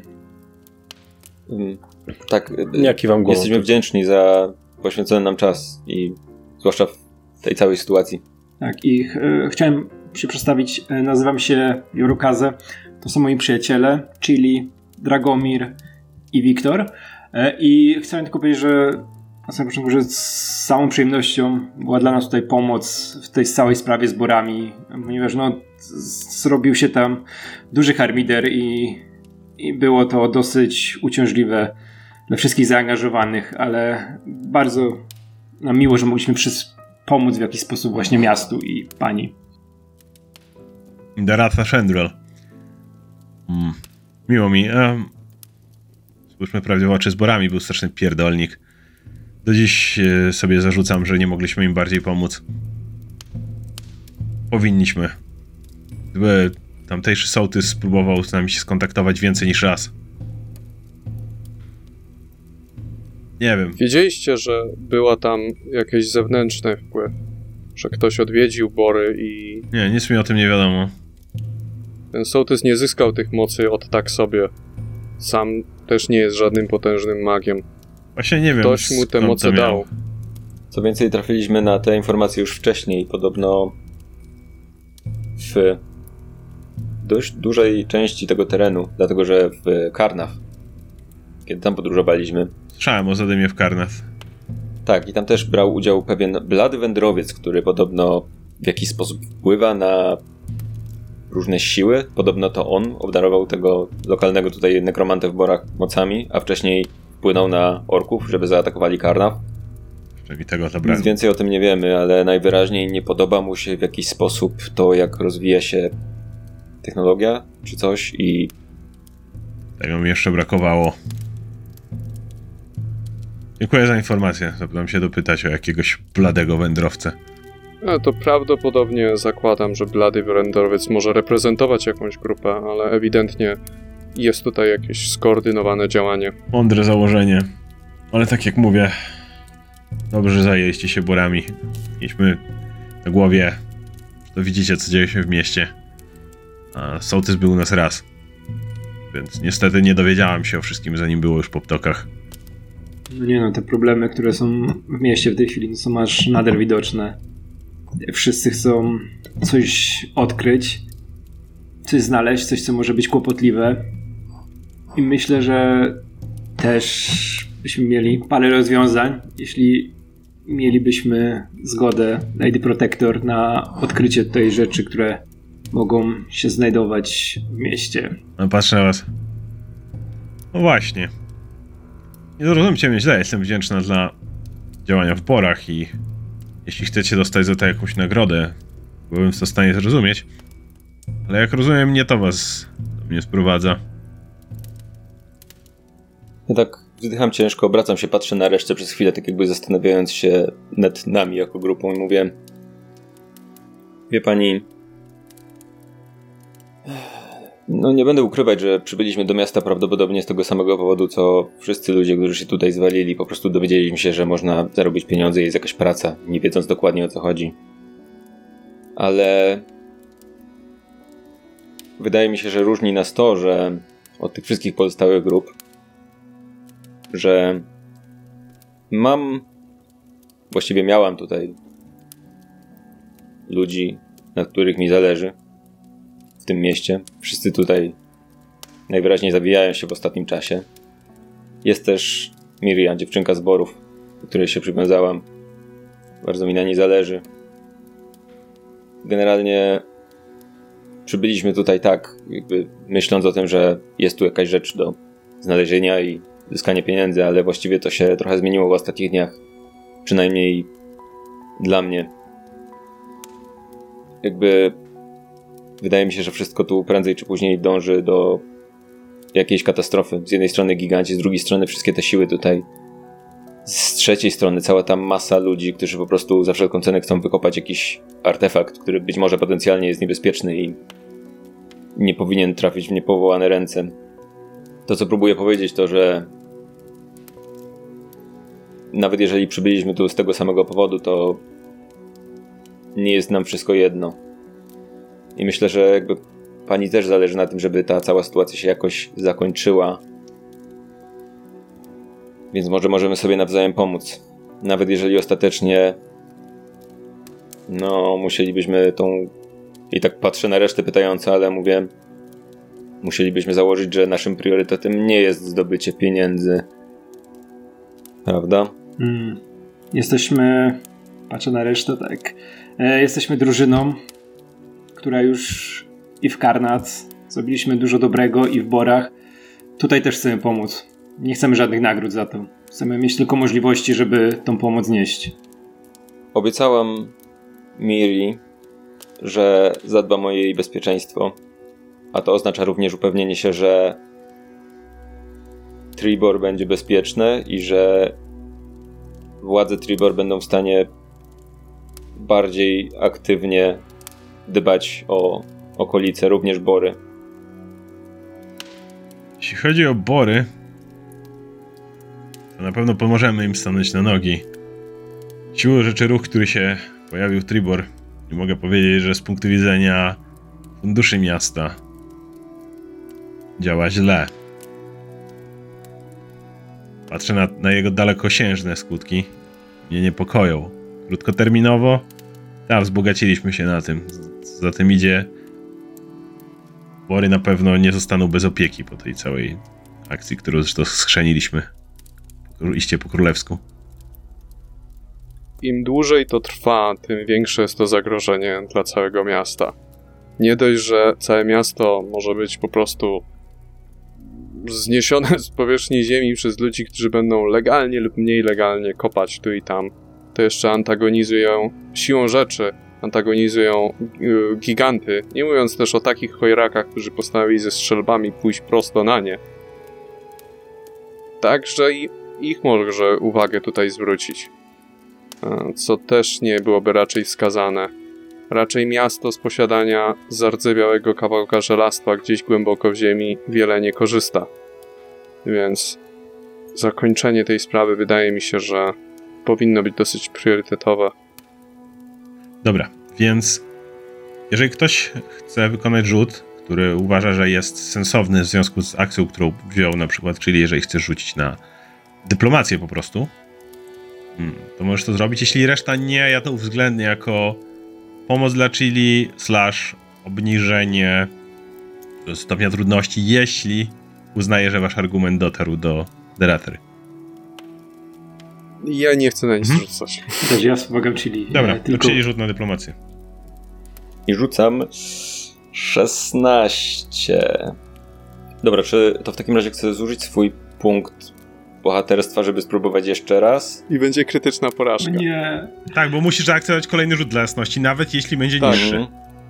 Speaker 2: Tak,
Speaker 5: ja kiwam głową.
Speaker 2: Jesteśmy wdzięczni za poświęcony nam czas i zwłaszcza w tej całej sytuacji.
Speaker 3: Tak, i chciałem się przedstawić, nazywam się Jorukaze, to są moi przyjaciele, Chili, Dragomir i Wiktor. I chcę tylko powiedzieć, że na samym początku, że z całą przyjemnością była dla nas tutaj pomoc w tej całej sprawie z Borami, ponieważ zrobił się tam duży harmider i było to dosyć uciążliwe dla wszystkich zaangażowanych, ale bardzo nam miło, że mogliśmy pomóc w jakiś sposób właśnie miastu i pani.
Speaker 1: Daratha Shendrel. Miło mi. Spójrzmy prawdzie w oczy, z Borami był straszny pierdolnik. Do dziś sobie zarzucam, że nie mogliśmy im bardziej pomóc. Powinniśmy. Gdyby tamtejszy sołtys spróbował z nami się skontaktować więcej niż raz. Nie wiem.
Speaker 4: Wiedzieliście, że była tam jakiś zewnętrzny wpływ? Że ktoś odwiedził Bory i...
Speaker 1: Nie, nic mi o tym nie wiadomo.
Speaker 4: Ten sołtys nie zyskał tych mocy od tak sobie. Sam też nie jest żadnym potężnym magiem.
Speaker 1: Właśnie nie wiem.
Speaker 4: Ktoś mu te moce dał.
Speaker 2: Co więcej, trafiliśmy na te informacje już wcześniej. Podobno w dość dużej części tego terenu, dlatego że w Karnath, kiedy tam podróżowaliśmy.
Speaker 1: Słyszałem o zadymie w Karnath.
Speaker 2: Tak, i tam też brał udział pewien blady wędrowiec, który podobno w jakiś sposób wpływa na różne siły. Podobno to on obdarował tego lokalnego tutaj nekromantę w Borach mocami, a wcześniej wpłynął na orków, żeby zaatakowali Karnath.
Speaker 1: Mi tego zabrałem.
Speaker 2: Nic więcej o tym nie wiemy, ale najwyraźniej nie podoba mu się w jakiś sposób to, jak rozwija się technologia czy coś i...
Speaker 1: Tego mi jeszcze brakowało. Dziękuję za informację. Zapytam się dopytać o jakiegoś bladego wędrowcę.
Speaker 4: To prawdopodobnie zakładam, że blady wyrędrowiec może reprezentować jakąś grupę, ale ewidentnie jest tutaj jakieś skoordynowane działanie.
Speaker 1: Mądre założenie. Ale tak jak mówię, dobrze, że zajęliście się borami. Mieliśmy na głowie, to widzicie, co dzieje się w mieście. A sołtys był u nas raz. Więc niestety nie dowiedziałam się o wszystkim, zanim było już po ptokach.
Speaker 3: No nie no, te problemy, które są w mieście w tej chwili, są aż nader widoczne. Wszyscy chcą coś odkryć, coś znaleźć, coś, co może być kłopotliwe. I myślę, że też byśmy mieli parę rozwiązań, jeśli mielibyśmy zgodę Lady Protector na odkrycie tej rzeczy, które mogą się znajdować w mieście.
Speaker 1: No patrzę na was. No właśnie. Nie zrozumcie mnie źle, jestem wdzięczna dla działania w porach i jeśli chcecie dostać za to jakąś nagrodę, byłbym to w stanie zrozumieć. Ale jak rozumiem, nie to was do mnie sprowadza.
Speaker 2: Ja tak wzdycham ciężko, obracam się, patrzę na resztę przez chwilę, tak jakby zastanawiając się nad nami jako grupą i mówię: wie pani, no nie będę ukrywać, że przybyliśmy do miasta prawdopodobnie z tego samego powodu, co wszyscy ludzie, którzy się tutaj zwalili. Po prostu dowiedzieliśmy się, że można zarobić pieniądze i jest jakaś praca, nie wiedząc dokładnie, o co chodzi. Ale wydaje mi się, że różni nas to, że od tych wszystkich pozostałych grup, że właściwie miałam tutaj ludzi, na których mi zależy w tym mieście. Wszyscy tutaj najwyraźniej zawijają się w ostatnim czasie. Jest też Miriam, dziewczynka z Borów, do której się przywiązałam. Bardzo mi na niej zależy. Generalnie przybyliśmy tutaj tak, jakby myśląc o tym, że jest tu jakaś rzecz do znalezienia i zyskania pieniędzy, ale właściwie to się trochę zmieniło w ostatnich dniach. Przynajmniej dla mnie. Jakby wydaje mi się, że wszystko tu prędzej czy później dąży do jakiejś katastrofy. Z jednej strony giganci, z drugiej strony wszystkie te siły tutaj. Z trzeciej strony cała ta masa ludzi, którzy po prostu za wszelką cenę chcą wykopać jakiś artefakt, który być może potencjalnie jest niebezpieczny i nie powinien trafić w niepowołane ręce. To, co próbuję powiedzieć, to, że nawet jeżeli przybyliśmy tu z tego samego powodu, to nie jest nam wszystko jedno. I myślę, że jakby pani też zależy na tym, żeby ta cała sytuacja się jakoś zakończyła. Więc może możemy sobie nawzajem pomóc. Nawet jeżeli ostatecznie musielibyśmy tą... I tak patrzę na resztę pytająco, ale mówię, musielibyśmy założyć, że naszym priorytetem nie jest zdobycie pieniędzy. Prawda?
Speaker 3: Jesteśmy... Patrzę na resztę, tak. Jesteśmy drużyną, która już i w Karnat zrobiliśmy dużo dobrego i w Borach. Tutaj też chcemy pomóc. Nie chcemy żadnych nagród za to. Chcemy mieć tylko możliwości, żeby tą pomoc nieść.
Speaker 2: Obiecałam Miri, że zadbam o jej bezpieczeństwo. A to oznacza również upewnienie się, że Tribor będzie bezpieczne i że władze Tribor będą w stanie bardziej aktywnie dbać o okolice, również Bory.
Speaker 1: Jeśli chodzi o Bory, to na pewno pomożemy im stanąć na nogi. Siłą rzeczy ruch, który się pojawił w Tribor, nie mogę powiedzieć, że z punktu widzenia funduszy miasta działa źle. Patrzę na jego dalekosiężne skutki. Mnie niepokoją. Krótkoterminowo, tak, wzbogaciliśmy się na tym. Za tym idzie, Bory na pewno nie zostaną bez opieki po tej całej akcji, którą zresztą schrzaniliśmy iście po królewsku.
Speaker 4: Im dłużej to trwa, tym większe jest to zagrożenie dla całego miasta. Nie dość, że całe miasto może być po prostu zniesione z powierzchni ziemi przez ludzi, którzy będą legalnie lub mniej legalnie kopać tu i tam, to jeszcze antagonizują siłą rzeczy, antagonizują giganty, nie mówiąc też o takich chojrakach, którzy postanowili ze strzelbami pójść prosto na nie. Także i ich może uwagę tutaj zwrócić. co też nie byłoby raczej wskazane. Raczej miasto z posiadania zardzewiałego kawałka żelastwa gdzieś głęboko w ziemi wiele nie korzysta. Więc zakończenie tej sprawy wydaje mi się, że powinno być dosyć priorytetowe.
Speaker 1: Dobra, więc jeżeli ktoś chce wykonać rzut, który uważa, że jest sensowny w związku z akcją, którą wziął na przykład, czyli jeżeli chcesz rzucić na dyplomację po prostu, to możesz to zrobić. Jeśli reszta nie, ja to uwzględnię jako pomoc dla Chili / obniżenie stopnia trudności, jeśli uznaję, że wasz argument dotarł do Deratry.
Speaker 4: Ja nie chcę na nic rzucać.
Speaker 3: Też ja wspomagam Chili.
Speaker 1: Dobra,
Speaker 3: tylko...
Speaker 1: to Chili rzut na dyplomację.
Speaker 2: I rzucam 16. Dobra, czy to w takim razie chcę zużyć swój punkt bohaterstwa, żeby spróbować jeszcze raz?
Speaker 4: I będzie krytyczna porażka.
Speaker 3: Nie.
Speaker 1: Tak, bo musisz zaakceptować kolejny rzut dla jasności, nawet jeśli będzie
Speaker 4: Tak.
Speaker 1: niższy.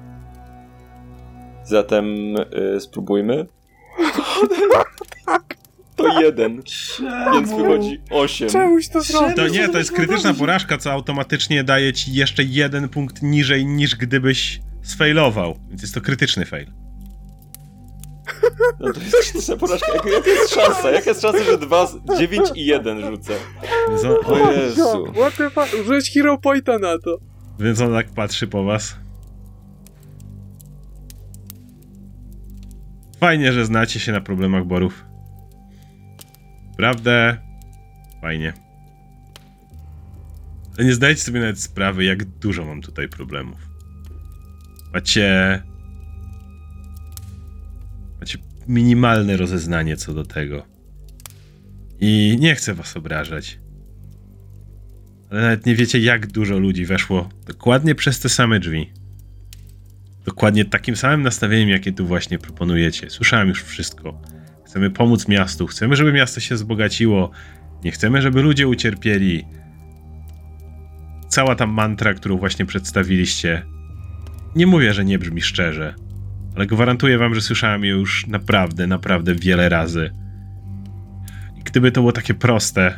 Speaker 2: Zatem spróbujmy. To 1, więc wychodzi 8.
Speaker 4: Czemuś to zrobić?
Speaker 1: To nie, to jest krytyczna porażka, co automatycznie daje ci jeszcze 1 punkt niżej niż gdybyś sfailował, więc jest to krytyczny fail.
Speaker 2: No to jest krytyczna porażka. Jaka jest szansa? Jaka jest szansa, że 9 i 1 rzucę?
Speaker 1: Więc
Speaker 2: O Jezu.
Speaker 4: What the fuck? Użyłeś Hero Pointa na to.
Speaker 1: Więc on tak patrzy po was. Fajnie, że znacie się na problemach Borów. Prawda? Fajnie. Ale nie zdajecie sobie nawet sprawy, jak dużo mam tutaj problemów. Macie minimalne rozeznanie co do tego. I nie chcę was obrażać. Ale nawet nie wiecie, jak dużo ludzi weszło dokładnie przez te same drzwi. Dokładnie takim samym nastawieniem, jakie tu właśnie proponujecie. Słyszałem już wszystko. Chcemy pomóc miastu, chcemy, żeby miasto się wzbogaciło. Nie chcemy, żeby ludzie ucierpieli. Cała ta mantra, którą właśnie przedstawiliście. Nie mówię, że nie brzmi szczerze, ale gwarantuję wam, że słyszałem ją już naprawdę, naprawdę wiele razy. I gdyby to było takie proste,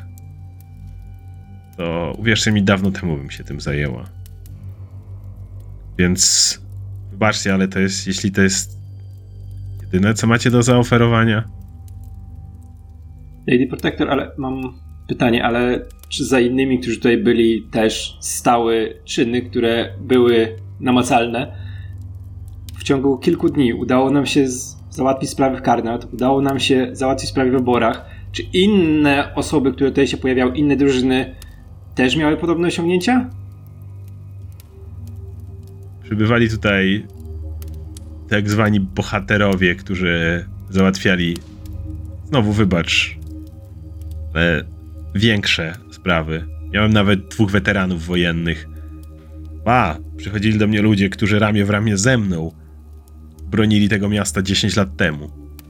Speaker 1: to uwierzcie mi, dawno temu bym się tym zajęła. Więc wybaczcie, ale to jest, jeśli to jest jedyne, co macie do zaoferowania.
Speaker 3: Lady Protector, ale mam pytanie, ale czy za innymi, którzy tutaj byli, też stały czyny, które były namacalne? W ciągu kilku dni udało nam się załatwić sprawy w Karnat, udało nam się załatwić sprawy w oborach. Czy inne osoby, które tutaj się pojawiały, inne drużyny też miały podobne osiągnięcia?
Speaker 1: Przybywali tutaj tak zwani bohaterowie, którzy załatwiali, znowu wybacz, ale większe sprawy. Miałem nawet 2 weteranów wojennych. Przychodzili do mnie ludzie, którzy ramię w ramię ze mną bronili tego miasta 10 lat temu.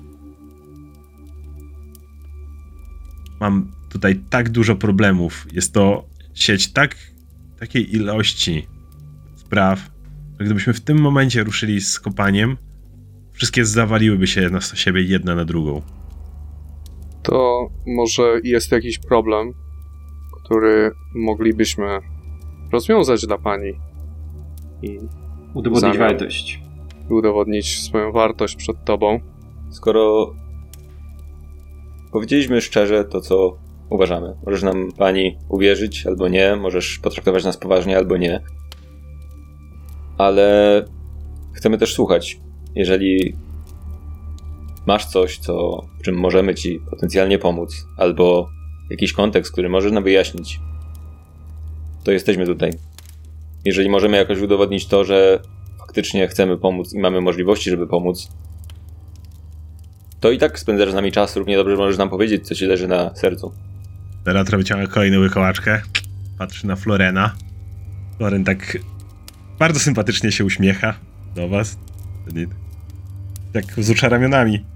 Speaker 1: Mam tutaj tak dużo problemów. Jest to sieć takiej ilości spraw, że gdybyśmy w tym momencie ruszyli z kopaniem, wszystkie zawaliłyby się na siebie jedna na drugą.
Speaker 4: To może jest jakiś problem, który moglibyśmy rozwiązać dla pani i
Speaker 3: Udowodnić wartość.
Speaker 4: udowodnić swoją wartość przed tobą.
Speaker 2: Skoro powiedzieliśmy szczerze to, co uważamy. Możesz nam pani uwierzyć albo nie, możesz potraktować nas poważnie albo nie. Ale chcemy też słuchać. Jeżeli masz coś, w czym możemy ci potencjalnie pomóc, albo jakiś kontekst, który możesz nam wyjaśnić, to jesteśmy tutaj. Jeżeli możemy jakoś udowodnić to, że faktycznie chcemy pomóc i mamy możliwości, żeby pomóc, to i tak spędzasz z nami czas. Równie dobrze możesz nam powiedzieć, co ci leży na sercu.
Speaker 1: Deratra wyciąga kolejną łykołaczkę, patrzy na Florena. Floren tak bardzo sympatycznie się uśmiecha do was. Tak wzrusza ramionami.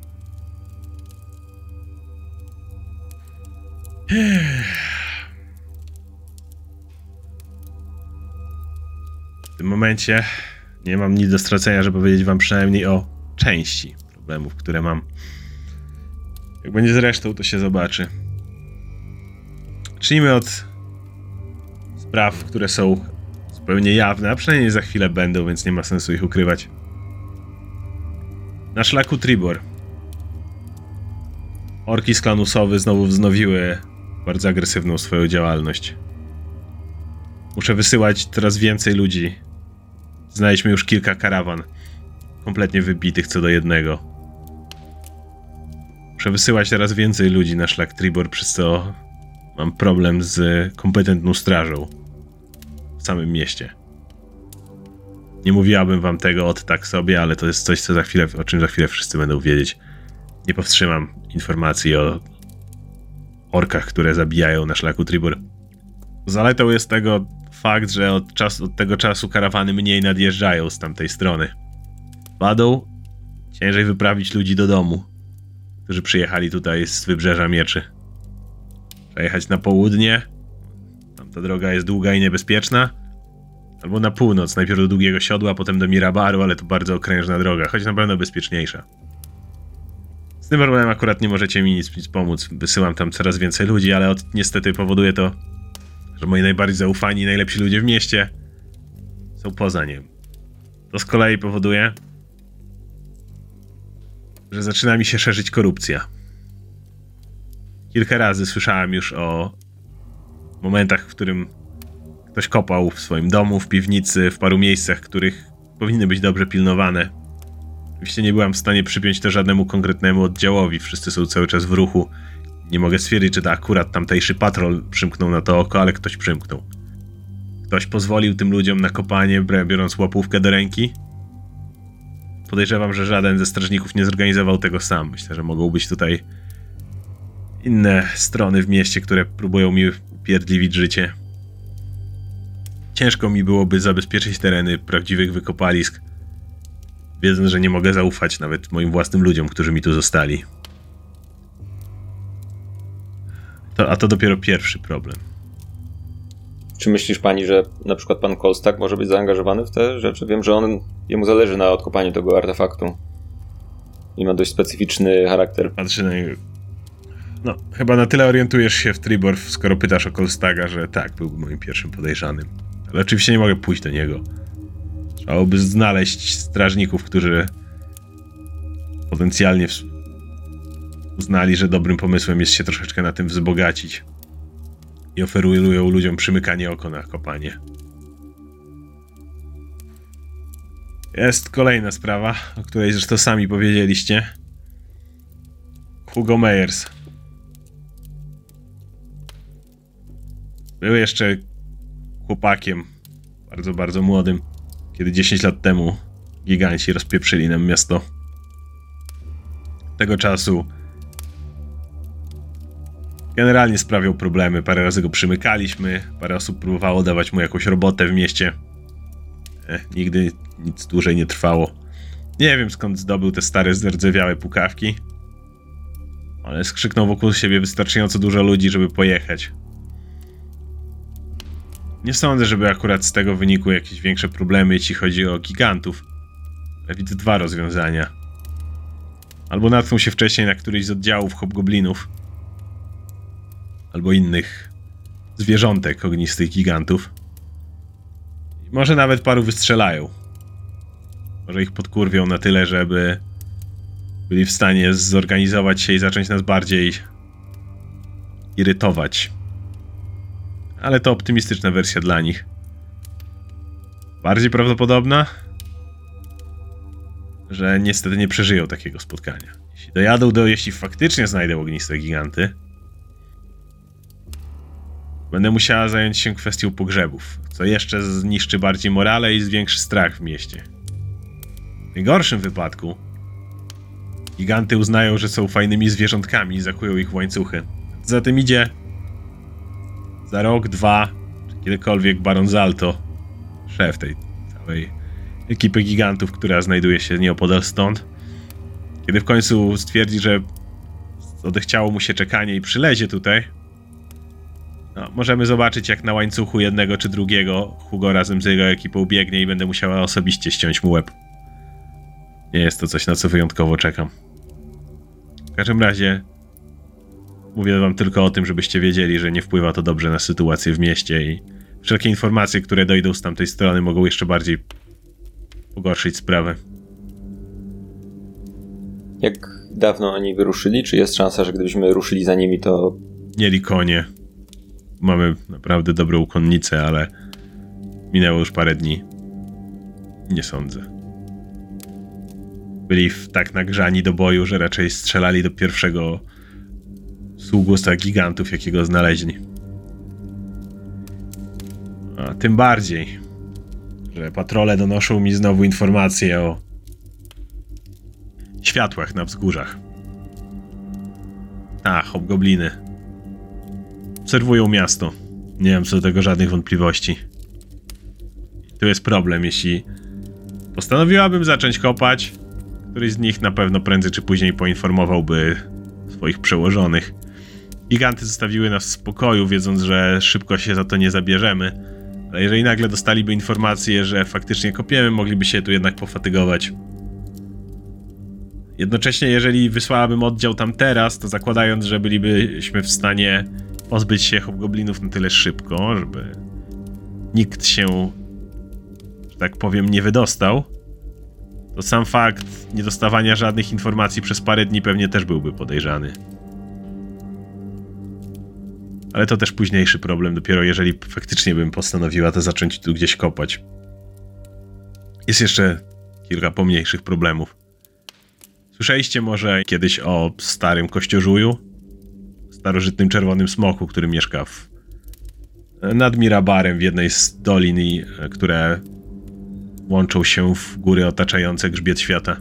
Speaker 1: W tym momencie nie mam nic do stracenia, żeby powiedzieć wam przynajmniej o części problemów, które mam. Jak będzie z resztą, to się zobaczy. Zacznijmy od spraw, które są zupełnie jawne, a przynajmniej za chwilę będą, więc nie ma sensu ich ukrywać. Na szlaku Tribor orki z klanu Sowy znowu wznowiły bardzo agresywną swoją działalność. Muszę wysyłać coraz więcej ludzi. Znaleźliśmy już kilka karawan, kompletnie wybitych co do jednego. Muszę wysyłać teraz więcej ludzi na szlak Tribor, przez co mam problem z kompetentną strażą w samym mieście. Nie mówiłabym wam tego od tak sobie, ale to jest coś, o czym za chwilę wszyscy będą wiedzieć. Nie powstrzymam informacji o orkach, które zabijają na szlaku Tribor. Zaletą jest tego fakt, że od tego czasu karawany mniej nadjeżdżają z tamtej strony. Wadą ciężej wyprawić ludzi do domu, którzy przyjechali tutaj z Wybrzeża Mieczy. Przejechać na południe, tam ta droga jest długa i niebezpieczna, albo na północ, najpierw do Długiego Siodła, potem do Mirabaru, ale to bardzo okrężna droga, choć na pewno bezpieczniejsza. Z tym problemem akurat nie możecie mi nic pomóc, wysyłam tam coraz więcej ludzi, ale niestety powoduje to, że moi najbardziej zaufani i najlepsi ludzie w mieście są poza nim. To z kolei powoduje, że zaczyna mi się szerzyć korupcja. Kilka razy słyszałem już o momentach, w którym ktoś kopał w swoim domu, w piwnicy, w paru miejscach, których powinny być dobrze pilnowane. Oczywiście nie byłem w stanie przypiąć to żadnemu konkretnemu oddziałowi, wszyscy są cały czas w ruchu. Nie mogę stwierdzić, czy to akurat tamtejszy patrol przymknął na to oko, ale ktoś przymknął. Ktoś pozwolił tym ludziom na kopanie, biorąc łapówkę do ręki. Podejrzewam, że żaden ze strażników nie zorganizował tego sam. Myślę, że mogą być tutaj inne strony w mieście, które próbują mi upierdliwić życie. Ciężko mi byłoby zabezpieczyć tereny prawdziwych wykopalisk, wiedząc, że nie mogę zaufać nawet moim własnym ludziom, którzy mi tu zostali. A to dopiero pierwszy problem.
Speaker 2: Czy myślisz pani, że na przykład pan Kolstak może być zaangażowany w te rzeczy? Wiem, że jemu zależy na odkopaniu tego artefaktu. I ma dość specyficzny charakter.
Speaker 1: Patrzę na niego. No, chyba na tyle orientujesz się w Tribor, skoro pytasz o Kolstaga, że tak, byłby moim pierwszym podejrzanym. Ale oczywiście nie mogę pójść do niego. Trzeba by znaleźć strażników, którzy potencjalnie uznali, że dobrym pomysłem jest się troszeczkę na tym wzbogacić. I oferują ludziom przymykanie oko na kopanie. Jest kolejna sprawa, o której zresztą sami powiedzieliście. Hugo Meyers. Był jeszcze chłopakiem, bardzo, bardzo młodym, kiedy 10 lat temu giganci rozpieprzyli nam miasto. Tego czasu generalnie sprawiał problemy, parę razy go przymykaliśmy, parę osób próbowało dawać mu jakąś robotę w mieście. Nigdy nic dłużej nie trwało. Nie wiem, skąd zdobył te stare, zardzewiałe pukawki, ale skrzyknął wokół siebie wystarczająco dużo ludzi, żeby pojechać. Nie sądzę, żeby akurat z tego wynikły jakieś większe problemy, jeśli chodzi o gigantów. Ja widzę dwa rozwiązania. Albo natknął się wcześniej na któryś z oddziałów hobgoblinów, albo innych zwierzątek ognistych gigantów. I może nawet paru wystrzelają. Może ich podkurwią na tyle, żeby byli w stanie zorganizować się i zacząć nas bardziej irytować. Ale to optymistyczna wersja dla nich. Bardziej prawdopodobna, że niestety nie przeżyją takiego spotkania. Jeśli faktycznie znajdę ogniste giganty, będę musiała zająć się kwestią pogrzebów, co jeszcze zniszczy bardziej morale i zwiększy strach w mieście. W najgorszym wypadku giganty uznają, że są fajnymi zwierzątkami i zakują ich w łańcuchy. Za tym idzie za rok, dwa, czy kiedykolwiek Baron Zalto, szef tej całej ekipy gigantów, która znajduje się nieopodal stąd, kiedy w końcu stwierdzi, że odechciało mu się czekanie i przylezie tutaj, no, możemy zobaczyć, jak na łańcuchu jednego czy drugiego Hugo razem z jego ekipą biegnie i będę musiała osobiście ściąć mu łeb. Nie jest to coś, na co wyjątkowo czekam. W każdym razie mówię wam tylko o tym, żebyście wiedzieli, że nie wpływa to dobrze na sytuację w mieście i wszelkie informacje, które dojdą z tamtej strony, mogą jeszcze bardziej pogorszyć sprawę.
Speaker 2: Jak dawno oni wyruszyli? Czy jest szansa, że gdybyśmy ruszyli za nimi, to...
Speaker 1: Mieli konie. Mamy naprawdę dobrą konnicę, ale minęło już parę dni. Nie sądzę. Byli tak nagrzani do boju, że raczej strzelali do pierwszego sługusa gigantów, jakiego znaleźli. A tym bardziej, że patrole donoszą mi znowu informacje o światłach na wzgórzach. Hobgobliny. Obserwują miasto. Nie mam co do tego żadnych wątpliwości. I tu jest problem, jeśli postanowiłabym zacząć kopać, któryś z nich na pewno prędzej czy później poinformowałby swoich przełożonych. Giganty zostawiły nas w spokoju, wiedząc, że szybko się za to nie zabierzemy. Ale jeżeli nagle dostaliby informację, że faktycznie kopiemy, mogliby się tu jednak pofatygować. Jednocześnie, jeżeli wysłałabym oddział tam teraz, to zakładając, że bylibyśmy w stanie pozbyć się hobgoblinów na tyle szybko, żeby nikt się, że tak powiem, nie wydostał, to sam fakt niedostawania żadnych informacji przez parę dni pewnie też byłby podejrzany. Ale to też późniejszy problem, dopiero jeżeli faktycznie bym postanowiła to zacząć tu gdzieś kopać. Jest jeszcze kilka pomniejszych problemów. Słyszeliście może kiedyś o starym kościożuju? Starożytnym czerwonym smoku, który mieszka nad Mirabarem w jednej z dolin, które łączą się w góry otaczające grzbiet świata.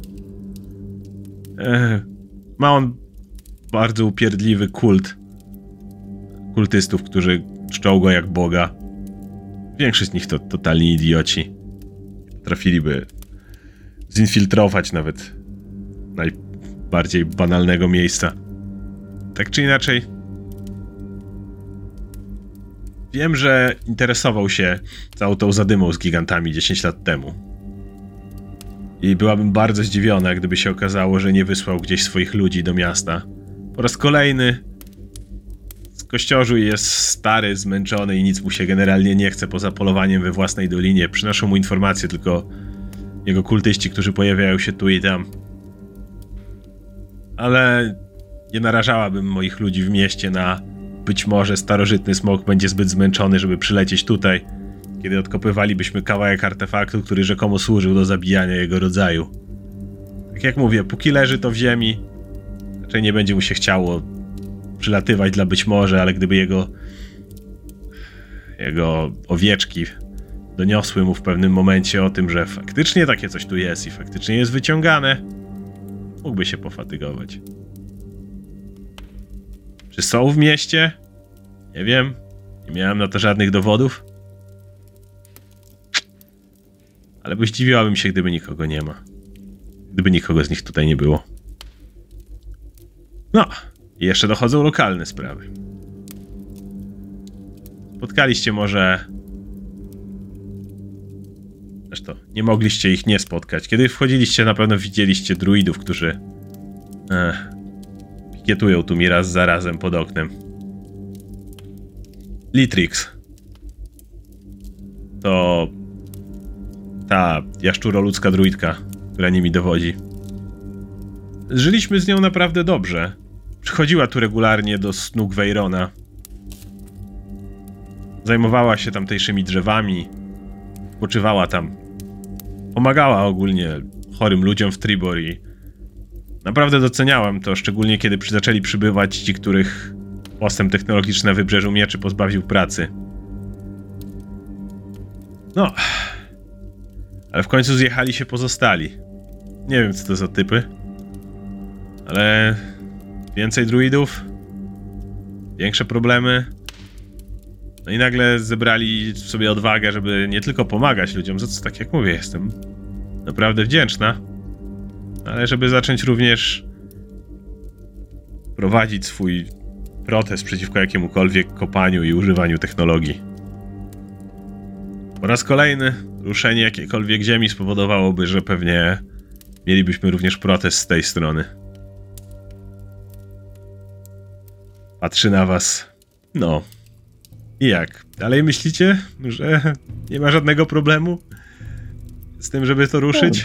Speaker 1: Ma on bardzo upierdliwy kultystów, którzy czczą go jak Boga. Większość z nich to totalni idioci. Trafiliby zinfiltrować nawet najbardziej banalnego miejsca. Tak czy inaczej, wiem, że interesował się całą tą zadymą z gigantami 10 lat temu. I byłabym bardzo zdziwiona, gdyby się okazało, że nie wysłał gdzieś swoich ludzi do miasta. Po raz kolejny kościożuj jest stary, zmęczony i nic mu się generalnie nie chce poza polowaniem we własnej dolinie. Przynoszą mu informacje tylko jego kultyści, którzy pojawiają się tu i tam. Ale nie narażałabym moich ludzi w mieście na być może starożytny smok będzie zbyt zmęczony, żeby przylecieć tutaj, kiedy odkopywalibyśmy kawałek artefaktu, który rzekomo służył do zabijania jego rodzaju. Tak jak mówię, póki leży to w ziemi, raczej nie będzie mu się chciało przylatywać dla być może, ale gdyby jego owieczki doniosły mu w pewnym momencie o tym, że faktycznie takie coś tu jest i faktycznie jest wyciągane, mógłby się pofatygować. Czy są w mieście? Nie wiem. Nie miałem na to żadnych dowodów. Ale zdziwiłabym się, gdyby nikogo nie ma. Gdyby nikogo z nich tutaj nie było. No, i jeszcze dochodzą lokalne sprawy. Spotkaliście może... Zresztą, nie mogliście ich nie spotkać. Kiedy wchodziliście, na pewno widzieliście druidów, którzy... pikietują tu mi raz za razem pod oknem. Litrix. To... ta jaszczuroludzka druidka, która nimi dowodzi. Żyliśmy z nią naprawdę dobrze. Przychodziła tu regularnie do snug Veyrona. Zajmowała się tamtejszymi drzewami. Spoczywała tam. Pomagała ogólnie chorym ludziom w Tribor i naprawdę doceniałem to, szczególnie kiedy zaczęli przybywać ci, których postęp technologiczny na Wybrzeżu Mieczy pozbawił pracy. No, ale w końcu zjechali się pozostali. Nie wiem, co to za typy, ale więcej druidów, większe problemy. No i nagle zebrali w sobie odwagę, żeby nie tylko pomagać ludziom, za co, tak jak mówię, jestem naprawdę wdzięczna, ale żeby zacząć również prowadzić swój protest przeciwko jakiemukolwiek kopaniu i używaniu technologii. Po raz kolejny ruszenie jakiejkolwiek ziemi spowodowałoby, że pewnie mielibyśmy również protest z tej strony. Patrzy na was, no, I jak? Dalej myślicie, że nie ma żadnego problemu z tym, żeby to ruszyć?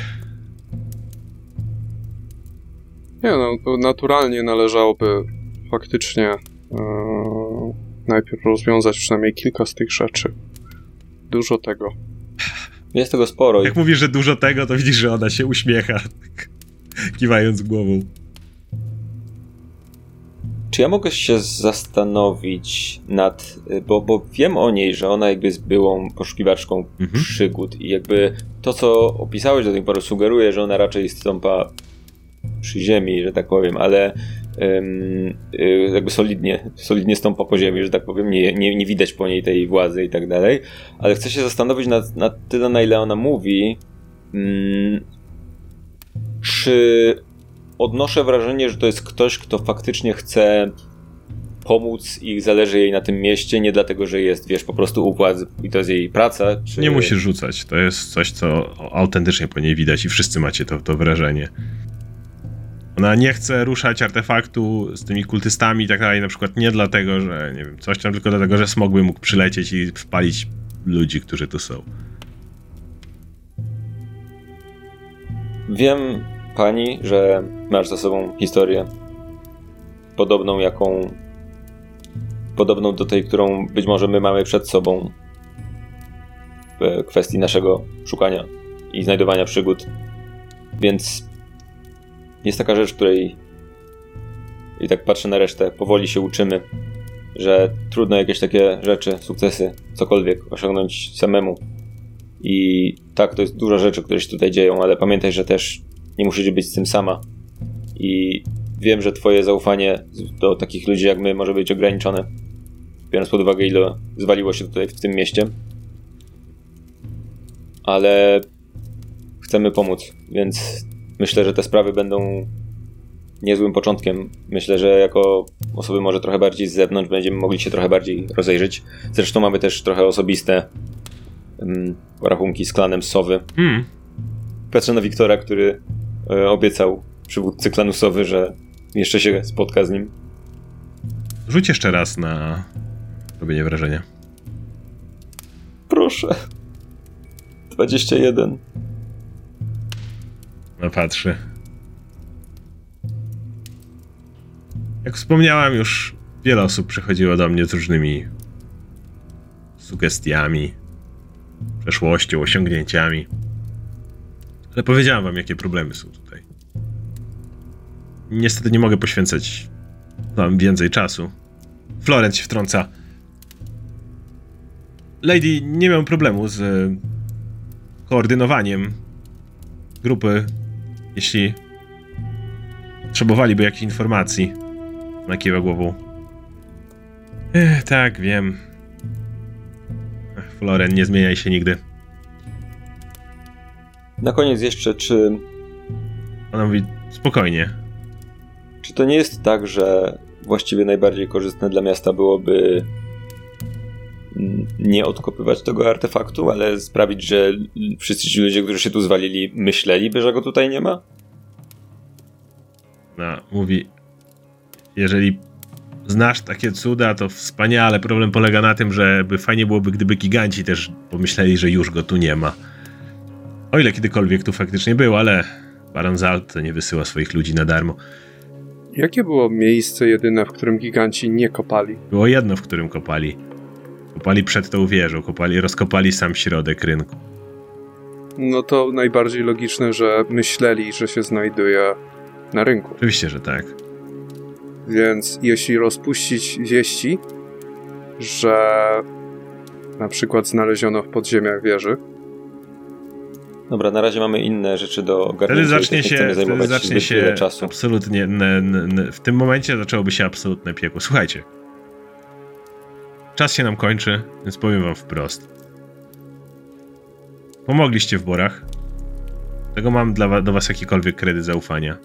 Speaker 4: Nie no, to naturalnie należałoby faktycznie najpierw rozwiązać przynajmniej kilka z tych rzeczy. Dużo tego.
Speaker 2: Jest tego sporo.
Speaker 1: Jak mówisz, że dużo tego, to widzisz, że ona się uśmiecha, tak, kiwając głową.
Speaker 2: Czy ja mogę się zastanowić nad... Bo wiem o niej, że ona jakby jest byłą poszukiwaczką przygód i jakby to, co opisałeś do tej pory, sugeruje, że ona raczej stąpa przy ziemi, że tak powiem, ale jakby solidnie stąpa po ziemi, że tak powiem, nie widać po niej tej władzy i tak dalej, ale chcę się zastanowić nad tyle, na ile ona mówi, czy odnoszę wrażenie, że to jest ktoś, kto faktycznie chce pomóc i zależy jej na tym mieście, nie dlatego, że jest, wiesz, po prostu u władzy i to jest jej praca, czy...
Speaker 1: Nie musisz rzucać, to jest coś, co autentycznie po niej widać i wszyscy macie to wrażenie. Ona nie chce ruszać artefaktu z tymi kultystami i tak dalej, na przykład nie dlatego, że nie wiem, coś tam, tylko dlatego, że smog by mógł przylecieć i spalić ludzi, którzy tu są.
Speaker 2: Wiem, pani, że masz za sobą historię podobną do tej, którą być może my mamy przed sobą w kwestii naszego szukania i znajdowania przygód. Więc jest taka rzecz, której i tak patrzę na resztę, powoli się uczymy, że trudno jakieś takie rzeczy, sukcesy, cokolwiek osiągnąć samemu. I tak, to jest dużo rzeczy, które się tutaj dzieją, ale pamiętaj, że też nie musisz być z tym sama. I wiem, że twoje zaufanie do takich ludzi jak my może być ograniczone, biorąc pod uwagę, ile zwaliło się tutaj w tym mieście. Ale chcemy pomóc, więc myślę, że te sprawy będą niezłym początkiem. Myślę, że jako osoby może trochę bardziej z zewnątrz będziemy mogli się trochę bardziej rozejrzeć. Zresztą mamy też trochę osobiste rachunki z klanem Sowy. Patrzę na Wiktora, który obiecał przywódcy klanu Sowy, że jeszcze się spotka z nim.
Speaker 1: Rzuć jeszcze raz na robienie wrażenia.
Speaker 2: Proszę. 21.
Speaker 1: No patrzy. Jak wspomniałem, już wiele osób przychodziło do mnie z różnymi sugestiami, przeszłością, osiągnięciami. Ale powiedziałem wam, jakie problemy są tutaj. Niestety nie mogę poświęcać wam więcej czasu. Florent się wtrąca. Lady, nie miałem problemu z koordynowaniem grupy, jeśli potrzebowaliby jakichś informacji. Nakiwa głową. Tak, wiem. Florent, nie zmieniaj się nigdy.
Speaker 2: Na koniec jeszcze, czy...
Speaker 1: Ona mówi, spokojnie.
Speaker 2: Czy to nie jest tak, że właściwie najbardziej korzystne dla miasta byłoby nie odkopywać tego artefaktu, ale sprawić, że wszyscy ci ludzie, którzy się tu zwalili, myśleliby, że go tutaj nie ma?
Speaker 1: No, mówi, jeżeli znasz takie cuda, to wspaniale. Problem polega na tym, że fajnie byłoby, gdyby giganci też pomyśleli, że już go tu nie ma. O ile kiedykolwiek tu faktycznie był, ale Baron Zalt nie wysyła swoich ludzi na darmo.
Speaker 4: Jakie było miejsce jedyne, w którym giganci nie kopali?
Speaker 1: Było jedno, w którym kopali. Kopali przed tą wieżą, rozkopali sam środek rynku.
Speaker 4: No to najbardziej logiczne, że myśleli, że się znajduje na rynku.
Speaker 1: Oczywiście, że tak.
Speaker 4: Więc jeśli rozpuścić wieści, że na przykład znaleziono w podziemiach wieży.
Speaker 2: Dobra, na razie mamy inne rzeczy do ogarnięcia.
Speaker 1: Wtedy zacznie się absolutnie, w tym momencie zaczęłoby się absolutne piekło. Słuchajcie, czas się nam kończy, więc powiem wam wprost. Pomogliście w Borach. Dlatego mam do was jakikolwiek kredyt zaufania.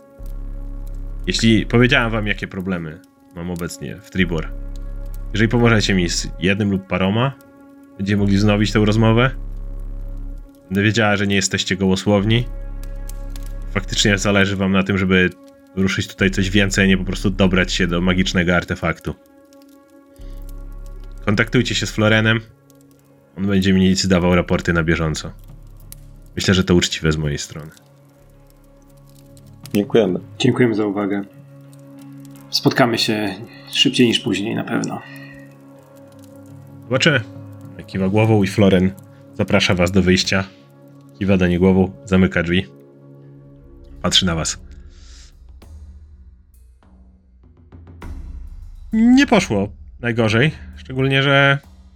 Speaker 1: Jeśli powiedziałem wam, jakie problemy mam obecnie w Tribor, jeżeli pomożecie mi z jednym lub paroma, będziemy mogli wznowić tę rozmowę. Będę wiedziała, że nie jesteście gołosłowni. Faktycznie zależy wam na tym, żeby ruszyć tutaj coś więcej, a nie po prostu dobrać się do magicznego artefaktu. kontaktujcie się z Florenem. On będzie mi dawał raporty na bieżąco. Myślę, że to uczciwe z mojej strony.
Speaker 2: Dziękujemy.
Speaker 3: Dziękujemy za uwagę. Spotkamy się szybciej niż później na pewno.
Speaker 1: Zobaczymy. Kiwa głową i Floren zaprasza was do wyjścia. Kiwa do niej głową, zamyka drzwi. Patrzy na was. Nie poszło najgorzej. Szczególnie, że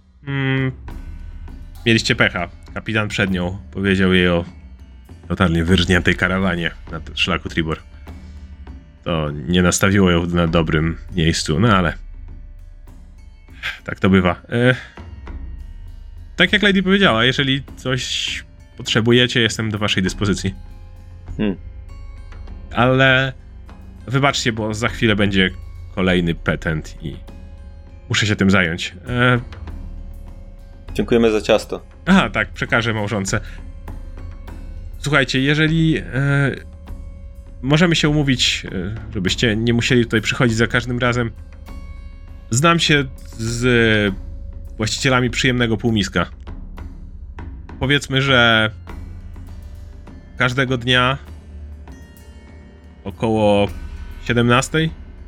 Speaker 1: mieliście pecha. Kapitan przed nią powiedział jej o totalnie wyrżniętej karawanie na szlaku Tribor. To nie nastawiło ją na dobrym miejscu, no ale tak to bywa. Tak jak Lady powiedziała, jeżeli coś potrzebujecie, jestem do waszej dyspozycji. Ale wybaczcie, bo za chwilę będzie kolejny petent i muszę się tym zająć.
Speaker 2: Dziękujemy za ciasto.
Speaker 1: Aha, tak, przekażę małżonce. Słuchajcie, jeżeli możemy się umówić, żebyście nie musieli tutaj przychodzić za każdym razem. Znam się z właścicielami przyjemnego półmiska. Powiedzmy, że każdego dnia około 17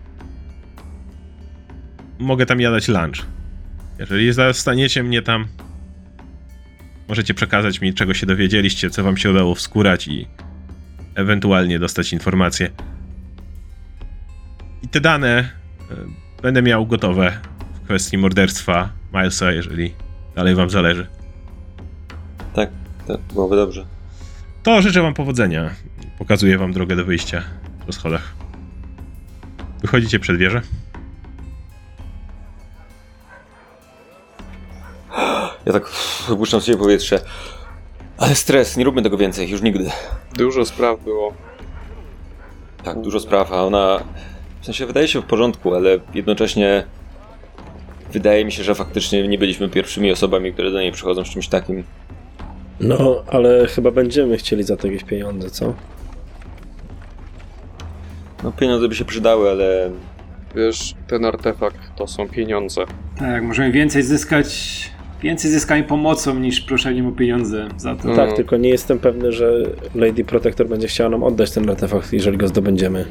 Speaker 1: mogę tam jadać lunch. Jeżeli zastaniecie mnie tam, możecie przekazać mi, czego się dowiedzieliście, co wam się udało wskórać i ewentualnie dostać informacje. I te dane będę miał gotowe w kwestii morderstwa Milesa, jeżeli dalej wam zależy.
Speaker 2: Tak, byłoby dobrze.
Speaker 1: To życzę wam powodzenia. Pokazuję wam drogę do wyjścia po schodach. Wychodzicie przed wieżę.
Speaker 2: Ja tak wypuszczam sobie powietrze. Ale stres, nie róbmy tego więcej, już nigdy.
Speaker 4: Dużo spraw było.
Speaker 2: Tak, dużo spraw, a ona w sensie wydaje się w porządku, ale jednocześnie wydaje mi się, że faktycznie nie byliśmy pierwszymi osobami, które do niej przychodzą z czymś takim.
Speaker 5: No, ale chyba będziemy chcieli za to jakieś pieniądze, co?
Speaker 2: No pieniądze by się przydały, ale...
Speaker 4: Wiesz, ten artefakt to są pieniądze.
Speaker 3: Tak, możemy więcej zyskamy pomocą niż proszeniem o pieniądze za to.
Speaker 5: Tak, tylko nie jestem pewny, że Lady Protector będzie chciała nam oddać ten artefakt, jeżeli go zdobędziemy.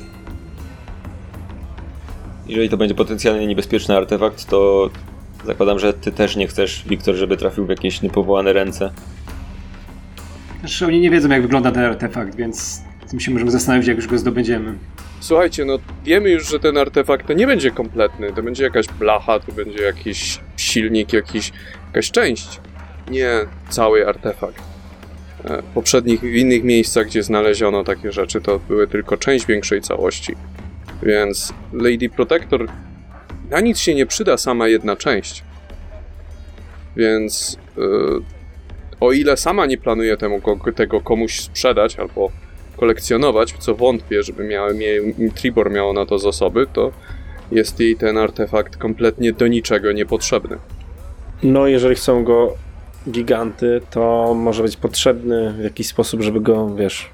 Speaker 2: Jeżeli to będzie potencjalnie niebezpieczny artefakt, to zakładam, że ty też nie chcesz, Wiktor, żeby trafił w jakieś niepowołane ręce.
Speaker 3: Zresztą oni nie wiedzą, jak wygląda ten artefakt, więc tym się możemy zastanowić, jak już go zdobędziemy.
Speaker 4: Słuchajcie, no wiemy już, że ten artefakt to nie będzie kompletny. To będzie jakaś blacha, to będzie jakiś silnik, jakaś część. Nie cały artefakt. W innych miejscach, gdzie znaleziono takie rzeczy, to były tylko część większej całości. Więc Lady Protector na nic się nie przyda sama jedna część. Więc o ile sama nie planuje tego komuś sprzedać albo kolekcjonować, co wątpię, żeby Tribor miało na to zasoby, to jest jej ten artefakt kompletnie do niczego niepotrzebny.
Speaker 5: No, jeżeli chcą go giganty, to może być potrzebny w jakiś sposób, żeby go, wiesz...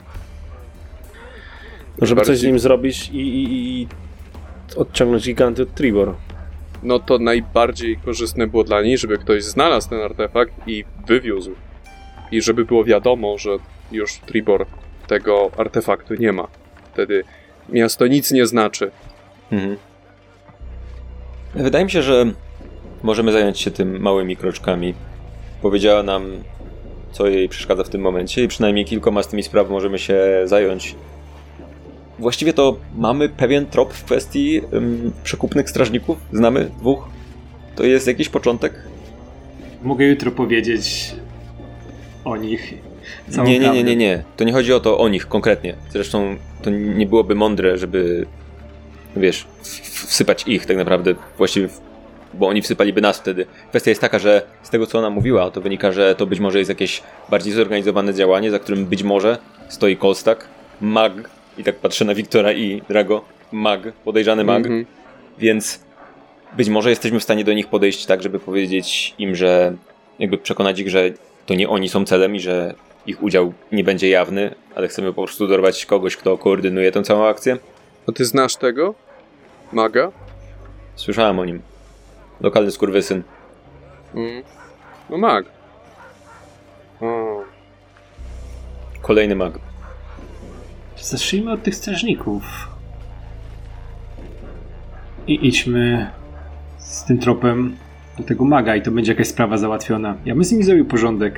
Speaker 5: Żeby coś z nim zrobić i odciągnąć giganty od Tribor.
Speaker 4: No to najbardziej korzystne było dla niej, żeby ktoś znalazł ten artefakt i wywiózł. I żeby było wiadomo, że już Tribor tego artefaktu nie ma. Wtedy miasto nic nie znaczy.
Speaker 2: Mhm. Wydaje mi się, że możemy zająć się tym małymi kroczkami. Powiedziała nam, co jej przeszkadza w tym momencie i przynajmniej kilkoma z tymi spraw możemy się zająć. Właściwie to mamy pewien trop w kwestii przekupnych strażników. Znamy dwóch. To jest jakiś początek?
Speaker 3: Mogę jutro powiedzieć o nich.
Speaker 2: Nie. To nie chodzi o nich konkretnie. Zresztą to nie byłoby mądre, żeby, wiesz, wsypać ich tak naprawdę. Właściwie, bo oni wsypaliby nas wtedy. Kwestia jest taka, że z tego, co ona mówiła, to wynika, że to być może jest jakieś bardziej zorganizowane działanie, za którym być może stoi Kolstak, mag, i tak patrzę na Wiktora i Drago, mag, podejrzany mag, więc być może jesteśmy w stanie do nich podejść tak, żeby powiedzieć im, że jakby przekonać ich, że to nie oni są celem i że ich udział nie będzie jawny, ale chcemy po prostu dorwać kogoś, kto koordynuje tę całą akcję.
Speaker 4: A ty znasz tego? Maga?
Speaker 2: Słyszałem o nim. Lokalny skurwysyn.
Speaker 4: No mag. O.
Speaker 2: Kolejny mag.
Speaker 3: Zacznijmy od tych strażników. I idźmy z tym tropem do tego maga i to będzie jakaś sprawa załatwiona. Ja bym z nimi zrobił porządek.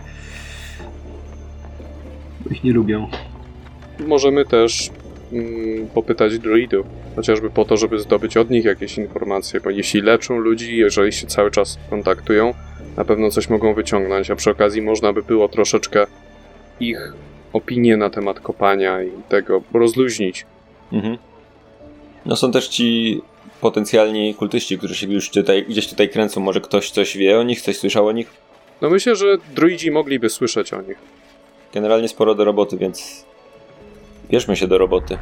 Speaker 3: Bo ich nie lubią.
Speaker 4: Możemy też popytać druidów. Chociażby po to, żeby zdobyć od nich jakieś informacje, bo jeśli leczą ludzi, jeżeli się cały czas kontaktują, na pewno coś mogą wyciągnąć, a przy okazji można by było troszeczkę ich opinie na temat kopania i tego rozluźnić.
Speaker 2: Mhm. No są też ci potencjalni kultyści, którzy się już gdzieś tutaj kręcą. Może ktoś coś wie o nich, coś słyszał o nich?
Speaker 4: No myślę, że druidzi mogliby słyszeć o nich.
Speaker 2: Generalnie sporo do roboty, więc bierzmy się do roboty.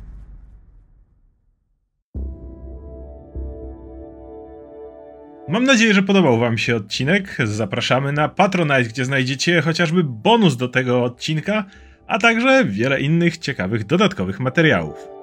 Speaker 1: Mam nadzieję, że podobał wam się odcinek. Zapraszamy na Patronite, gdzie znajdziecie chociażby bonus do tego odcinka, a także wiele innych ciekawych dodatkowych materiałów.